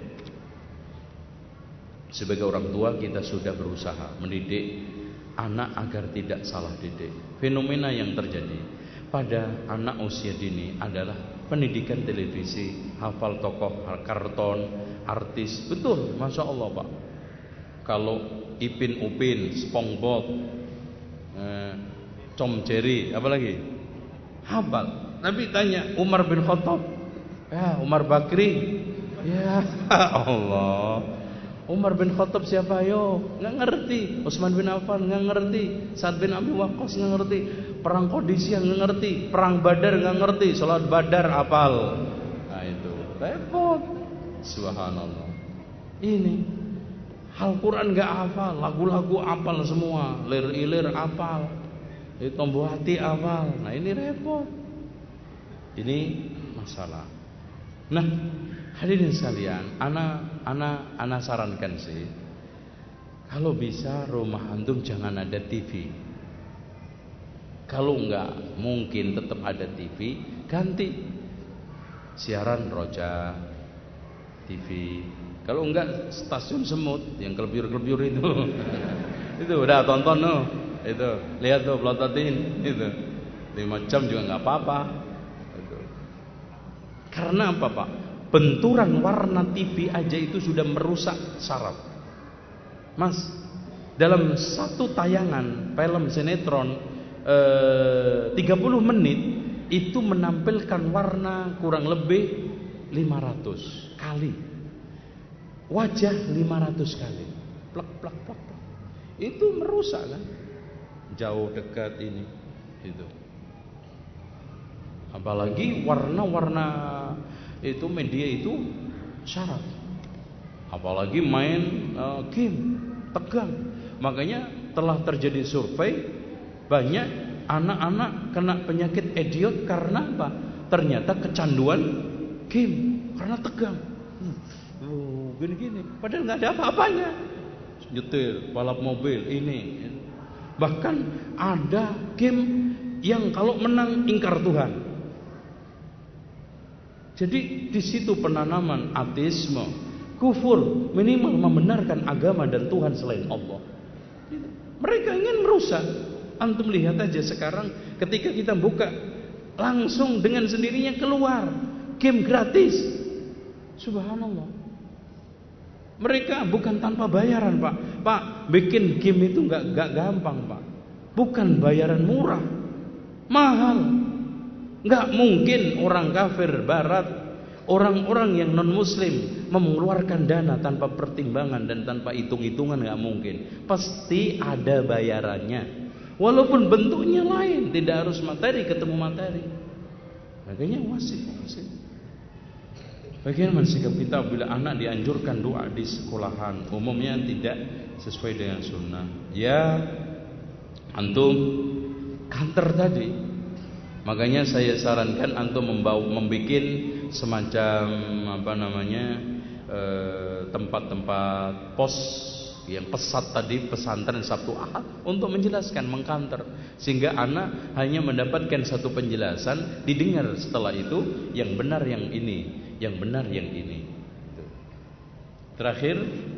Sebagai orang tua kita sudah berusaha mendidik anak agar tidak salah didik. Fenomena yang terjadi pada anak usia dini adalah pendidikan televisi, hafal tokoh karton, artis. Betul, masya Allah Pak. Kalau Ipin Upin, SpongeBob, eh, Tom Jerry, apa lagi? Hafal. Tapi tanya Umar bin Khattab, ya Umar Bakri, ya Allah. Umar bin Khattab siapa yo? Nggak ngerti. Utsman bin Affan nggak ngerti. Sa'ad bin Abi Waqqas nggak ngerti. Perang Qadisiyah nggak ngerti. Perang Badar nggak ngerti. Salat Badar apal. Nah itu repot. Subhanallah. Ini Al-Quran nggak hafal, lagu-lagu apal semua, lir-ilir apal, itu tombo hati apal. Nah ini repot. Ini masalah. Nah, hadirin sekalian, anak anak anak sarankan sih, kalau bisa rumah antum jangan ada T V. Kalau enggak mungkin tetap ada T V, ganti siaran roja T V. Kalau enggak stasiun semut yang kelebur-kelebur itu. Itu udah tonton tuh. Itu lihat tuh plototin itu. lima jam juga enggak apa-apa. Itu. Karena apa, Pak? Benturan warna T V aja itu sudah merusak saraf. Mas, dalam satu tayangan film sinetron eh, tiga puluh menit itu menampilkan warna kurang lebih lima ratus kali. Wajah lima ratus kali. Plak plak plak plak. Itu merusak kan? Jauh dekat ini itu. Apalagi warna-warna itu media itu syarat. Apalagi main uh, game tegang. Makanya telah terjadi survei banyak anak-anak kena penyakit idiot karena apa? Ternyata kecanduan game karena tegang. Oh, gini-gini. Padahal nggak ada apa-apanya. Nyetir, balap mobil ini. Bahkan ada game yang kalau menang ingkar Tuhan. Jadi di situ penanaman ateisme, kufur, minimal membenarkan agama dan Tuhan selain Allah. Mereka ingin merusak. Antum lihat aja sekarang ketika kita buka, langsung dengan sendirinya keluar game gratis. Subhanallah. Mereka bukan tanpa bayaran, Pak. Pak, bikin game itu nggak nggak gampang, Pak. Bukan bayaran murah, mahal. Nggak mungkin orang kafir Barat, orang-orang yang non Muslim mengeluarkan dana tanpa pertimbangan dan tanpa hitung-hitungan, nggak mungkin. Pasti ada bayarannya. Walaupun bentuknya lain, tidak harus materi ketemu materi. Makanya wasit, wasit. Bagaimana sikap kita bila anak dianjurkan doa di sekolahan? Umumnya tidak sesuai dengan sunnah. Ya, antum kantor tadi. Makanya saya sarankan antum membawa, membikin semacam apa namanya eh, tempat-tempat pos yang pesat tadi, pesantren Sabtu Ahad, untuk menjelaskan, mengkanter, sehingga anak hanya mendapatkan satu penjelasan, didengar setelah itu yang benar yang ini, yang benar yang ini. Terakhir,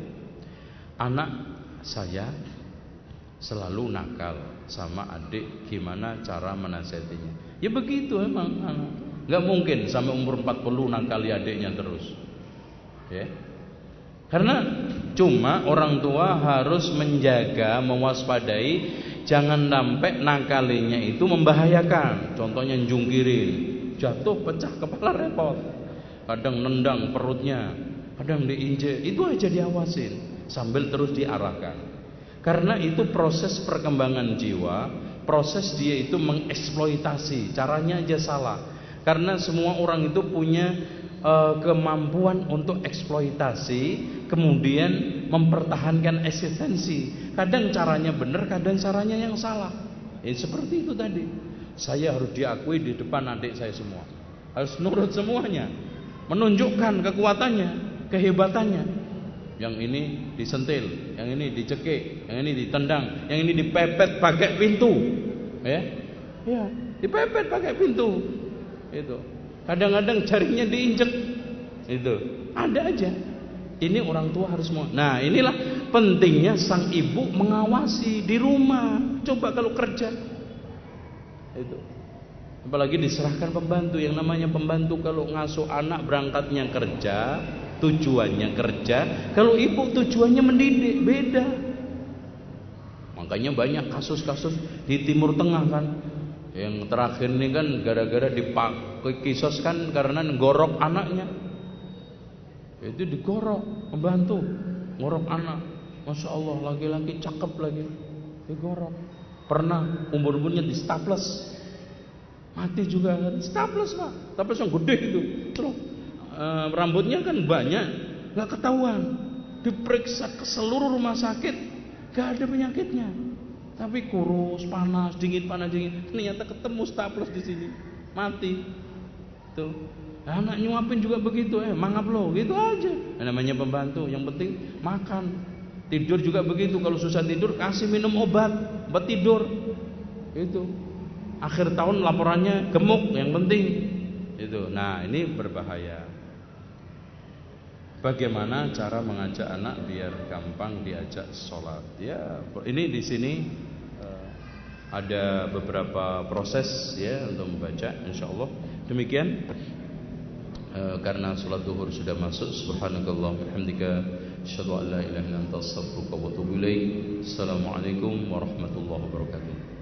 anak saya selalu nakal sama adik, gimana cara menasihatinya? Ya begitu emang anak. Gak mungkin sampai umur empat puluh nakali adiknya terus. Ya. Karena cuma orang tua harus menjaga, mewaspadai, jangan sampai nakalinya itu membahayakan. Contohnya jungkirin, jatuh pecah kepala repot. Kadang nendang perutnya, kadang diinjek, itu aja diawasin sambil terus diarahkan. Karena itu proses perkembangan jiwa, proses dia itu mengeksploitasi, caranya aja salah. Karena semua orang itu punya uh, kemampuan untuk eksploitasi, kemudian mempertahankan eksistensi. Kadang caranya benar, kadang caranya yang salah. Ya, seperti itu tadi. Saya harus diakui di depan adik saya semua, harus nurut semuanya, menunjukkan kekuatannya, kehebatannya. Yang ini disentil, yang ini dicekik, yang ini ditendang, yang ini dipepet pakai pintu, ya, ya, dipepet pakai pintu, itu. Kadang-kadang jarinya diinjek, itu. Ada aja. Ini orang tua harus mau. Nah, inilah pentingnya sang ibu mengawasi di rumah. Coba kalau kerja, itu. Apalagi diserahkan pembantu. Yang namanya pembantu kalau ngasuh anak berangkatnya kerja, tujuannya kerja. Kalau ibu tujuannya mendidik, beda. Makanya banyak kasus-kasus di Timur Tengah kan. Yang terakhir ini kan gara-gara dipakai kisos kan karena ngorok anaknya. Itu digorok pembantu, ngorok anak. Masya Allah, laki-laki cakep lagi, digorok. Pernah umur-umurnya di staples, mati juga kan. Staples Pak, staples yang gede itu. Terus e, rambutnya kan banyak, nggak ketahuan. Diperiksa ke seluruh rumah sakit, nggak ada penyakitnya. Tapi kurus, panas, dingin, panas, dingin. Ternyata ketemu staples di sini, mati. Tuh. Anak nyuapin juga begitu, eh mangap lo, gitu aja. Nah, namanya pembantu, yang penting makan. Tidur juga begitu, kalau susah tidur kasih minum obat, obat tidur. Itu. Akhir tahun laporannya gemuk, yang penting. Itu. Nah, ini berbahaya. Bagaimana cara mengajak anak biar gampang diajak sholat? Ya, ini di sini uh, ada beberapa proses ya untuk membaca, insya Allah. Demikian. Uh, karena sholat duhur sudah masuk. Subhanakallah bihamdika asyhadu an la ilaha illa anta astaghfiruka wa atubu ilaik. Assalamualaikum warahmatullahi wabarakatuh.